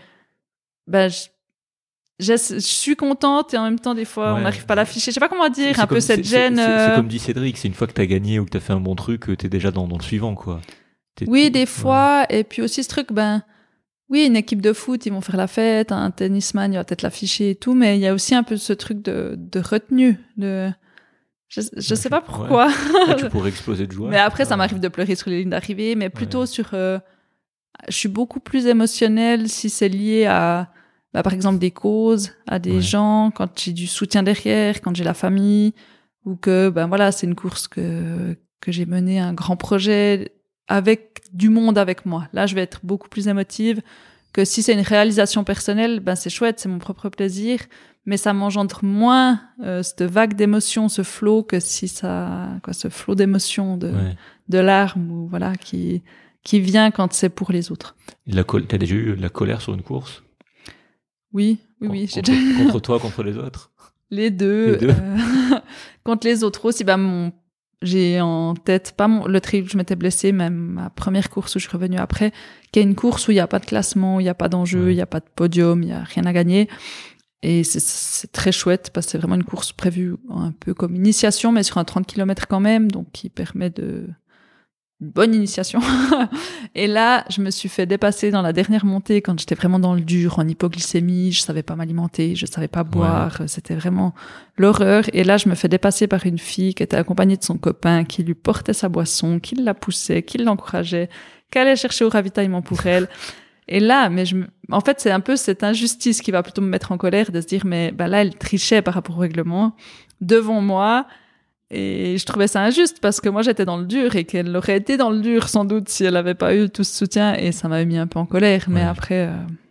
je suis contente et en même temps, des fois, on n'arrive pas à l'afficher. Je sais pas comment dire, un peu cette gêne. C'est comme dit Cédric, c'est une fois que t'as gagné ou que t'as fait un bon truc, t'es déjà dans le suivant, quoi. Oui, des fois. Et puis aussi ce truc, oui, une équipe de foot, ils vont faire la fête, un tennisman, il va peut-être l'afficher et tout, mais il y a aussi un peu ce truc de retenue, je sais pas pourquoi. Là, tu pourrais exploser de joie. Mais après, ça m'arrive de pleurer sur les lignes d'arrivée, mais plutôt sur... je suis beaucoup plus émotionnelle si c'est lié à, par exemple, des causes, à des gens, quand j'ai du soutien derrière, quand j'ai la famille, ou que ben voilà, c'est une course que j'ai menée, un grand projet avec du monde avec moi. Là, je vais être beaucoup plus émotive que si c'est une réalisation personnelle, ben c'est chouette, c'est mon propre plaisir, mais ça m'engendre moins cette vague d'émotions, ce flot, que si ce flot d'émotions, de larmes, ou voilà, qui vient quand c'est pour les autres. T'as déjà eu de la colère sur une course? Oui. Contre toi, contre les autres? Les deux. Contre les autres aussi, j'ai en tête pas le trail où je m'étais blessée, même ma première course où je suis revenue après, qui est une course où il n'y a pas de classement, il n'y a pas d'enjeu, il n'y a pas de podium, il n'y a rien à gagner. Et c'est très chouette parce que c'est vraiment une course prévue un peu comme initiation, mais sur un 30 km quand même, donc qui permet une bonne initiation. Et là, je me suis fait dépasser dans la dernière montée quand j'étais vraiment dans le dur, en hypoglycémie, je savais pas m'alimenter, je savais pas boire, c'était vraiment l'horreur. Et là, je me fais dépasser par une fille qui était accompagnée de son copain, qui lui portait sa boisson, qui la poussait, qui l'encourageait, qui allait chercher au ravitaillement pour elle. Et là, en fait, c'est un peu cette injustice qui va plutôt me mettre en colère, de se dire, mais là, elle trichait par rapport au règlement devant moi. Et je trouvais ça injuste parce que moi, j'étais dans le dur et qu'elle aurait été dans le dur, sans doute, si elle n'avait pas eu tout ce soutien. Et ça m'avait mis un peu en colère. Mais après,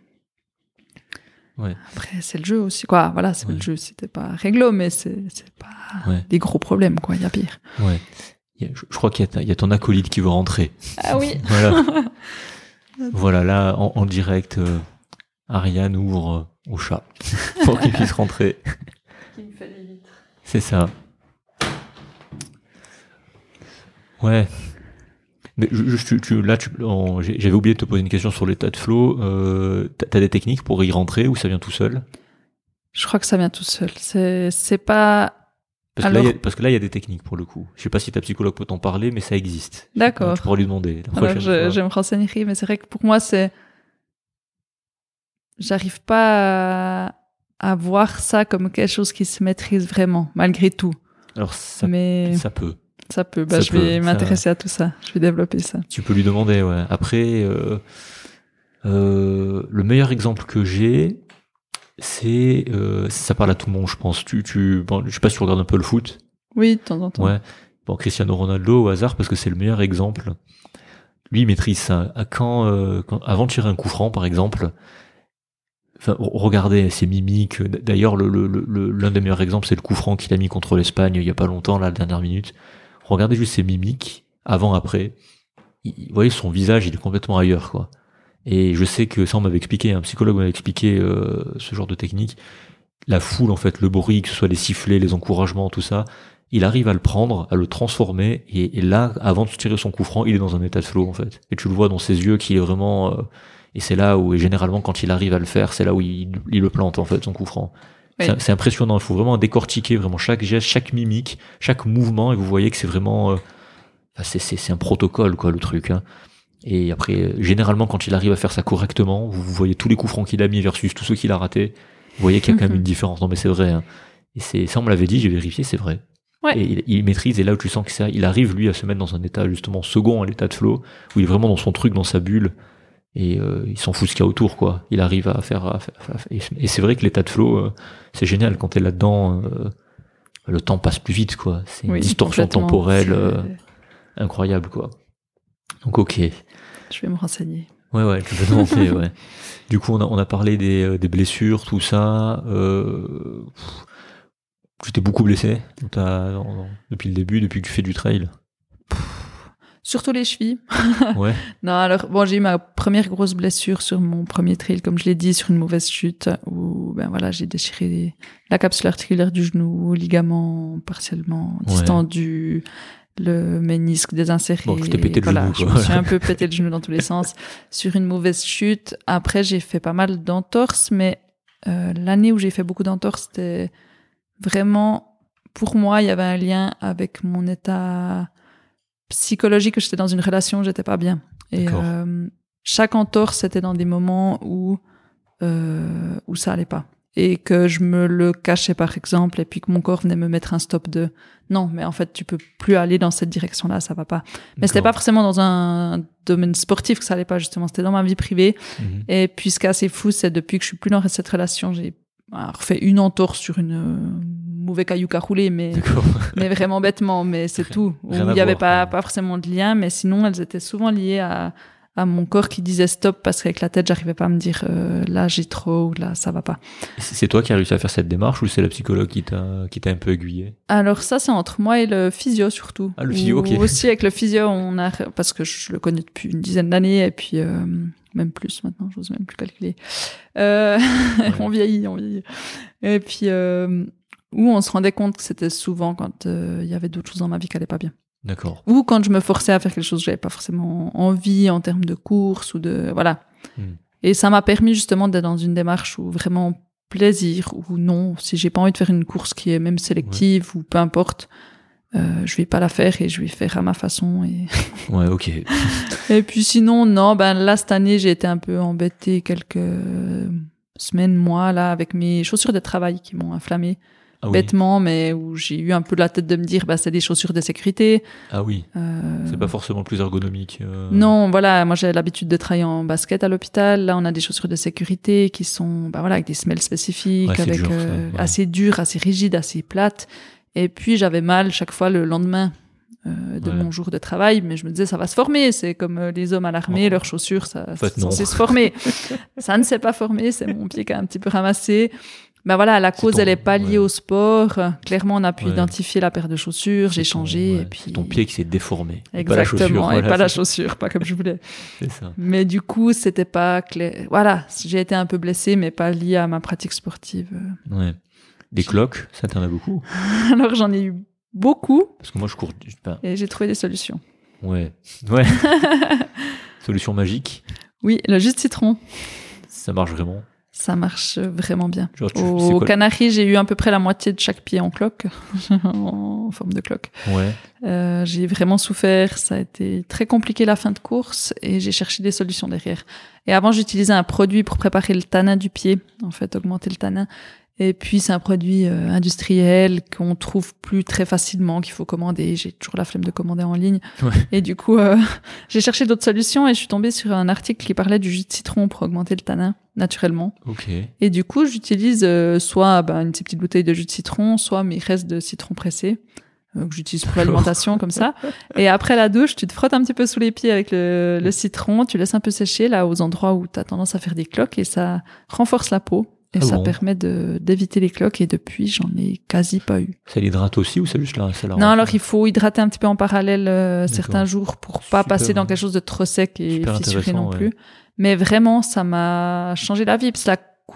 après, c'est le jeu aussi, quoi. Voilà, c'est le jeu. C'était pas réglo, mais c'est pas des gros problèmes, quoi. Il y a pire. Ouais. Je crois qu'il y a ton acolyte qui veut rentrer. Ah oui. Voilà. Voilà, là, en direct, Ariane ouvre au chat pour qu'il puisse rentrer. Qui me fait les vitres. C'est ça. Ouais. Mais j'avais oublié de te poser une question sur l'état de flow. T'as des techniques pour y rentrer ou ça vient tout seul? Je crois que ça vient tout seul. C'est pas... Parce que là, il y a des techniques pour le coup. Je sais pas si ta psychologue peut t'en parler, mais ça existe. D'accord. Tu pourras lui demander. Alors, je me renseignerai, mais c'est vrai que pour moi, j'arrive pas à voir ça comme quelque chose qui se maîtrise vraiment, malgré tout. Alors, ça peut. Ça peut. Je vais m'intéresser à tout ça. Je vais développer ça. Tu peux lui demander, ouais. Après, le meilleur exemple que j'ai, c'est ça parle à tout le monde, je pense. Je sais pas si tu regardes un peu le foot. Oui, de temps en temps. Ouais. Bon, Cristiano Ronaldo au hasard parce que c'est le meilleur exemple. Lui, il maîtrise ça. Quand avant de tirer un coup franc, par exemple. Enfin, regardez ses mimiques. D'ailleurs, l'un des meilleurs exemples, c'est le coup franc qu'il a mis contre l'Espagne il y a pas longtemps, là, la dernière minute. Regardez juste ses mimiques, avant, après. Vous voyez, son visage, il est complètement ailleurs, quoi. Et je sais que ça, on m'avait expliqué, un psychologue m'avait expliqué ce genre de technique. La foule, en fait, le bruit, que ce soit les sifflets, les encouragements, tout ça, il arrive à le prendre, à le transformer, et là, avant de tirer son coup franc, il est dans un état de flow, en fait. Et tu le vois dans ses yeux qu'il est vraiment... et c'est là où, et généralement, quand il arrive à le faire, c'est là où il le plante, en fait, son coup franc. Oui. C'est impressionnant, il faut vraiment décortiquer vraiment chaque geste, chaque mimique, chaque mouvement, et vous voyez que c'est vraiment... c'est un protocole, quoi, le truc, hein. Et après, généralement, quand il arrive à faire ça correctement, vous voyez tous les coups francs qu'il a mis versus tous ceux qu'il a ratés. Vous voyez qu'il y a quand même une différence. Non, mais c'est vrai, hein. Et ça, on me l'avait dit, j'ai vérifié, c'est vrai. Ouais. Et il maîtrise, et là où tu sens que ça, il arrive, lui, à se mettre dans un état, justement, second à l'état de flow, où il est vraiment dans son truc, dans sa bulle, et il s'en fout ce qu'il y a autour, quoi. Il arrive à faire et c'est vrai que l'état de flow, c'est génial. Quand t'es là-dedans, le temps passe plus vite, quoi. C'est une distorsion temporelle incroyable, quoi. Donc, ok. Je vais me renseigner. Ouais, tu peux demander, ouais. Du coup, on a parlé des blessures, tout ça. Tu t'es beaucoup blessé depuis le début, depuis que tu fais du trail? Surtout les chevilles. Ouais. Non, alors, bon, j'ai eu ma première grosse blessure sur mon premier trail, comme je l'ai dit, sur une mauvaise chute, où, j'ai déchiré la capsule articulaire du genou, ligament partiellement distendu, le ménisque désinséré. Bon, je t'ai pété le genou, je me suis un peu pété le genou dans tous les sens sur une mauvaise chute. Après, j'ai fait pas mal d'entorses, mais l'année où j'ai fait beaucoup d'entorses, c'était vraiment, pour moi, il y avait un lien avec mon état psychologique, que j'étais dans une relation où j'étais pas bien. Et chaque entorse, c'était dans des moments où ça allait pas. Et que je me le cachais, par exemple, et puis que mon corps venait me mettre un stop de non, mais en fait, tu peux plus aller dans cette direction-là, ça va pas. Mais c'était pas forcément dans un domaine sportif que ça allait pas, justement. C'était dans ma vie privée. Et puis, ce qui est assez fou, c'est depuis que je suis plus dans cette relation, j'ai refait une entorse sur une mauvais caillou qu'à rouler, mais vraiment bêtement, mais c'est tout. Où Rien il à n'y avait voir, pas forcément de lien, mais sinon, elles étaient souvent liées à mon corps qui disait stop parce qu'avec la tête, j'arrivais pas à me dire là j'ai trop ou là ça va pas. C'est toi qui as réussi à faire cette démarche ou c'est la psychologue qui t'a un peu aiguillé? Alors ça, c'est entre moi et le physio surtout. Ah, le physio, ok. Aussi avec le physio, parce que je le connais depuis une dizaine d'années et puis même plus maintenant, j'ose même plus calculer. Ouais. On vieillit. Et puis où on se rendait compte que c'était souvent quand il y avait d'autres choses dans ma vie qui allaient pas bien. D'accord. Ou quand je me forçais à faire quelque chose que j'avais pas forcément envie en termes de course ou de voilà. Et ça m'a permis justement d'être dans une démarche où vraiment plaisir ou non, si j'ai pas envie de faire une course qui est même sélective ou peu importe, je vais pas la faire et je vais faire à ma façon et Ouais, ok. et puis sinon non, là cette année, j'ai été un peu embêtée quelques semaines, mois là avec mes chaussures de travail qui m'ont inflammée. Ah oui. Bêtement, mais où j'ai eu un peu la tête de me dire c'est des chaussures de sécurité. Ah oui. C'est pas forcément plus ergonomique. Non, voilà, moi j'ai l'habitude de travailler en basket à l'hôpital. Là, on a des chaussures de sécurité qui sont avec des semelles spécifiques, avec dur, assez dures, assez rigides, assez plates. Et puis j'avais mal chaque fois le lendemain de mon jour de travail, mais je me disais ça va se former. C'est comme les hommes à l'armée, leurs chaussures, c'est censé se former. Ça ne s'est pas formé, c'est mon pied qui a un petit peu ramassé. La cause, elle est pas liée au sport. Clairement, on a pu identifier la paire de chaussures, j'ai changé, et puis... C'est ton pied qui s'est déformé. Exactement, pas la chaussure, pas comme je voulais. C'est ça. Mais du coup, c'était pas clair. Voilà, j'ai été un peu blessée, mais pas liée à ma pratique sportive. Ouais. Des cloques, ça t'en a beaucoup? Alors, j'en ai eu beaucoup. Parce que moi, je cours... Et j'ai trouvé des solutions. Ouais. Solution magique? Oui, le jus de citron. Ça marche vraiment? Ça marche vraiment bien. Genre, Aux Canaries, j'ai eu à peu près la moitié de chaque pied en cloque, en forme de cloque. Ouais. J'ai vraiment souffert. Ça a été très compliqué la fin de course et j'ai cherché des solutions derrière. Et avant, j'utilisais un produit pour préparer le tanin du pied, en fait, augmenter le tanin. Et puis, c'est un produit industriel qu'on trouve plus très facilement, qu'il faut commander. J'ai toujours la flemme de commander en ligne. Ouais. Et du coup, j'ai cherché d'autres solutions et je suis tombée sur un article qui parlait du jus de citron pour augmenter le tanin naturellement. Ok. Et du coup, j'utilise soit une petite bouteille de jus de citron, soit mes restes de citron pressé que j'utilise pour l'alimentation comme ça. Et après la douche, tu te frottes un petit peu sous les pieds avec le citron, tu laisses un peu sécher là aux endroits où tu as tendance à faire des cloques et ça renforce la peau. Et ça permet d'éviter les cloques et depuis, j'en ai quasi pas eu. Ça l'hydrate aussi ou c'est juste là? Non, alors il faut hydrater un petit peu en parallèle certains jours pour pas passer dans quelque chose de trop sec et fissuré non plus. Mais vraiment, ça m'a changé la vie. Parce que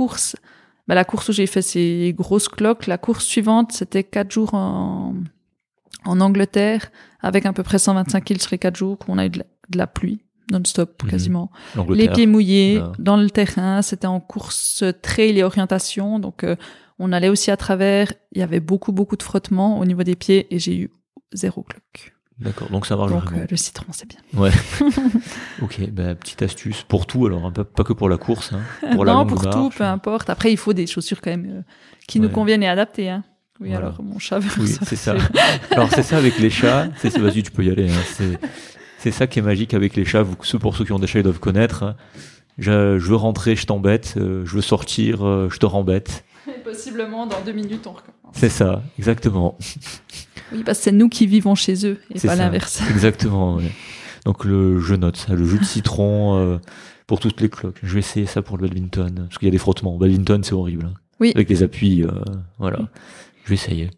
la course où j'ai fait ces grosses cloques, la course suivante, c'était 4 jours en Angleterre avec à peu près 125 kg sur les 4 jours où on a eu de la pluie. Non-stop, quasiment. Les pieds mouillés, dans le terrain. C'était en course trail et orientation. Donc, on allait aussi à travers. Il y avait beaucoup, beaucoup de frottements au niveau des pieds et j'ai eu 0 cloque. D'accord, donc ça marche vraiment. Le citron, c'est bien. Ouais. Ok, petite astuce. Pour tout, alors, pas que pour la course. Pour la longue marche. Non, pour tout, peu importe. Après, il faut des chaussures quand même qui nous conviennent et adaptées. Hein. Oui, voilà. Alors, mon chat veut c'est ça. Alors, c'est ça avec les chats. Vas-y, tu peux y aller. Hein. C'est ça qui est magique avec les chats. Pour ceux qui ont des chats, ils doivent connaître. Je veux rentrer, je t'embête. Je veux sortir, je te rembête. Et possiblement, dans 2 minutes, on recommence. C'est ça, exactement. Oui, parce que c'est nous qui vivons chez eux et pas l'inverse. Exactement, ouais. Donc, je note ça, le jus de citron pour toutes les cloques. Je vais essayer ça pour le badminton. Parce qu'il y a des frottements. Badminton, c'est horrible. Hein. Oui. Avec les appuis, voilà. Oui. Je vais essayer.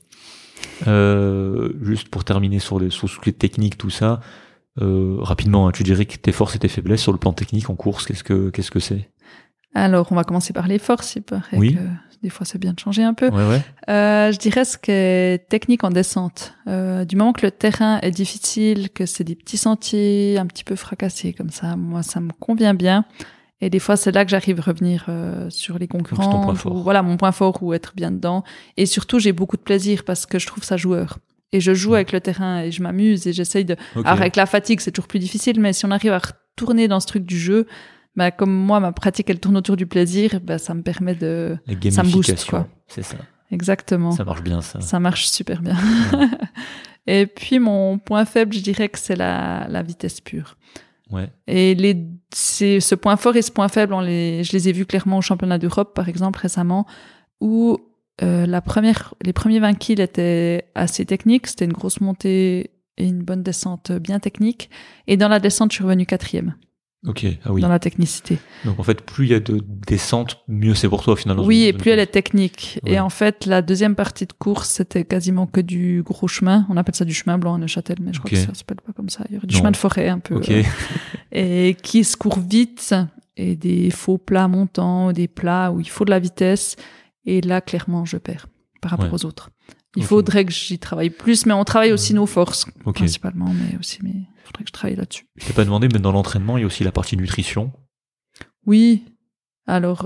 Juste pour terminer sur les techniques, tout ça. Rapidement, hein, tu dirais que tes forces et tes faiblesses sur le plan technique en course, qu'est-ce que c'est? Alors, on va commencer par les forces. Il paraît que des fois, c'est bien de changer un peu. Ouais. Je dirais ce qui est technique en descente. Du moment que le terrain est difficile, que c'est des petits sentiers un petit peu fracassés comme ça, moi, ça me convient bien. Et des fois, c'est là que j'arrive à revenir sur les concurrents. Donc, c'est ton point fort. Voilà, mon point fort ou être bien dedans. Et surtout, j'ai beaucoup de plaisir parce que je trouve ça joueur. Et je joue avec le terrain et je m'amuse et j'essaye de... Okay. Alors avec la fatigue, c'est toujours plus difficile, mais si on arrive à retourner dans ce truc du jeu, comme moi, ma pratique, elle tourne autour du plaisir, ça me permet de... Ça me booste, quoi. C'est ça. Exactement. Ça marche bien, ça. Ça marche super bien. Ouais. Et puis, mon point faible, je dirais que c'est la vitesse pure. Ouais. Et ce point fort et ce point faible, je les ai vus clairement au championnat d'Europe, par exemple, récemment, où les premiers 20 kills étaient assez techniques. C'était une grosse montée et une bonne descente bien technique. Et dans la descente, je suis revenue 4e. Ok, ah oui. Dans la technicité. Donc en fait, plus il y a de descente, mieux c'est pour toi finalement. Oui, et plus elle est technique. Ouais. Et en fait, la deuxième partie de course, c'était quasiment que du gros chemin. On appelle ça du chemin blanc à Neuchâtel, mais je crois que ça s'appelle pas comme ça ailleurs. Du chemin de forêt un peu. Ok. Et qui se court vite, et des faux plats montants, des plats où il faut de la vitesse. Et là, clairement, je perds par rapport aux autres. Il faudrait que j'y travaille plus, mais on travaille aussi nos forces, principalement, mais aussi, il faudrait que je travaille là-dessus. Je t'ai pas demandé, mais dans l'entraînement, il y a aussi la partie nutrition. Oui. Alors,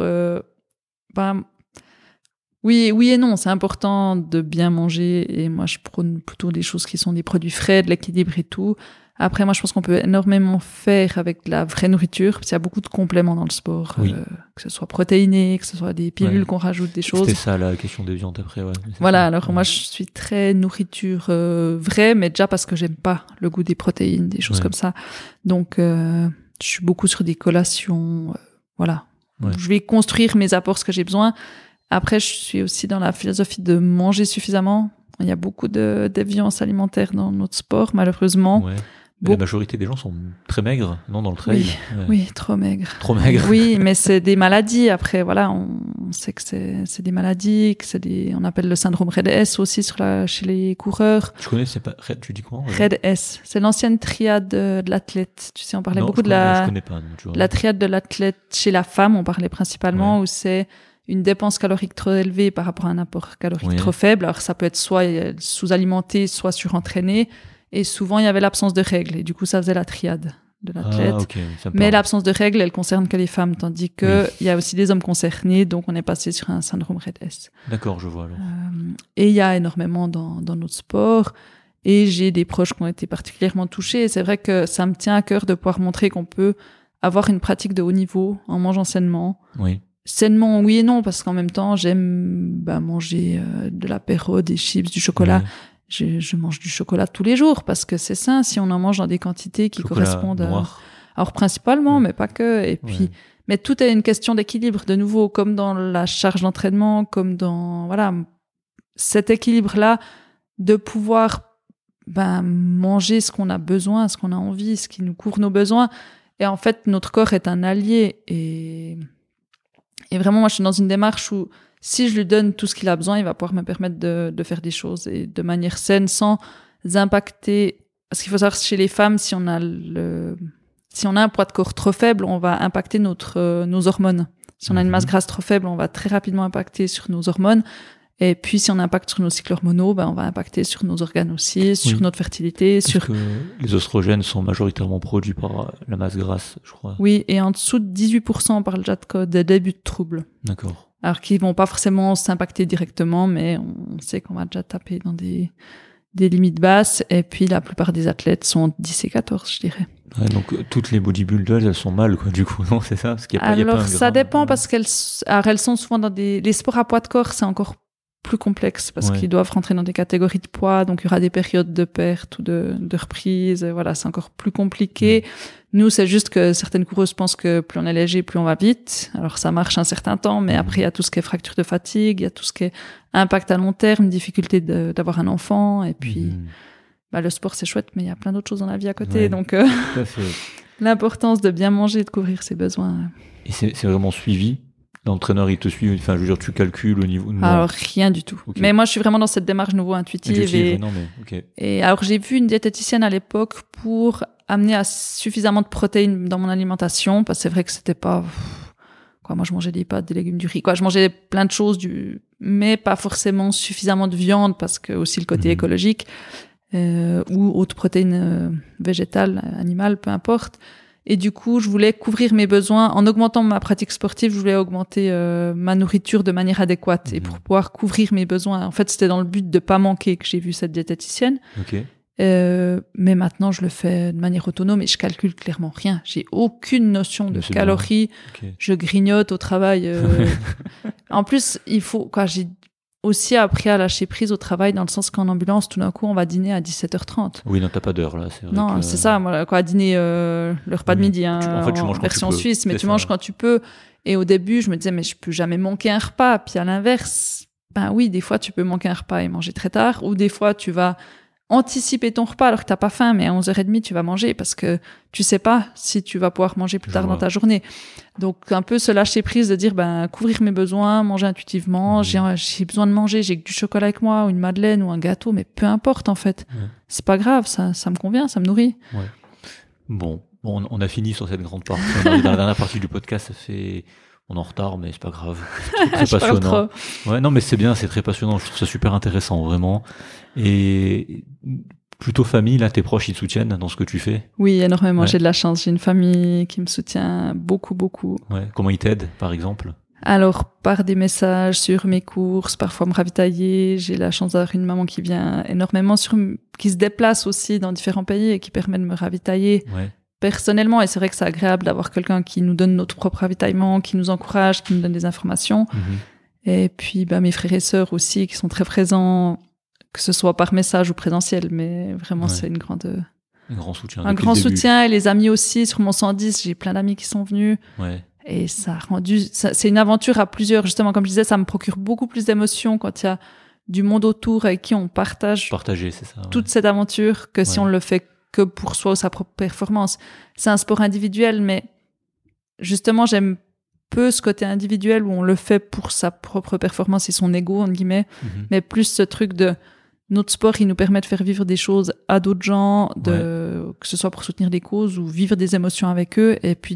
oui et non. C'est important de bien manger, et moi, je prône plutôt des choses qui sont des produits frais, de l'équilibre et tout. Après, moi, je pense qu'on peut énormément faire avec de la vraie nourriture, parce qu'il y a beaucoup de compléments dans le sport, que ce soit protéiné, que ce soit des pilules qu'on rajoute, des choses. C'était ça la question des viandes après, ouais. Voilà, alors moi, je suis très nourriture vraie, mais déjà parce que j'aime pas le goût des protéines, des choses comme ça. Donc, je suis beaucoup sur des collations, voilà. Ouais. Je vais construire mes apports, ce que j'ai besoin. Après, je suis aussi dans la philosophie de manger suffisamment. Il y a beaucoup de déviance alimentaire dans notre sport, malheureusement. Ouais. La majorité des gens sont très maigres, non, dans le trail. Oui, trop maigres. Trop maigres. Oui, mais c'est des maladies. Après, voilà, on sait que c'est des maladies, que on appelle le syndrome RED-S aussi chez les coureurs. Je connais, c'est pas tu dis quoi? RED-S, c'est l'ancienne triade de l'athlète. Tu sais, on parlait beaucoup je connais pas, tu vois. La triade de l'athlète chez la femme, on parlait principalement, où c'est une dépense calorique trop élevée par rapport à un apport calorique trop faible. Alors, ça peut être soit sous-alimenté, soit surentraîné. Et souvent, il y avait l'absence de règles. Et du coup, ça faisait la triade de l'athlète. Mais l'absence de règles, elle concerne que les femmes, tandis que il y a aussi des hommes concernés. Donc, on est passé sur un syndrome RED-S. D'accord, je vois alors. Et il y a énormément dans notre sport. Et j'ai des proches qui ont été particulièrement touchés. Et c'est vrai que ça me tient à cœur de pouvoir montrer qu'on peut avoir une pratique de haut niveau en mangeant sainement. Oui. Sainement, oui et non, parce qu'en même temps, j'aime manger de l'apéro, des chips, du chocolat. Oui. Je mange du chocolat tous les jours parce que c'est sain si on en mange dans des quantités qui correspondent alors principalement, mais pas que. Et puis, mais tout est une question d'équilibre, de nouveau, comme dans la charge d'entraînement, comme dans, voilà, cet équilibre-là de pouvoir, manger ce qu'on a besoin, ce qu'on a envie, ce qui nous couvre nos besoins. Et en fait, notre corps est un allié. Et vraiment, moi, je suis dans une démarche où si je lui donne tout ce qu'il a besoin, il va pouvoir me permettre de faire des choses et de manière saine, sans impacter. Parce qu'il faut savoir, chez les femmes, si on a un poids de corps trop faible, on va impacter nos hormones. Si on a une masse grasse trop faible, on va très rapidement impacter sur nos hormones. Et puis, si on impacte sur nos cycles hormonaux, on va impacter sur nos organes aussi, sur notre fertilité. Parce que les oestrogènes sont majoritairement produits par la masse grasse, je crois. Oui, et en dessous de 18%, on parle déjà de début de troubles. D'accord. Alors qu'ils vont pas forcément s'impacter directement, mais on sait qu'on va déjà taper dans des limites basses. Et puis, la plupart des athlètes sont entre 10 et 14, je dirais. Ouais, donc, toutes les bodybuilders, elles sont mal, quoi, du coup, non, c'est ça? Parce qu'il y a Alors, pas un ça dépend parce elles sont souvent dans les sports à poids de corps, c'est encore plus complexe parce qu'ils doivent rentrer dans des catégories de poids, donc il y aura des périodes de perte ou de reprise, voilà, c'est encore plus compliqué. Nous, c'est juste que certaines coureuses pensent que plus on est léger, plus on va vite. Alors ça marche un certain temps, mais après il y a tout ce qui est fracture de fatigue, il y a tout ce qui est impact à long terme, difficulté d'avoir un enfant, et puis le sport c'est chouette, mais il y a plein d'autres choses dans la vie à côté, donc l'importance de bien manger et de couvrir ses besoins. Et c'est vraiment suivi? L'entraîneur, il te suit, enfin, je veux dire, tu calcules au niveau... Non. Alors, rien du tout. Okay. Mais moi, je suis vraiment dans cette démarche nouveau intuitive. Et alors, j'ai vu une diététicienne à l'époque pour amener à suffisamment de protéines dans mon alimentation, parce que c'est vrai que c'était pas... moi, je mangeais des pâtes, des légumes, du riz. Je mangeais plein de choses, mais pas forcément suffisamment de viande, parce que aussi le côté écologique, ou autres protéines végétales, animales, peu importe. Et du coup, je voulais couvrir mes besoins. En augmentant ma pratique sportive, je voulais augmenter ma nourriture de manière adéquate et pour pouvoir couvrir mes besoins. En fait, c'était dans le but de pas manquer que j'ai vu cette diététicienne. Mais maintenant, je le fais de manière autonome et je calcule clairement rien. J'ai aucune notion de calories. Je grignote au travail. En plus, j'ai aussi appris à lâcher prise au travail, dans le sens qu'en ambulance, tout d'un coup, on va dîner à 17h30. Oui, non, t'as pas d'heure, là. C'est vrai non, c'est ça, moi, dîner, le repas de midi, tu manges version suisse, mais tu manges quand tu peux. Et au début, je me disais, mais je peux jamais manquer un repas. Puis à l'inverse, ben oui, des fois, tu peux manquer un repas et manger très tard, ou des fois, tu vas anticiper ton repas alors que t'as pas faim, mais à 11h30, tu vas manger parce que tu sais pas si tu vas pouvoir manger plus tard dans ta journée. Donc, un peu se lâcher prise de dire, ben, couvrir mes besoins, manger intuitivement, j'ai besoin de manger, j'ai que du chocolat avec moi, ou une madeleine, ou un gâteau, mais peu importe, en fait. Ouais. C'est pas grave, ça me convient, ça me nourrit. Ouais. Bon, on a fini sur cette grande partie. On arrive dans la dernière partie du podcast, on est en retard, mais c'est pas grave. C'est très passionnant. Ouais, non, mais c'est bien, c'est très passionnant. Je trouve ça super intéressant, vraiment. Et plutôt famille, là, tes proches, ils te soutiennent dans ce que tu fais? Oui, énormément. Ouais. J'ai de la chance. J'ai une famille qui me soutient beaucoup, beaucoup. Ouais. Comment ils t'aident, par exemple? Alors, par des messages sur mes courses, parfois me ravitailler. J'ai la chance d'avoir une maman qui vient énormément qui se déplace aussi dans différents pays et qui permet de me ravitailler. Ouais. Personnellement, et c'est vrai que c'est agréable d'avoir quelqu'un qui nous donne notre propre ravitaillement, qui nous encourage, qui nous donne des informations. Et puis, mes frères et sœurs aussi, qui sont très présents, que ce soit par message ou présentiel, mais vraiment, c'est un grand soutien. Un grand soutien, et les amis aussi. Sur mon 110, j'ai plein d'amis qui sont venus. Ouais. Et ça a c'est une aventure à plusieurs. Justement, comme je disais, ça me procure beaucoup plus d'émotions quand il y a du monde autour avec qui on partage c'est ça, toute cette aventure que si on le fait que pour soi ou sa propre performance. C'est un sport individuel, mais justement, j'aime peu ce côté individuel où on le fait pour sa propre performance et son ego, entre guillemets, mais plus ce truc de notre sport, il nous permet de faire vivre des choses à d'autres gens, que ce soit pour soutenir des causes ou vivre des émotions avec eux, et puis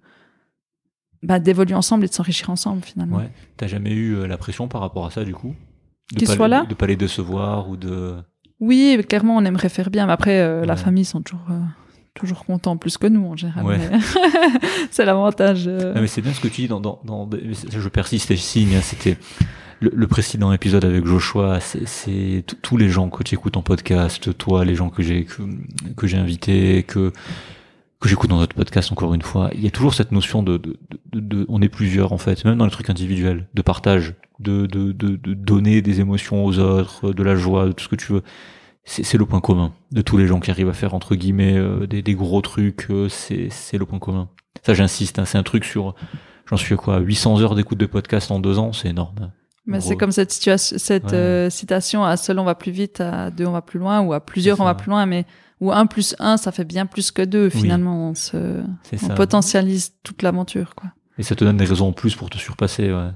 d'évoluer ensemble et de s'enrichir ensemble, finalement. Ouais. T'as jamais eu la pression par rapport à ça, du coup? Qu'ils soient là? De pas les décevoir ou de... Oui, clairement, on aimerait faire bien, mais après, la famille sont toujours contents, plus que nous, en général. Ouais. Mais c'est l'avantage. Non, mais c'est bien ce que tu dis je persiste et je signe, hein, c'était le précédent épisode avec Joshua, c'est tous les gens que tu écoutes en podcast, toi, les gens que j'ai invités, que j'écoute dans notre podcast encore une fois, il y a toujours cette notion de on est plusieurs, en fait, même dans les trucs individuels, de partage, de donner des émotions aux autres, de la joie, de tout ce que tu veux. C'est le point commun de tous les gens qui arrivent à faire, entre guillemets, des gros trucs, c'est le point commun. Ça, j'insiste, hein, c'est un truc j'en suis à quoi, 800 heures d'écoute de podcast en 2 ans, c'est énorme. Mais c'est comme cette citation, à seul on va plus vite, à 2 on va plus loin, ou à plusieurs on va plus loin, mais ou 1 plus 1, ça fait bien plus que 2, finalement. On potentialise toute l'aventure, quoi. Et ça te donne des raisons en plus pour te surpasser, ouais.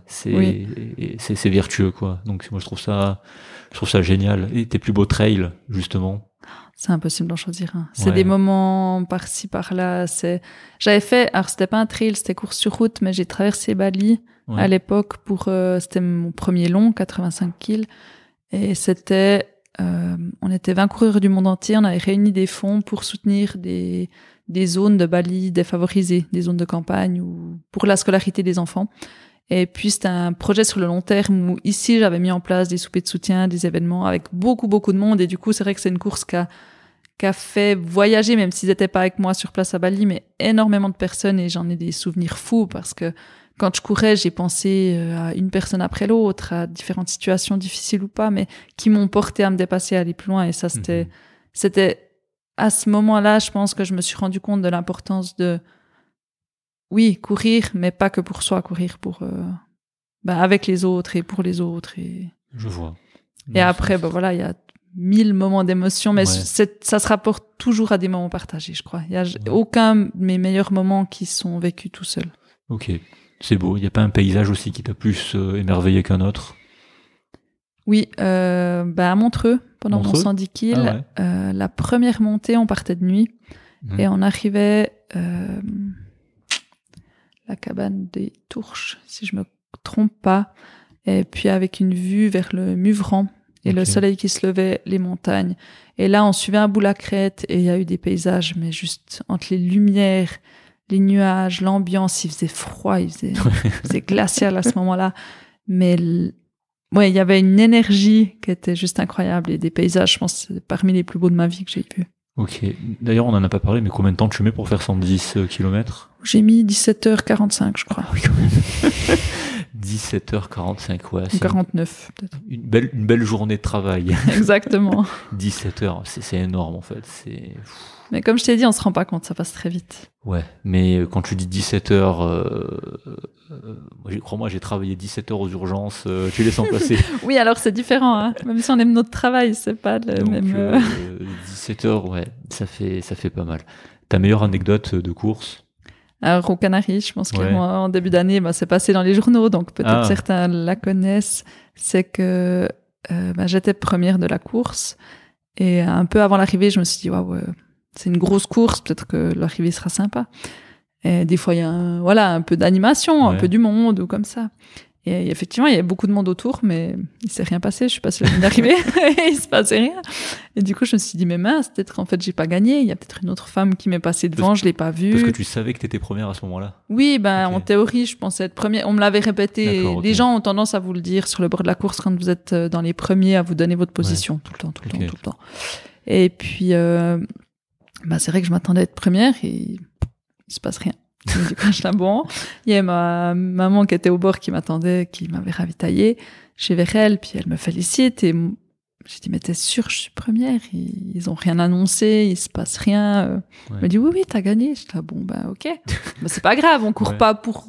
C'est vertueux, quoi. Donc, moi, je trouve ça génial. Et tes plus beaux trails, justement? C'est impossible d'en choisir un. C'est des moments par-ci, par-là. J'avais fait, alors c'était pas un trail, c'était course sur route, mais j'ai traversé Bali à l'époque c'était mon premier long, 85 kills. Et c'était, on était 20 coureurs du monde entier, on avait réuni des fonds pour soutenir des zones de Bali défavorisées, des zones de campagne ou pour la scolarité des enfants. Et puis c'était un projet sur le long terme où ici j'avais mis en place des soupers de soutien, des événements avec beaucoup de monde, et du coup c'est vrai que c'est une course qui a fait voyager, même s'ils n'étaient pas avec moi sur place à Bali, mais énormément de personnes, et j'en ai des souvenirs fous parce que quand je courais, j'ai pensé à une personne après l'autre, à différentes situations difficiles ou pas, mais qui m'ont porté à me dépasser, à aller plus loin. Et ça, c'était à ce moment-là, je pense que je me suis rendu compte de l'importance de, oui, courir, mais pas que pour soi, courir pour, avec les autres et pour les autres. Je vois. Et après, voilà, il y a 1000 moments d'émotion, mais ça se rapporte toujours à des moments partagés, je crois. Il y a aucun de mes meilleurs moments qui sont vécus tout seuls. Ok. C'est beau. Il n'y a pas un paysage aussi qui t'a plus émerveillé qu'un autre? Oui, à Montreux, pendant mon 110 kills, la première montée, on partait de nuit et on arrivait la cabane des Tourches, si je me trompe pas, et puis avec une vue vers le Muvran et le soleil qui se levait, les montagnes. Et là, on suivait un bout la crête et il y a eu des paysages, mais juste entre les lumières, les nuages, l'ambiance, il faisait froid, il faisait glacial à ce moment-là. Mais il y avait une énergie qui était juste incroyable, et des paysages, je pense, c'est parmi les plus beaux de ma vie que j'ai vus. Ok. D'ailleurs, on en a pas parlé, mais combien de temps tu mets pour faire 110 km? J'ai mis 17h45, je crois. Oui, quand même. 17h45, ouais. 49, peut-être. Une belle journée de travail. Exactement. 17h, c'est énorme, en fait. Mais comme je t'ai dit, on se rend pas compte, ça passe très vite. Ouais, mais quand tu dis 17h, crois-moi, j'ai travaillé 17h aux urgences, tu les sens passer. Oui, alors c'est différent, hein. Même si on aime notre travail, c'est pas le Donc, même... 17h, ouais, ça fait pas mal. Ta meilleure anecdote de course? Alors, aux Canaries, je pense Ouais. qu'en début d'année, c'est passé dans les journaux, donc peut-être certains la connaissent. C'est que j'étais première de la course et un peu avant l'arrivée, je me suis dit waouh, c'est une grosse course, peut-être que l'arrivée sera sympa. Et des fois, il y a un peu d'animation, un peu du monde ou comme ça. Et effectivement, il y avait beaucoup de monde autour, mais il s'est rien passé. Je suis passée la ligne d'arrivée et il se passait rien. Et du coup, je me suis dit, mais mince, peut-être qu'en fait, j'ai pas gagné. Il y a peut-être une autre femme qui m'est passée devant, je l'ai pas vue. Parce que tu savais que t'étais première à ce moment-là? Oui, en théorie, je pensais être première. On me l'avait répété. D'accord, Les gens ont tendance à vous le dire sur le bord de la course quand vous êtes dans les premiers, à vous donner votre position tout le temps. Et puis, c'est vrai que je m'attendais à être première et il se passe rien. Donc, du coup, je suis bon. Il y a ma maman qui était au bord qui m'attendait, qui m'avait ravitaillée. Je vais vers elle, puis elle me félicite et j'ai dit, mais t'es sûre, je suis première? Ils ont rien annoncé, il se passe rien. Elle me dit, oui, t'as gagné. Je dis, ok. C'est pas grave, on court pas pour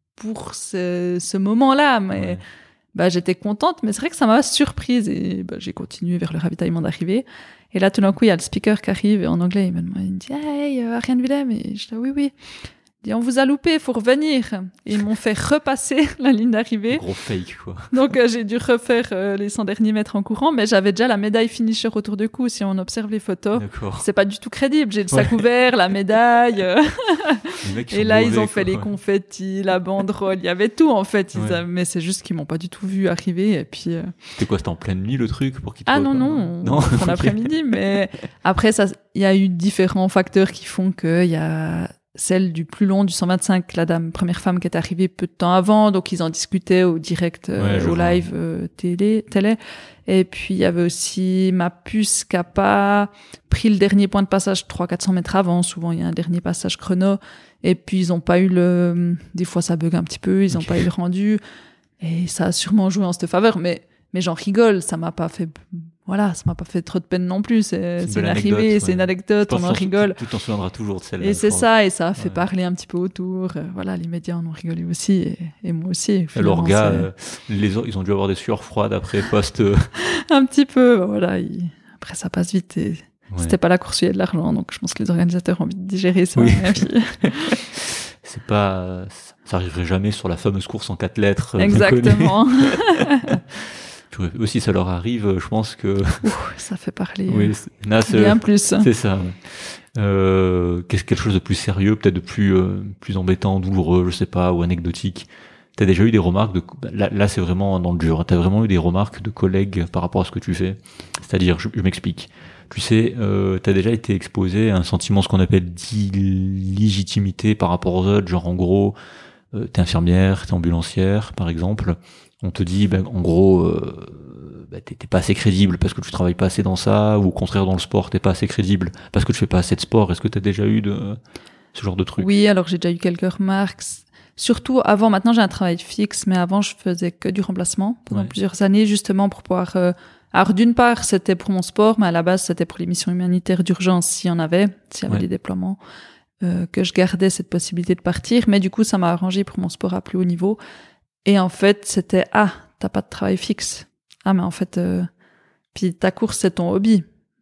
ce moment-là, mais j'étais contente, mais c'est vrai que ça m'a surprise et j'ai continué vers le ravitaillement d'arrivée. Et là, tout d'un coup, il y a le speaker qui arrive et en anglais, il me dit, hey, Ariane Willem. Et je dis, oui. Et on vous a loupé, il faut revenir. Et ils m'ont fait repasser la ligne d'arrivée. Gros fake, quoi. Donc, j'ai dû refaire les 100 derniers mètres en courant, mais j'avais déjà la médaille finisher autour du cou. Si on observe les photos, c'est pas du tout crédible. J'ai le sac ouvert, la médaille. Et là, ils ont fait les confettis, la banderole. Il y avait tout, en fait. Mais c'est juste qu'ils m'ont pas du tout vu arriver. Et puis, C'était quoi? C'était en pleine nuit, le truc, pour qu'ils te non. En après-midi. Mais après, il y a eu différents facteurs qui font qu'il y a celle du plus long, du 125, la première femme qui est arrivée peu de temps avant, donc ils en discutaient au direct, au live télé. Et puis il y avait aussi ma puce qui a pas pris le dernier point de passage 300-400 mètres avant. Souvent il y a un dernier passage chrono. Et puis ils ont pas eu des fois ça bug un petit peu, ils ont pas eu le rendu. Et ça a sûrement joué en cette faveur, mais j'en rigole, ça m'a pas fait trop de peine non plus. C'est une arrivée, c'est une anecdote, on en rigole. Tu t'en souviendras toujours de celle-là. Et c'est ça, et ça a fait parler un petit peu autour. Les médias en ont rigolé aussi, et moi aussi. Et l'orga, ils ont dû avoir des sueurs froides après post. Un petit peu, après ça passe vite et c'était pas la course où il y a de l'argent, donc je pense que les organisateurs ont envie de digérer ça. C'est pas, ça arriverait jamais sur la fameuse course en 4 lettres. Exactement. Aussi, ça leur arrive, je pense que... ça fait parler bien plus. C'est ça. Quelque chose de plus sérieux, peut-être de plus embêtant, douloureux, je sais pas, ou anecdotique. T'as déjà eu des remarques là c'est vraiment dans le dur. T'as vraiment eu des remarques de collègues par rapport à ce que tu fais? C'est-à-dire, je m'explique. Tu sais, t'as déjà été exposé à un sentiment, ce qu'on appelle d'illégitimité par rapport aux autres, genre en gros, t'es infirmière, t'es ambulancière, par exemple. On te dit, en gros, t'es pas assez crédible parce que tu travailles pas assez dans ça, ou au contraire dans le sport, t'es pas assez crédible parce que tu fais pas assez de sport. Est-ce que t'as déjà eu ce genre de truc? Oui, alors j'ai déjà eu quelques remarques. Surtout avant, maintenant j'ai un travail fixe, mais avant je faisais que du remplacement pendant plusieurs années, justement pour pouvoir... Alors d'une part, c'était pour mon sport, mais à la base c'était pour les missions humanitaires d'urgence s'il y avait des déploiements, que je gardais cette possibilité de partir. Mais du coup, ça m'a arrangé pour mon sport à plus haut niveau. Et en fait, c'était, t'as pas de travail fixe. Mais en fait, puis ta course, c'est ton hobby.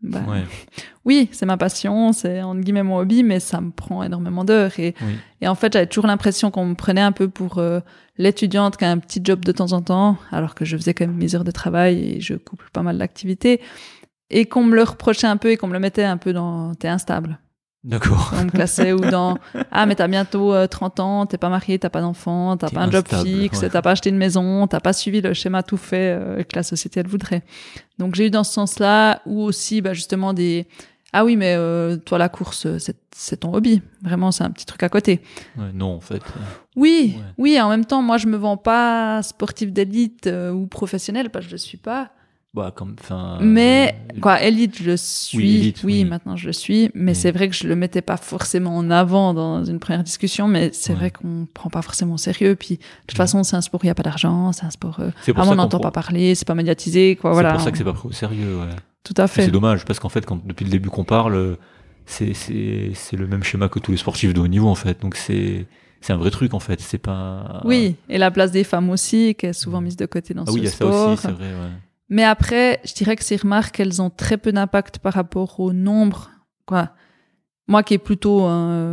Oui, c'est ma passion, c'est entre guillemets mon hobby, mais ça me prend énormément d'heures. Et en fait, j'avais toujours l'impression qu'on me prenait un peu pour l'étudiante qui a un petit job de temps en temps, alors que je faisais quand même mes heures de travail et je couple pas mal d'activités. Et qu'on me le reprochait un peu et qu'on me le mettait un peu dans « t'es instable ». D'accord. On me classait ou dans mais t'as bientôt 30 ans, t'es pas marié, t'as pas d'enfant, t'as pas un job fixe, t'as pas acheté une maison, t'as pas suivi le schéma tout fait que la société elle voudrait. Donc j'ai eu dans ce sens-là, ou aussi justement des oui mais toi la course c'est ton hobby, vraiment c'est un petit truc à côté. Non en fait. Oui, en même temps moi je me vends pas sportif d'élite ou professionnel parce que je le suis pas. Mais élite, je le suis. Oui, élite, oui. Maintenant je le suis. Mais c'est vrai que je le mettais pas forcément en avant dans une première discussion. Mais c'est vrai qu'on prend pas forcément au sérieux. Puis de toute façon, c'est un sport où il y a pas d'argent. C'est un sport. On n'entend pas parler. C'est pas médiatisé. C'est pour ça que c'est pas pris au sérieux. Ouais. Tout à fait. C'est dommage parce qu'en fait, depuis le début qu'on parle, c'est le même schéma que tous les sportifs de haut niveau en fait. Donc c'est un vrai truc en fait. C'est pas. Oui. Et la place des femmes aussi, qui est souvent mise de côté dans ce sport. Oui, il y a ça aussi. C'est vrai. Ouais. Mais après, je dirais que ces remarques, elles ont très peu d'impact par rapport au nombre. Moi qui ai plutôt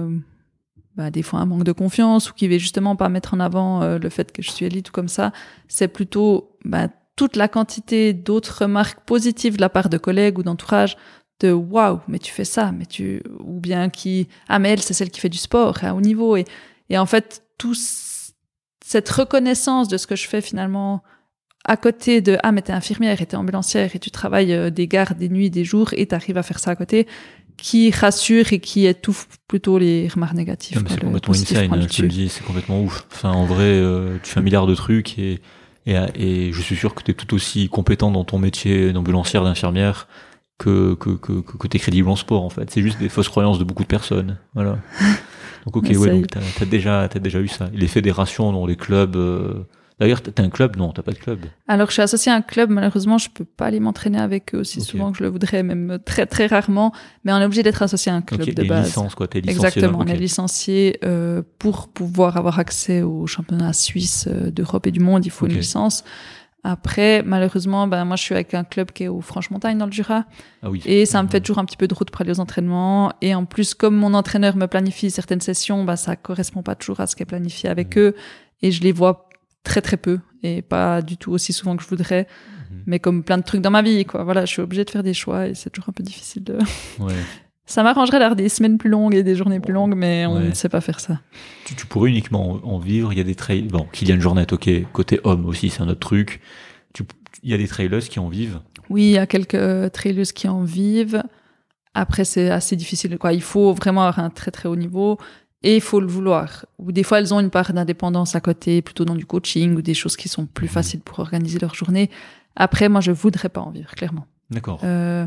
des fois un manque de confiance ou qui vais justement pas mettre en avant le fait que je suis élite ou comme ça, c'est plutôt toute la quantité d'autres remarques positives de la part de collègues ou d'entourage de waouh, mais tu fais ça, ou bien mais elle, c'est celle qui fait du sport à haut niveau. Et en fait, cette reconnaissance de ce que je fais finalement à côté de mais t'es infirmière et t'es ambulancière et tu travailles des gardes, des nuits, des jours et t'arrives à faire ça à côté, qui rassure et qui étouffe plutôt les remarques négatives. Non, mais c'est complètement insane, je te le dis, c'est complètement ouf. Enfin, en vrai, tu fais un milliard de trucs et je suis sûr que t'es tout aussi compétent dans ton métier d'ambulancière, d'infirmière que t'es crédible en sport, en fait. C'est juste des fausses croyances de beaucoup de personnes. Voilà. Donc, ok, donc t'as déjà eu ça. Les fédérations dans les clubs, d'ailleurs, t'as un club? Non, t'as pas de club. Alors, je suis associée à un club. Malheureusement, je peux pas aller m'entraîner avec eux aussi souvent que je le voudrais, même très, très rarement. Mais on est obligé d'être associé à un club de base. Licence, t'es licencié. Exactement. On est licencié, pour pouvoir avoir accès aux championnats suisses d'Europe et du monde. Il faut une licence. Après, malheureusement, moi, je suis avec un club qui est au Franche-Montagne dans le Jura. Ah oui. Et ça me fait toujours un petit peu de route pour aller aux entraînements. Et en plus, comme mon entraîneur me planifie certaines sessions, ça correspond pas toujours à ce qui est planifié avec eux. Et je les vois très très peu et pas du tout aussi souvent que je voudrais, mais comme plein de trucs dans ma vie, Voilà, je suis obligée de faire des choix et c'est toujours un peu difficile de. Ouais. Ça m'arrangerait d'avoir des semaines plus longues et des journées plus longues, mais on ne sait pas faire ça. Tu pourrais uniquement en vivre. Il y a des trails. Bon, Kylian Jornet, ok. Côté homme aussi, c'est un autre truc. Il y a des trailers qui en vivent. Oui, il y a quelques trailers qui en vivent. Après, c'est assez difficile. Il faut vraiment avoir un très très haut niveau. Et il faut le vouloir. Ou des fois, elles ont une part d'indépendance à côté, plutôt dans du coaching ou des choses qui sont plus faciles pour organiser leur journée. Après, moi, je voudrais pas en vivre, clairement. D'accord. Je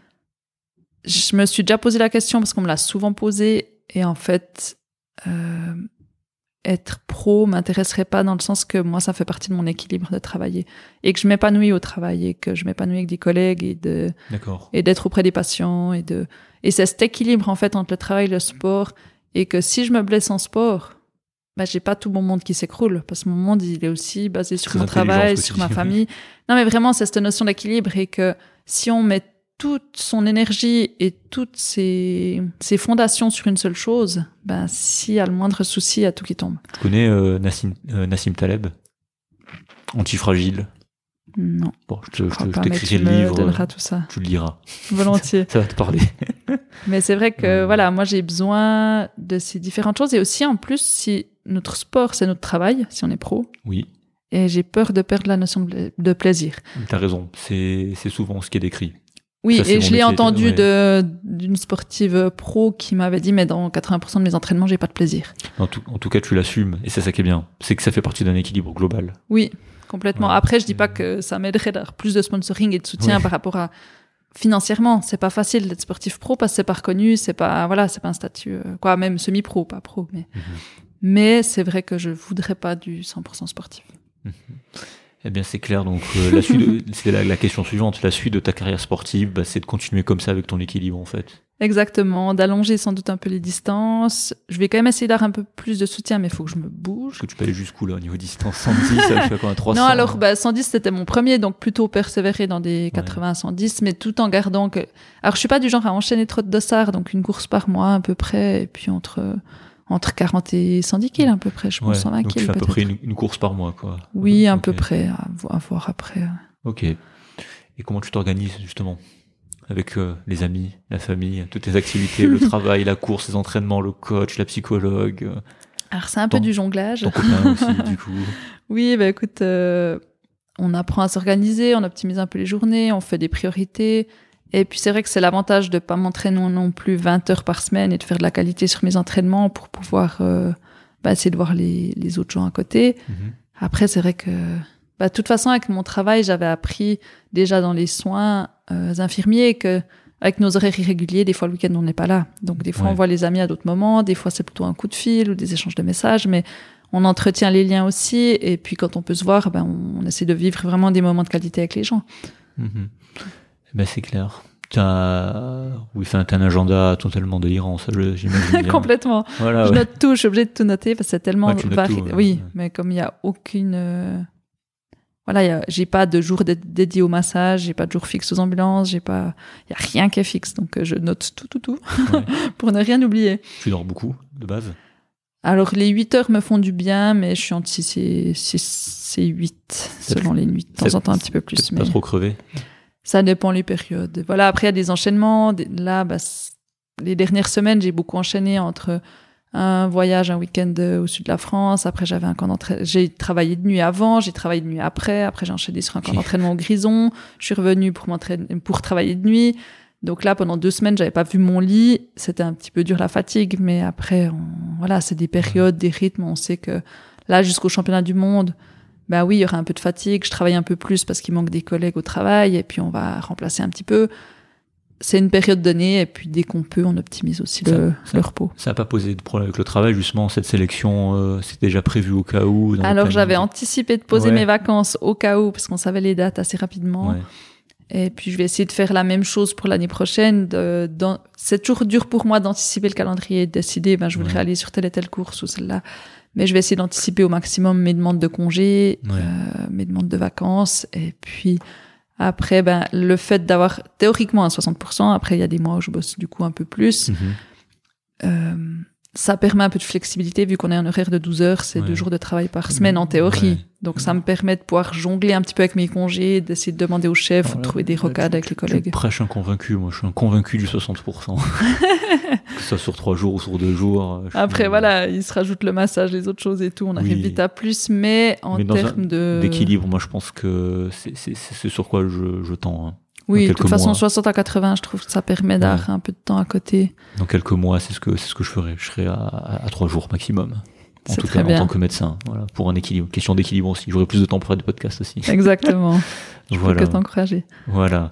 me suis déjà posé la question parce qu'on me l'a souvent posée. Et en fait, être pro m'intéresserait pas dans le sens que moi, ça fait partie de mon équilibre de travailler. Et que je m'épanouis au travail et que je m'épanouis avec des collègues et d'être auprès des patients et c'est cet équilibre, en fait, entre le travail et le sport. Et que si je me blesse en sport, j'ai pas tout mon monde qui s'écroule. Parce que mon monde, il est aussi basé sur mon travail, sur ma famille. Non, mais vraiment, c'est cette notion d'équilibre. Et que si on met toute son énergie et toutes ses fondations sur une seule chose, s'il y a le moindre souci, il y a tout qui tombe. Tu connais Nassim Taleb? Antifragile? Non. Bon, je t'écrirai le livre. Donneras tout ça. Tu le liras. Volontiers. Ça va te parler. Mais c'est vrai que moi j'ai besoin de ces différentes choses et aussi en plus si notre sport c'est notre travail, si on est pro. Oui. Et j'ai peur de perdre la notion de plaisir. T'as raison, c'est souvent ce qui est décrit. Oui, ça, et je l'ai entendu d'une sportive pro qui m'avait dit mais dans 80% de mes entraînements j'ai pas de plaisir. En tout cas tu l'assumes et c'est ça qui est bien, c'est que ça fait partie d'un équilibre global. Oui. Complètement. Ouais. Après, je dis pas que ça m'aiderait d'avoir plus de sponsoring et de soutien par rapport à financièrement. C'est pas facile d'être sportif pro parce que c'est pas reconnu, c'est pas un statut, même semi-pro, pas pro, mais c'est vrai que je voudrais pas du 100% sportif. Eh bien, c'est clair. Donc, la suite, c'est la question suivante. La suite de ta carrière sportive, c'est de continuer comme ça avec ton équilibre, en fait. Exactement. D'allonger sans doute un peu les distances. Je vais quand même essayer d'avoir un peu plus de soutien, mais il faut que je me bouge. Est-ce que tu peux aller jusqu'où, là, au niveau distance? 110, ça fait quoi, 300? Non, alors, 110, c'était mon premier, donc plutôt persévérer dans des 80-110, mais tout en gardant que... Alors, je suis pas du genre à enchaîner trop de dossards, donc une course par mois, à peu près, et puis entre 40 et 110 kilos, à peu près, je pense, 120 kilos. Donc, tu fais à peu près une course par mois, quoi. Oui, à peu près, à voir après. Ok. Et comment tu t'organises, justement? Avec les amis, la famille, toutes tes activités, le travail, la course, les entraînements, le coach, la psychologue. Alors c'est un peu du jonglage. Ton copain aussi, du coup. Oui, écoute, on apprend à s'organiser, on optimise un peu les journées, on fait des priorités. Et puis c'est vrai que c'est l'avantage de pas m'entraîner non plus 20 heures par semaine et de faire de la qualité sur mes entraînements pour pouvoir essayer de voir les autres gens à côté. Après, c'est vrai que de toute façon, avec mon travail, j'avais appris déjà dans les soins infirmiers que avec nos horaires irréguliers, des fois le week-end on n'est pas là. Donc des fois on voit les amis à d'autres moments, des fois c'est plutôt un coup de fil ou des échanges de messages, mais on entretient les liens aussi. Et puis quand on peut se voir, on essaie de vivre vraiment des moments de qualité avec les gens. C'est clair. T'as un agenda totalement délirant, ça, j'imagine bien. Complètement. Voilà, je note tout, je suis obligée de tout noter parce que c'est tellement varié. Tout, oui, mais comme il y a aucune, j'ai pas de jour dédié au massage, j'ai pas de jour fixe aux ambulances, il y a rien qui est fixe, donc je note tout pour ne rien oublier. Tu dors beaucoup de base? Alors les 8 heures me font du bien, mais je suis entre 6 et 8 selon les nuits, de temps en temps un petit peu plus. Mais pas trop crevé? Ça dépend les périodes. Voilà, après il y a des enchaînements. Là, les dernières semaines, j'ai beaucoup enchaîné entre un voyage, un week-end au sud de la France. Après, j'avais un camp d'entraînement. J'ai travaillé de nuit avant, j'ai travaillé de nuit après. Après, j'ai enchaîné sur un camp d'entraînement au Grison. Je suis revenue pour travailler de nuit. Donc là, pendant 2 semaines, j'avais pas vu mon lit. C'était un petit peu dur la fatigue, mais après, c'est des périodes, des rythmes. On sait que là, jusqu'au championnat du monde, oui, il y aura un peu de fatigue. Je travaille un peu plus parce qu'il manque des collègues au travail, et puis on va remplacer un petit peu. C'est une période donnée, et puis dès qu'on peut, on optimise aussi le repos. Ça n'a pas posé de problème avec le travail, justement, cette sélection, c'était déjà prévu au cas où? Alors, j'avais anticipé de poser mes vacances au cas où, parce qu'on savait les dates assez rapidement. Ouais. Et puis, je vais essayer de faire la même chose pour l'année prochaine. C'est toujours dur pour moi d'anticiper le calendrier et de décider, je voudrais aller sur telle et telle course ou celle-là. Mais je vais essayer d'anticiper au maximum mes demandes de congés, mes demandes de vacances. Et puis, après, le fait d'avoir théoriquement un 60%, après, il y a des mois où je bosse du coup un peu plus. Ça permet un peu de flexibilité, vu qu'on est un horaire de 12 heures, c'est 2 jours de travail par semaine en théorie. Donc ça me permet de pouvoir jongler un petit peu avec mes congés, d'essayer de demander au chef, de trouver des rocades avec les collègues. Tu prêches un convaincu, moi je suis un convaincu du 60%. Que ce soit sur 3 jours ou sur 2 jours. Après il se rajoute le massage, les autres choses et tout, on arrive vite à plus, mais termes d'équilibre, moi je pense que c'est sur quoi je tends. Hein. Oui, de toute façon, 60 à 80, je trouve que ça permet d'avoir un peu de temps à côté. Dans quelques mois, c'est ce que je ferai. Je serai à 3 jours maximum. En tout cas, en tant que médecin. Voilà, pour un équilibre. Question d'équilibre aussi. J'aurai plus de temps pour faire des podcasts aussi. Exactement. Je peux que t'encourager. Voilà.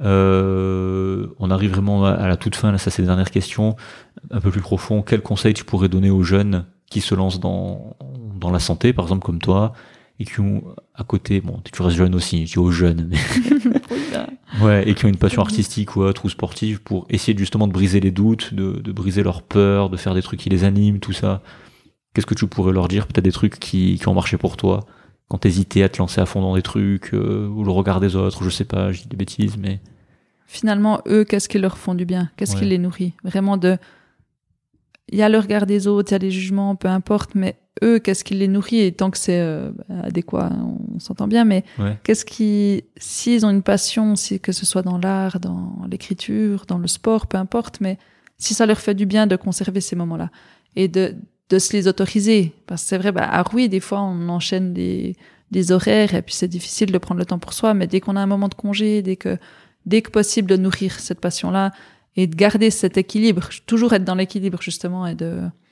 On arrive vraiment à la toute fin. Là, ça, c'est les dernières questions. Un peu plus profond. Quel conseil tu pourrais donner aux jeunes qui se lancent dans la santé, par exemple, comme toi, et qui ont à côté, tu restes jeune aussi, je dis aux jeunes, mais et qui ont une passion artistique ou autre, ou sportive, pour essayer justement de briser les doutes, de briser leurs peurs, de faire des trucs qui les animent, tout ça. Qu'est-ce que tu pourrais leur dire? Peut-être des trucs qui ont marché pour toi, quand t'hésitais à te lancer à fond dans des trucs, ou le regard des autres, je sais pas, je dis des bêtises, mais... Finalement, eux, qu'est-ce qui leur font du bien? Qu'est-ce qui les nourrit? Vraiment il y a le regard des autres, il y a les jugements, peu importe, mais eux, qu'est-ce qui les nourrit? Et tant que c'est adéquat, on s'entend bien, mais s'ils ont une passion, que ce soit dans l'art, dans l'écriture, dans le sport, peu importe, mais si ça leur fait du bien de conserver ces moments-là et de se les autoriser, parce que c'est vrai, des fois on enchaîne des horaires et puis c'est difficile de prendre le temps pour soi, mais dès qu'on a un moment de congé, dès que possible de nourrir cette passion-là et de garder cet équilibre, toujours être dans l'équilibre justement, et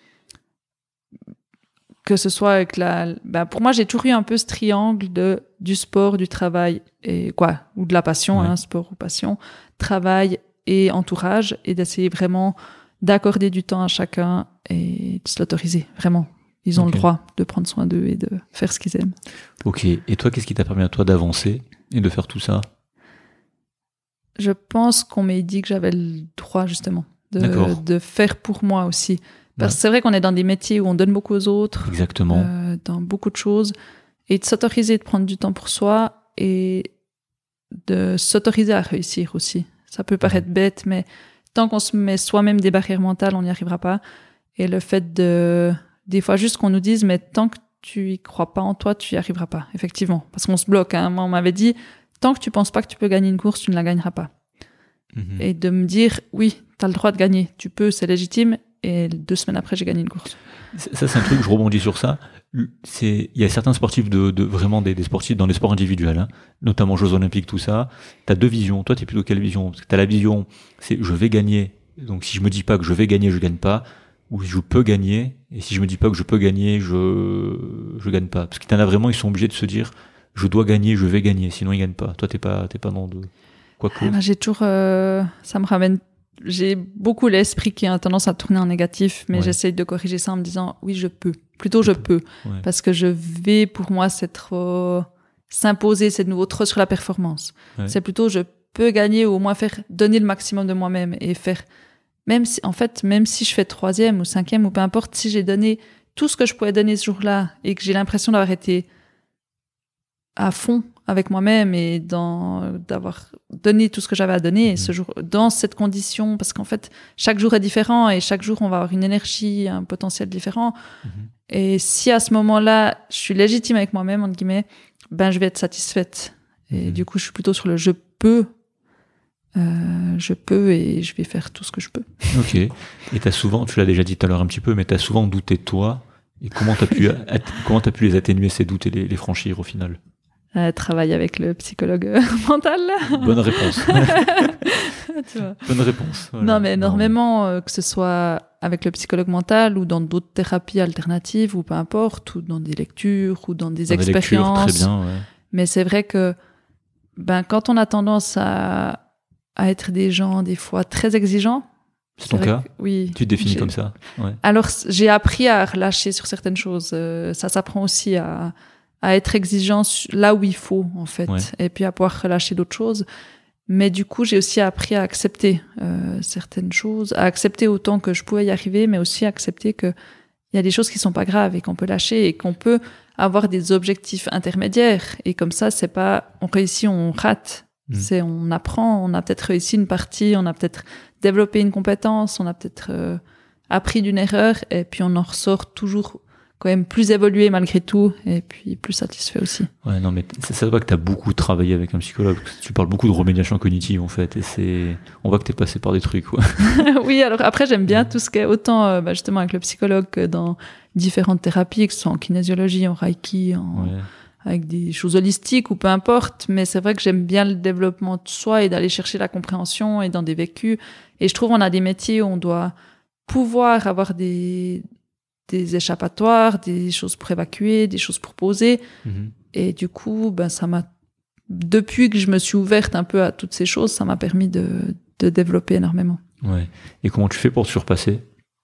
que ce soit avec pour moi, j'ai toujours eu un peu ce triangle du sport, du travail ou de la passion, sport ou passion, travail et entourage, et d'essayer vraiment d'accorder du temps à chacun et de se l'autoriser, vraiment. Ils ont le droit de prendre soin d'eux et de faire ce qu'ils aiment. Ok. Et toi, qu'est-ce qui t'a permis à toi d'avancer et de faire tout ça? Je pense qu'on m'a dit que j'avais le droit, justement, de faire pour moi aussi. Parce que c'est vrai qu'on est dans des métiers où on donne beaucoup aux autres. Exactement. Dans beaucoup de choses. Et de s'autoriser de prendre du temps pour soi et de s'autoriser à réussir aussi. Ça peut paraître bête, mais tant qu'on se met soi-même des barrières mentales, on n'y arrivera pas. Et le fait des fois juste qu'on nous dise, mais tant que tu y crois pas en toi, tu y arriveras pas. Effectivement. Parce qu'on se bloque. Moi, on m'avait dit, tant que tu penses pas que tu peux gagner une course, tu ne la gagneras pas. Et de me dire, oui, t'as le droit de gagner. Tu peux, c'est légitime. Et 2 semaines après, j'ai gagné une course. Ça, c'est un truc, je rebondis sur ça. Il y a certains sportifs vraiment des sportifs dans les sports individuels, notamment Jeux Olympiques, tout ça. T'as 2 visions. Toi, t'es plutôt quelle vision? Parce que t'as la vision, c'est je vais gagner. Donc, si je me dis pas que je vais gagner, je gagne pas. Ou je peux gagner. Et si je me dis pas que je peux gagner, je gagne pas. Parce qu'il y en a vraiment, ils sont obligés de se dire, je dois gagner, je vais gagner, sinon il gagne pas. Toi, t'es pas dans de quoi que. J'ai toujours, ça me ramène. J'ai beaucoup l'esprit qui a tendance à tourner en négatif, mais j'essaye de corriger ça en me disant oui, je peux. Plutôt, je peux, parce que pour moi, c'est trop s'imposer, c'est de nouveau trop sur la performance. Ouais. C'est plutôt je peux gagner ou au moins donner le maximum de moi-même et faire. Même si je fais 3e ou 5e ou peu importe, si j'ai donné tout ce que je pouvais donner ce jour-là et que j'ai l'impression d'avoir été à fond avec moi-même et d'avoir donné tout ce que j'avais à donner ce jour, dans cette condition, parce qu'en fait, chaque jour est différent et chaque jour, on va avoir une énergie, un potentiel différent. Et si à ce moment-là, je suis légitime avec moi-même, entre guillemets, je vais être satisfaite. Et du coup, je suis plutôt sur le je peux et je vais faire tout ce que je peux. Ok. Et t'as souvent, tu l'as déjà dit tout à l'heure un petit peu, mais t'as souvent douté de toi. Et comment t'as pu les atténuer, ces doutes, et les franchir au final? Travailler avec le psychologue mental. Bonne réponse. Tu vois. Bonne réponse. Voilà. Non, mais énormément, que ce soit avec le psychologue mental ou dans d'autres thérapies alternatives ou peu importe, ou dans des lectures ou dans des expériences. Très bien, ouais. Mais c'est vrai que quand on a tendance à être des gens des fois très exigeants. C'est ton cas? Oui. Tu te définis comme ça? Ouais. Alors, j'ai appris à relâcher sur certaines choses. Ça s'apprend aussi à être exigeant là où il faut, en fait. Ouais. Et puis à pouvoir relâcher d'autres choses. Mais du coup, j'ai aussi appris à accepter certaines choses, à accepter autant que je pouvais y arriver, mais aussi à accepter que il y a des choses qui sont pas graves et qu'on peut lâcher et qu'on peut avoir des objectifs intermédiaires. Et comme ça, c'est pas on réussit, on rate. C'est on apprend, on a peut-être réussi une partie, on a peut-être développé une compétence, on a peut-être appris d'une erreur et puis on en ressort toujours quand même plus évolué malgré tout et puis plus satisfait aussi. Ouais, non mais ça voit que tu as beaucoup travaillé avec un psychologue, tu parles beaucoup de remédiation cognitive en fait et on voit que tu es passé par des trucs quoi. Oui, alors après j'aime bien tout ce qui est autant justement avec le psychologue que dans différentes thérapies, que ce soit en kinésiologie, en reiki, avec des choses holistiques ou peu importe, mais c'est vrai que j'aime bien le développement de soi et d'aller chercher la compréhension et dans des vécus. Et je trouve qu'on a des métiers où on doit pouvoir avoir des échappatoires, des choses pour évacuer, des choses pour poser. Et du coup, ça m'a, depuis que je me suis ouverte un peu à toutes ces choses, ça m'a permis de développer énormément. Ouais. Et comment tu fais pour te surpasser?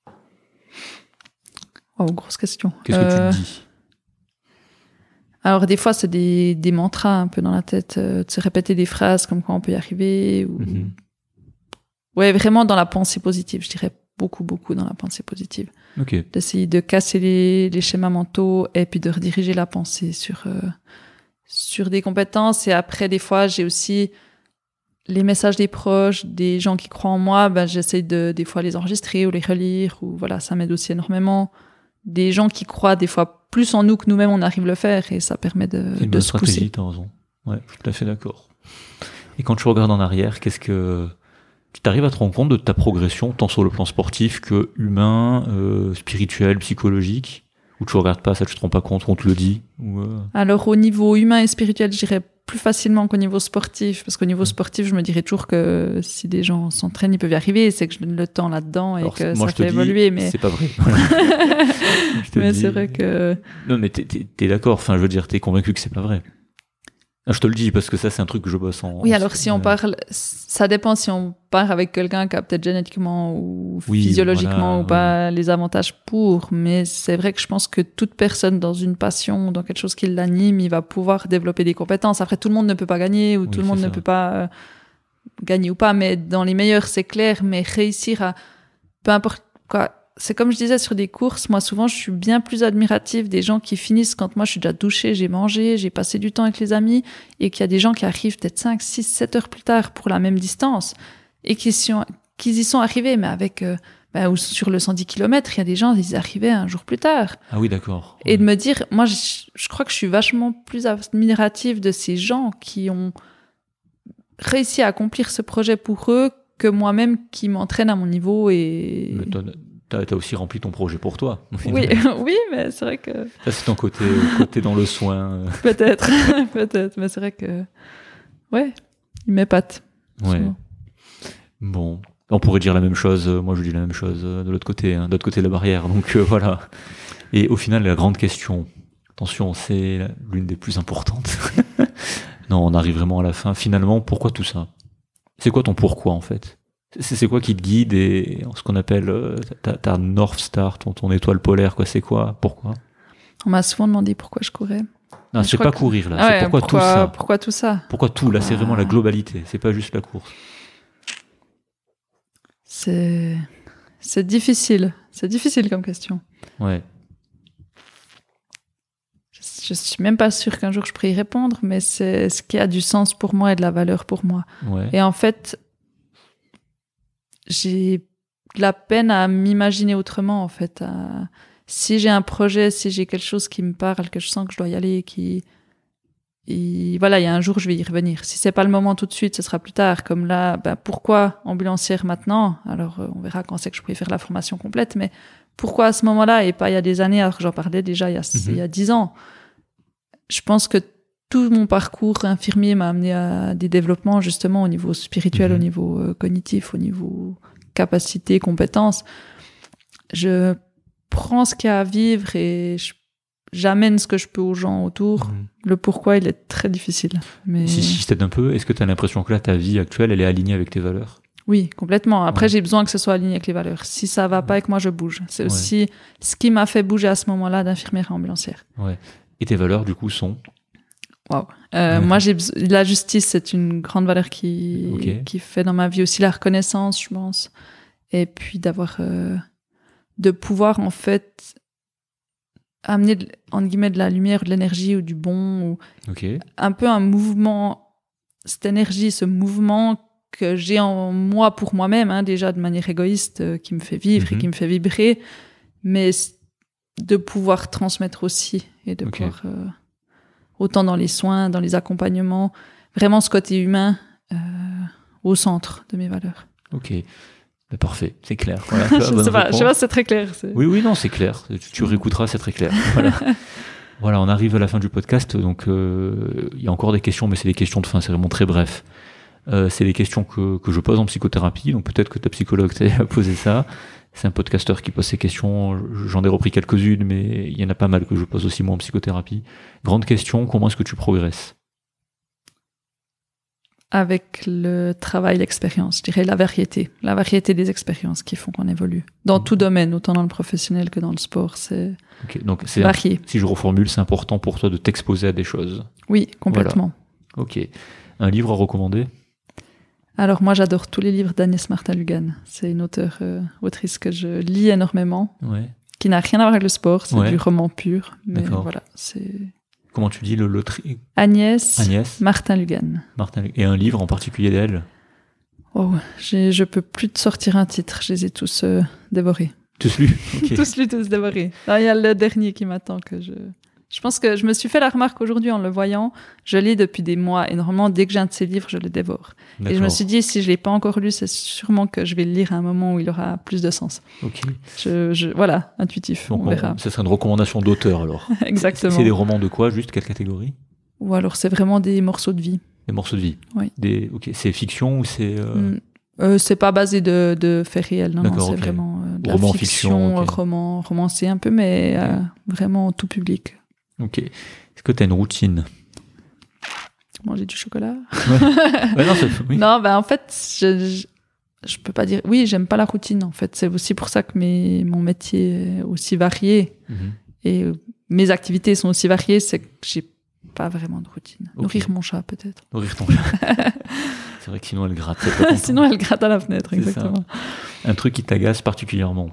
Oh, grosse question. Qu'est-ce que tu te dis? Alors des fois c'est des mantras un peu dans la tête, de se répéter des phrases comme quoi on peut y arriver ou ouais, vraiment dans la pensée positive, je dirais beaucoup dans la pensée positive. Okay. D'essayer de casser les schémas mentaux et puis de rediriger la pensée sur des compétences. Et après des fois j'ai aussi les messages des proches, des gens qui croient en moi, j'essaie de des fois les enregistrer ou les relire ou voilà, ça m'aide aussi énormément. Des gens qui croient des fois plus en nous que nous-mêmes on arrive à le faire et ça permet de se pousser. T'as raison. Ouais, je suis tout à fait d'accord. Et quand tu regardes en arrière, qu'est-ce que tu t'arrives à te rendre compte de ta progression tant sur le plan sportif que humain, spirituel, psychologique, ou tu regardes pas ça, tu te rends pas compte, on te le dit Alors au niveau humain et spirituel, je dirais plus facilement qu'au niveau sportif, parce qu'au niveau sportif, je me dirais toujours que si des gens s'entraînent, ils peuvent y arriver, c'est que je donne le temps là-dedans et alors, que ça fait évoluer. Mais c'est pas vrai. Mais c'est vrai que... Non, mais t'es d'accord, enfin, je veux dire, t'es convaincu que c'est pas vrai. Je te le dis parce que ça c'est un truc que je bosse en... Oui, alors si on parle, ça dépend si on part avec quelqu'un qui a peut-être génétiquement ou physiologiquement ou pas les avantages pour, mais c'est vrai que je pense que toute personne dans une passion, dans quelque chose qui l'anime, il va pouvoir développer des compétences. Après, tout le monde ne peut pas gagner ou tout le monde ne peut pas gagner ou pas, mais dans les meilleurs c'est clair, mais réussir à, peu importe quoi, c'est comme je disais sur des courses, moi souvent je suis bien plus admirative des gens qui finissent quand moi je suis déjà douchée, j'ai mangé, j'ai passé du temps avec les amis et qu'il y a des gens qui arrivent peut-être 5, 6, 7 heures plus tard pour la même distance et qu'ils y sont arrivés mais avec ou sur le 110 km, il y a des gens ils y arrivaient un jour plus tard. Ah oui, d'accord. Et de me dire, moi je crois que je suis vachement plus admirative de ces gens qui ont réussi à accomplir ce projet pour eux que moi-même qui m'entraîne à mon niveau et... T'as aussi rempli ton projet pour toi. Oui, oui, mais c'est vrai que... Ça, c'est ton côté dans le soin. Peut-être, mais c'est vrai que... Ouais, il m'épate. Ouais. Souvent. Bon, on pourrait dire la même chose. Moi, je dis la même chose de l'autre côté, de l'autre côté de la barrière. Donc, voilà. Et au final, la grande question, attention, c'est l'une des plus importantes. Non, on arrive vraiment à la fin. Finalement, pourquoi tout ça? C'est quoi ton pourquoi, en fait? C'est quoi qui te guide et ce qu'on appelle ta North Star, ton étoile polaire, quoi? C'est quoi? Pourquoi? On m'a souvent demandé pourquoi je courais. Non, c'est pas courir, là. C'est pourquoi tout ça? Pourquoi tout ça? Pourquoi tout? Là, c'est vraiment la globalité. C'est pas juste la course. C'est difficile. C'est difficile comme question. Ouais. Je suis même pas sûre qu'un jour je pourrais y répondre, mais c'est ce qui a du sens pour moi et de la valeur pour moi. Ouais. Et en fait, j'ai de la peine à m'imaginer autrement, en fait. Si j'ai un projet, si j'ai quelque chose qui me parle, que je sens que je dois y aller, voilà, il y a un jour, je vais y revenir. Si c'est pas le moment tout de suite, ce sera plus tard. Comme là, pourquoi ambulancière maintenant? Alors, on verra quand c'est que je pourrais faire la formation complète, mais pourquoi à ce moment-là et pas il y a des années, alors que j'en parlais déjà il y a 10 ans? Je pense que tout mon parcours infirmier m'a amené à des développements, justement, au niveau spirituel, au niveau cognitif, au niveau capacité, compétences. Je prends ce qu'il y a à vivre et j'amène ce que je peux aux gens autour. Le pourquoi, il est très difficile. Mais... Si je t'aide un peu, est-ce que tu as l'impression que là, ta vie actuelle, elle est alignée avec tes valeurs? Oui, complètement. Après, j'ai besoin que ce soit aligné avec les valeurs. Si ça va pas avec moi, je bouge. C'est aussi ce qui m'a fait bouger à ce moment-là d'infirmière ambulancière. Ouais. Et tes valeurs, du coup, sont? Wow. Moi, la justice, c'est une grande valeur qui fait dans ma vie aussi la reconnaissance, je pense. Et puis de pouvoir, en fait, amener, entre guillemets, de la lumière, de l'énergie ou du bon, ou un peu un mouvement, cette énergie, ce mouvement que j'ai en moi pour moi-même, déjà de manière égoïste, qui me fait vivre et qui me fait vibrer, mais de pouvoir transmettre aussi et de pouvoir, autant dans les soins, dans les accompagnements, vraiment ce côté humain au centre de mes valeurs. Ok. Parfait, c'est clair. Voilà, je sais pas si c'est très clair. Oui, non, c'est clair. Tu réécouteras, c'est très clair. Voilà, on arrive à la fin du podcast, donc il y a encore des questions, mais c'est des questions de fin, c'est vraiment très bref. C'est des questions que je pose en psychothérapie, donc peut-être que ta psychologue t'a posé ça. C'est un podcasteur qui pose ces questions, j'en ai repris quelques-unes, mais il y en a pas mal que je pose aussi moi en psychothérapie. Grande question, comment est-ce que tu progresses? Avec le travail, l'expérience, je dirais la variété des expériences qui font qu'on évolue. Dans tout domaine, autant dans le professionnel que dans le sport, c'est varié. Si je reformule, c'est important pour toi de t'exposer à des choses. Oui, complètement. Voilà. Ok. Un livre à recommander? Alors moi, j'adore tous les livres d'Agnès Martin-Lugan. C'est une autrice que je lis énormément, qui n'a rien à voir avec le sport, c'est du roman pur. Mais voilà, c'est... Comment tu dis le Agnès Martin-Lugan. Et un livre en particulier d'elle? Oh, je peux plus te sortir un titre. Je les ai tous dévorés. Tous lus? Tous lus, tous dévorés. Il y a le dernier qui m'attend que Je pense que je me suis fait la remarque aujourd'hui en le voyant. Je lis depuis des mois et normalement, dès que j'ai un de ces livres, je le dévore. D'accord. Et je me suis dit, si je l'ai pas encore lu, c'est sûrement que je vais le lire à un moment où il aura plus de sens. Ok. Voilà, intuitif. Donc, on verra. Ça serait une recommandation d'auteur alors. Exactement. C'est des romans de quoi? Juste quelle catégorie? Ou alors c'est vraiment des morceaux de vie. Des morceaux de vie. Oui. C'est fiction ou c'est c'est pas basé de faits réels, non, c'est vraiment de la fiction, romancé un peu, mais vraiment tout public. Ok. Est-ce que tu as une routine? Manger du chocolat. Oui. Non, en fait, je peux pas dire. Oui, j'aime pas la routine. En fait, c'est aussi pour ça que mon métier est aussi varié et mes activités sont aussi variées. C'est que j'ai pas vraiment de routine. Okay. Nourrir mon chat, peut-être. Nourrir ton chat. C'est vrai que sinon elle gratte. Sinon elle gratte à la fenêtre, exactement. Ça. Un truc qui t'agace particulièrement?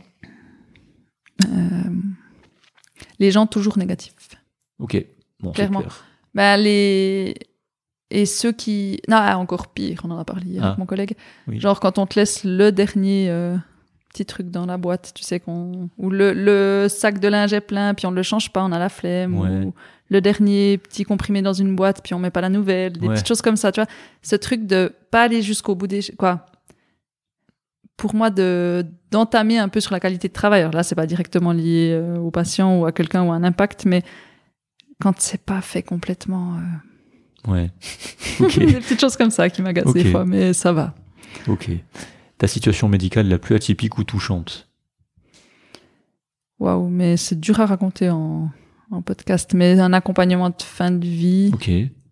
Les gens toujours négatifs. Ok, bon, clairement. C'est clair. Et ceux qui... Non, encore pire, on en a parlé hier avec mon collègue. Oui. Genre quand on te laisse le dernier petit truc dans la boîte, tu sais, ou le sac de linge est plein, puis on ne le change pas, on a la flemme, ou le dernier petit comprimé dans une boîte, puis on met pas la nouvelle, des petites choses comme ça, tu vois. Ce truc de pas aller jusqu'au bout des... Quoi. Pour moi, d'entamer un peu sur la qualité de travail. Alors là, c'est pas directement lié au patient ou à quelqu'un ou à un impact, mais quand c'est pas fait complètement... Ouais. Okay. Des petites choses comme ça qui m'agacent des fois, mais ça va. Ok. Ta situation médicale la plus atypique ou touchante? Waouh, mais c'est dur à raconter en podcast, mais un accompagnement de fin de vie. Ok.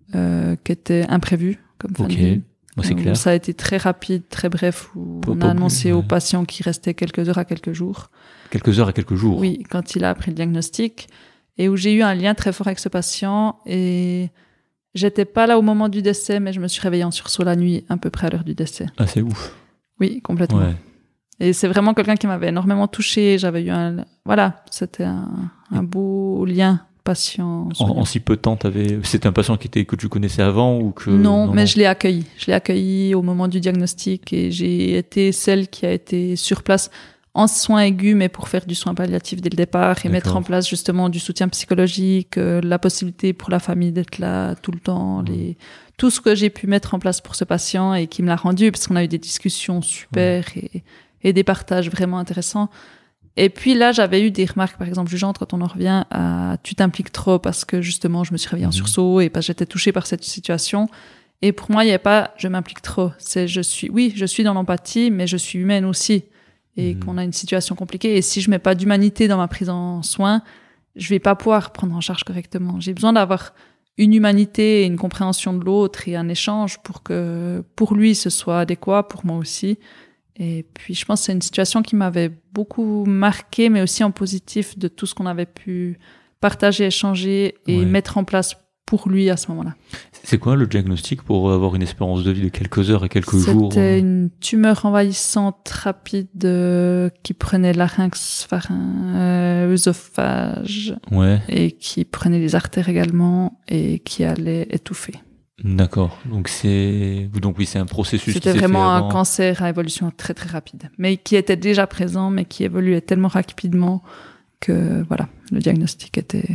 qui était imprévu comme fin de vie. Moi, c'est clair. Ça a été très rapide, très bref, où on a annoncé au patient qu'il restait quelques heures à quelques jours. Quelques heures à quelques jours. Oui, quand il a appris le diagnostic, et où j'ai eu un lien très fort avec ce patient, et j'étais pas là au moment du décès, mais je me suis réveillée en sursaut la nuit, à peu près à l'heure du décès. Ah, c'est ouf. Oui, complètement. Ouais. Et c'est vraiment quelqu'un qui m'avait énormément touchée. J'avais eu c'était un beau lien patient. En si peu de temps, c'était un patient que tu connaissais avant ou que... Non, mais je l'ai accueilli. Je l'ai accueilli au moment du diagnostic et j'ai été celle qui a été sur place en soins aigus, mais pour faire du soin palliatif dès le départ et mettre en place justement du soutien psychologique, la possibilité pour la famille d'être là tout le temps, tout ce que j'ai pu mettre en place pour ce patient et qui me l'a rendu, parce qu'on a eu des discussions super et des partages vraiment intéressants. Et puis là, j'avais eu des remarques, par exemple, jugeantes quand on en revient à « tu t'impliques trop » parce que justement, je me suis réveillée en sursaut et parce que j'étais touchée par cette situation. Et pour moi, il n'y avait pas « je m'implique trop ». C'est je suis dans l'empathie, mais je suis humaine aussi. Et qu'on a une situation compliquée. Et si je mets pas d'humanité dans ma prise en soin, je vais pas pouvoir prendre en charge correctement. J'ai besoin d'avoir une humanité et une compréhension de l'autre et un échange pour que pour lui ce soit adéquat, pour moi aussi. Et puis je pense que c'est une situation qui m'avait beaucoup marquée, mais aussi en positif de tout ce qu'on avait pu partager, échanger et mettre en place pour lui à ce moment-là. C'est quoi le diagnostic pour avoir une espérance de vie de quelques heures et quelques jours? C'était une tumeur envahissante rapide qui prenait larynx, pharynx, œsophage et qui prenait les artères également et qui allait étouffer. D'accord. Donc oui, c'est un processus. C'était vraiment un cancer à évolution très très rapide, mais qui était déjà présent, mais qui évoluait tellement rapidement que voilà, le diagnostic était.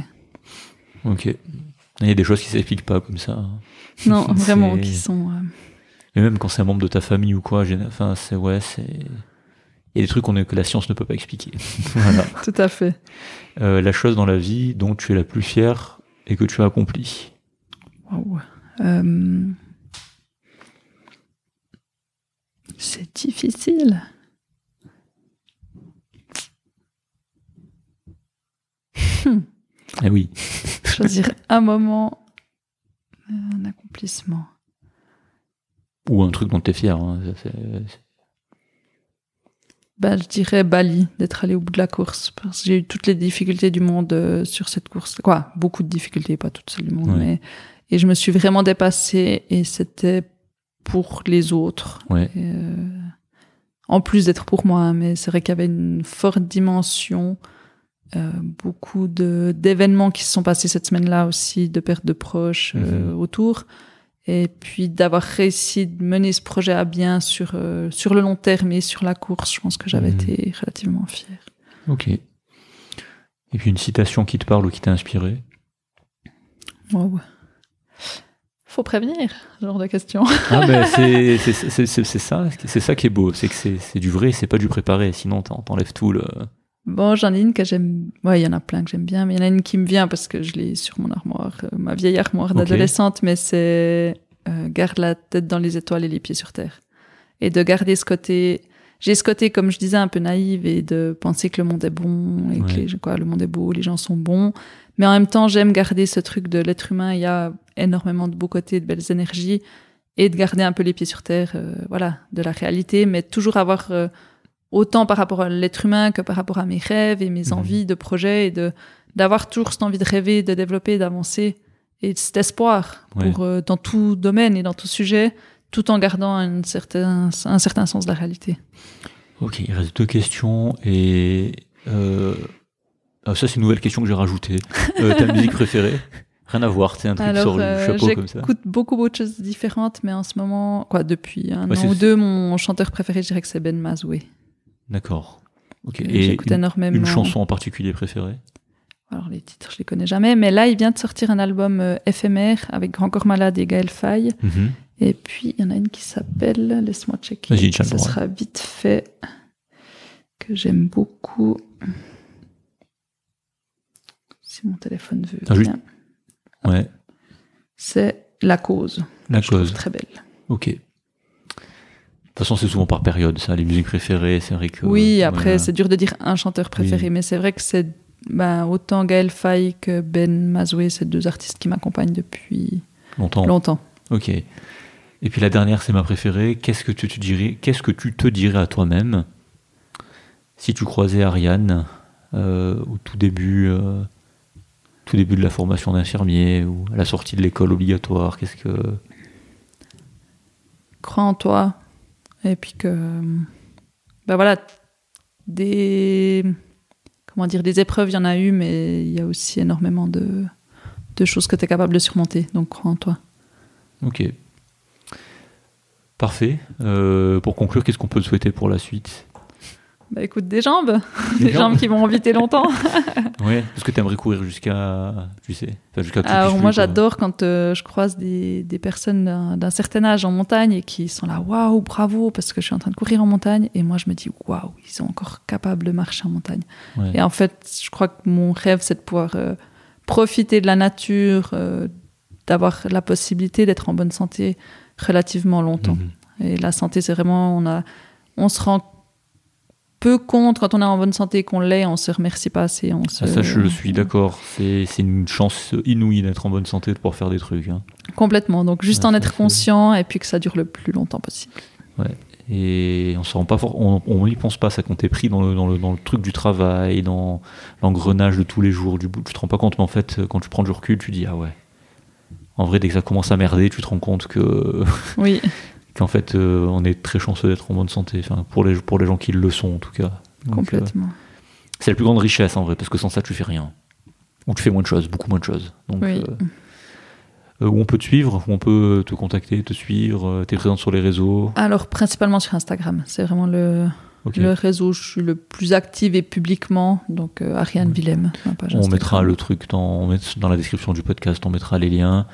Ok. Il y a des choses qui s'expliquent pas comme ça. Non, vraiment, qui sont... Et même quand c'est un membre de ta famille ou quoi, il y a des trucs que la science ne peut pas expliquer. Voilà. Tout à fait. La chose dans la vie dont tu es la plus fière et que tu as accomplie. Waouh. C'est difficile. Eh oui. Choisir un moment, un accomplissement. Ou un truc dont tu es fier. Hein. Je dirais Bali, d'être allé au bout de la course. Parce que j'ai eu toutes les difficultés du monde sur cette course. Beaucoup de difficultés, pas toutes celles du monde. Mais... Et je me suis vraiment dépassée et c'était pour les autres. Ouais. En plus d'être pour moi, mais c'est vrai qu'il y avait une forte dimension. Beaucoup d'événements qui se sont passés cette semaine-là aussi, de pertes de proches autour. Et puis d'avoir réussi de mener ce projet à bien sur le long terme et sur la course, je pense que j'avais été relativement fière. Ok. Et puis une citation qui te parle ou qui t'a inspiré? Wow. Faut prévenir, ce genre de questions. Ah ben c'est ça qui est beau, c'est que c'est du vrai, c'est pas du préparé, sinon t'enlèves tout le... Bon, j'en ai une que j'aime. Ouais, il y en a plein que j'aime bien, mais il y en a une qui me vient parce que je l'ai sur mon armoire, ma vieille armoire d'adolescente, mais c'est garde la tête dans les étoiles et les pieds sur terre. Et de garder ce côté. J'ai ce côté, comme je disais, un peu naïve et de penser que le monde est bon et que le monde est beau, les gens sont bons. Mais en même temps, j'aime garder ce truc de l'être humain. Il y a énormément de beaux côtés, de belles énergies et de garder un peu les pieds sur terre, de la réalité, mais toujours avoir autant par rapport à l'être humain que par rapport à mes rêves et mes envies de projets et d'avoir toujours cette envie de rêver, de développer, d'avancer et cet espoir pour dans tout domaine et dans tout sujet, tout en gardant un certain sens de la réalité. Ok, il reste 2 questions et ça c'est une nouvelle question que j'ai rajoutée. Ta musique préférée? Rien à voir, c'est un truc sur le chapeau comme ça. J'écoute beaucoup de choses différentes, mais en ce moment, depuis un an ou deux, mon chanteur préféré, je dirais que c'est Ben Mazoué. D'accord. Ok. Et j'écoute énormément. Une chanson en particulier préférée? Alors les titres, je les connais jamais, mais là, il vient de sortir un album éphémère avec Grand Corps Malade et Gaël Faye. Et puis, il y en a une qui s'appelle, laisse-moi checker, ça sera vite fait, que j'aime beaucoup. Si mon téléphone veut bien. Ouais. C'est La Cause. La Cause. Très belle. Ok. De toute façon, c'est souvent par période, ça, les musiques préférées, c'est vrai que... Oui, après, c'est dur de dire un chanteur préféré, mais c'est vrai que c'est autant Gaël Faye que Ben Mazoué, c'est 2 artistes qui m'accompagnent depuis Longtemps. Ok. Et puis la dernière, c'est ma préférée. Qu'est-ce que tu te dirais à toi-même si tu croisais Ariane au tout début de la formation d'infirmier ou à la sortie de l'école obligatoire? Crois en toi. Et puis que... voilà, des épreuves, il y en a eu, mais il y a aussi énormément de choses que tu es capable de surmonter. Donc crois en toi. Ok. Parfait. Pour conclure, qu'est-ce qu'on peut te souhaiter pour la suite? Écoute, des jambes. Des jambes qui vont éviter longtemps. Ouais, parce que tu aimerais courir jusqu'à Alors moi, j'adore quand je croise des personnes d'un certain âge en montagne et qui sont là, waouh, bravo, parce que je suis en train de courir en montagne. Et moi, je me dis, waouh, ils sont encore capables de marcher en montagne. Ouais. Et en fait, je crois que mon rêve, c'est de pouvoir profiter de la nature, d'avoir la possibilité d'être en bonne santé relativement longtemps. Et la santé, c'est vraiment... On se rend peu compte quand on est en bonne santé qu'on l'est, on se remercie pas assez. Ça, je suis d'accord. C'est une chance inouïe d'être en bonne santé, de pouvoir faire des trucs. Hein. Complètement. Donc juste en être conscient et puis que ça dure le plus longtemps possible. Ouais. Et on se rend pas on n'y pense pas, ça, quand t'es pris dans le truc du travail, dans l'engrenage de tous les jours, tu te rends pas compte, mais en fait, quand tu prends du recul, tu dis, ah ouais. En vrai, dès que ça commence à merder, tu te rends compte que... Oui. Qu'en fait, on est très chanceux d'être en bonne santé, enfin, pour les gens qui le sont, en tout cas. Donc, complètement. C'est la plus grande richesse, en vrai, parce que sans ça, tu fais rien. Ou tu fais moins de choses, beaucoup moins de choses. Donc, oui. Où on peut te suivre, où on peut te contacter, te suivre, t'es présente sur les réseaux? Alors, principalement sur Instagram. C'est vraiment le réseau où je suis le plus active et publiquement. Donc, Ariane Willem, ma page Instagram. On mettra le truc dans la description du podcast, on mettra les liens.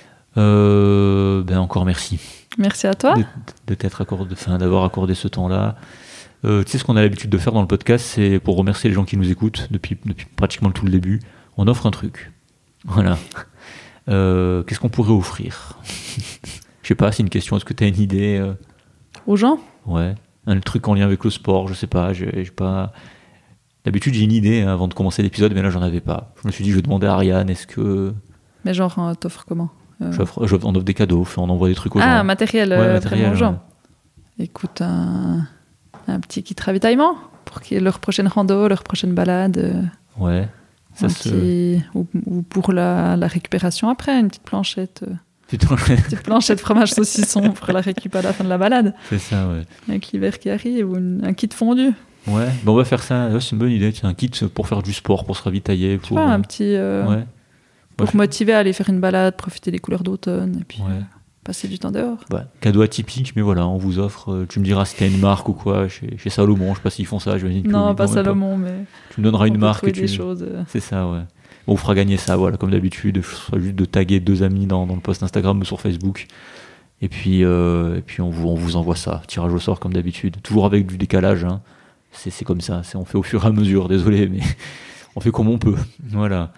Encore merci. Merci à toi. D'avoir accordé ce temps-là. Tu sais ce qu'on a l'habitude de faire dans le podcast, c'est pour remercier les gens qui nous écoutent depuis pratiquement tout le début. On offre un truc. Voilà. Qu'est-ce qu'on pourrait offrir? Je sais pas, c'est une question. Est-ce que tu as une idée aux gens? Ouais. Un truc en lien avec le sport, je sais pas. J'ai pas. D'habitude, j'ai une idée avant de commencer l'épisode, mais là, j'en avais pas. Je me suis dit, je vais demander à Ariane, est-ce que. Mais genre, t'offres comment? On offre des cadeaux, on envoie des trucs aux gens. Ah, matériel aux gens. Ouais. Écoute, un petit kit ravitaillement pour leur prochaine rando, leur prochaine balade. Ouais. Ou pour la récupération après, une petite planchette. Petite planchette fromage saucisson pour la récup à la fin de la balade. C'est ça, ouais. Avec l'hiver qui arrive, ou un kit fondu. Ouais, on va faire ça. Ouais, c'est une bonne idée. Un kit pour faire du sport, pour se ravitailler. Un petit... ouais. Pour motiver à aller faire une balade, profiter des couleurs d'automne, et puis passer du temps dehors. Cadeau atypique, mais voilà, on vous offre. Tu me diras si t'as une marque ou quoi, chez Salomon, je sais pas s'ils font ça. Non, pas Salomon, mais. Tu me donneras une marque. Des choses. C'est ça, ouais. On vous fera gagner ça, voilà, comme d'habitude. Ce sera juste de taguer 2 amis dans le post Instagram ou sur Facebook. Et puis on vous envoie ça. Tirage au sort, comme d'habitude. Toujours avec du décalage, hein. C'est comme ça. On fait au fur et à mesure, désolé, mais on fait comme on peut. Voilà.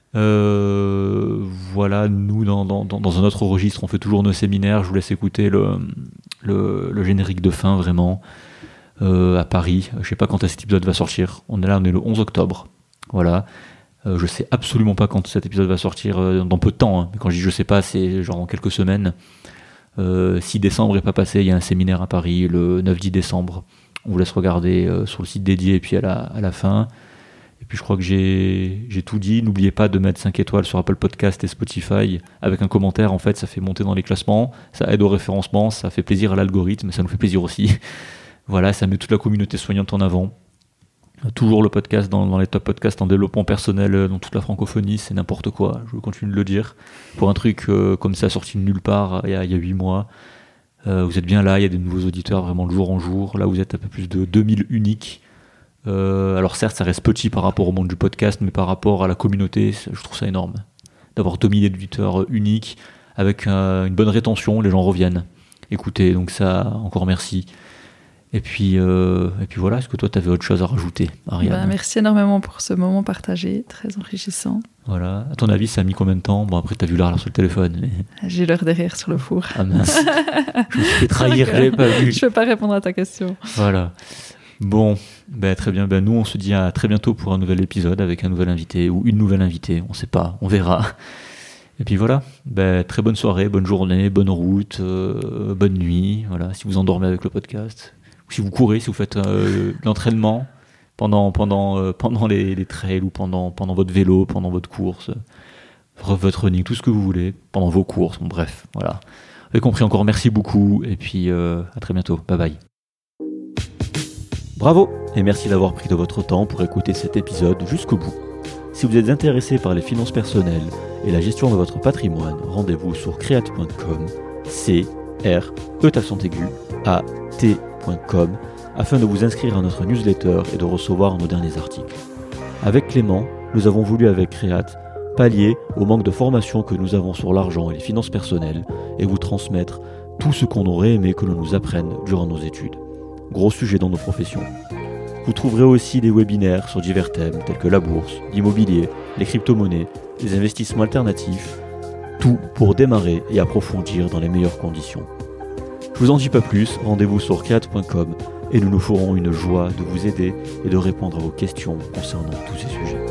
Voilà, nous dans un autre registre, on fait toujours nos séminaires. Je vous laisse écouter le générique de fin, vraiment, à Paris. Je sais pas quand cet épisode va sortir. On est le 11 octobre. Voilà. Je sais absolument pas quand cet épisode va sortir, dans peu de temps, hein. Mais quand je dis je sais pas, c'est genre dans quelques semaines. 6 décembre est pas passé, il y a un séminaire à Paris le 9-10 décembre. On vous laisse regarder sur le site dédié et puis à la fin. Et puis je crois que j'ai tout dit. N'oubliez pas de mettre 5 étoiles sur Apple Podcast et Spotify avec un commentaire. En fait, ça fait monter dans les classements, ça aide au référencement, ça fait plaisir à l'algorithme, ça nous fait plaisir aussi. Voilà, ça met toute la communauté soignante en avant. Toujours le podcast dans les top podcasts en développement personnel dans toute la francophonie, c'est n'importe quoi, je continue de le dire. Pour un truc comme ça, sorti de nulle part il y a 8 mois, vous êtes bien là, il y a des nouveaux auditeurs vraiment de jour en jour. Là, vous êtes à peu plus de 2000 uniques. Alors certes, ça reste petit par rapport au monde du podcast, mais par rapport à la communauté, je trouve ça énorme. D'avoir 2000 auditeurs uniques, avec une bonne rétention, les gens reviennent. Écoutez, donc ça, encore merci. Et puis voilà, est-ce que toi, tu avais autre chose à rajouter, Ariane? Merci énormément pour ce moment partagé, très enrichissant. Voilà. À ton avis, ça a mis combien de temps? Bon, après, tu as vu l'heure sur le téléphone. Mais... J'ai l'heure derrière sur le four. Ah mince. Je me suis fait trahir, je l'ai pas vu. Je ne peux pas répondre à ta question. Voilà. Bon, très bien. Nous, on se dit à très bientôt pour un nouvel épisode avec un nouvel invité ou une nouvelle invitée. On ne sait pas, on verra. Et puis voilà, très bonne soirée, bonne journée, bonne route, bonne nuit. Voilà, si vous endormez avec le podcast, ou si vous courez, si vous faites de l'entraînement pendant les trails ou pendant votre vélo, pendant votre course, votre running, tout ce que vous voulez, pendant vos courses, bref, voilà. Vous avez compris, encore merci beaucoup, et puis à très bientôt, bye bye. Bravo, et merci d'avoir pris de votre temps pour écouter cet épisode jusqu'au bout. Si vous êtes intéressé par les finances personnelles et la gestion de votre patrimoine, rendez-vous sur create.com, CRE@.com, afin de vous inscrire à notre newsletter et de recevoir nos derniers articles. Avec Clément, nous avons voulu avec Create pallier au manque de formation que nous avons sur l'argent et les finances personnelles et vous transmettre tout ce qu'on aurait aimé que l'on nous apprenne durant nos études. Gros sujet dans nos professions. Vous trouverez aussi des webinaires sur divers thèmes tels que la bourse, l'immobilier, les crypto-monnaies, les investissements alternatifs, tout pour démarrer et approfondir dans les meilleures conditions. Je vous en dis pas plus, rendez-vous sur create.com et nous nous ferons une joie de vous aider et de répondre à vos questions concernant tous ces sujets.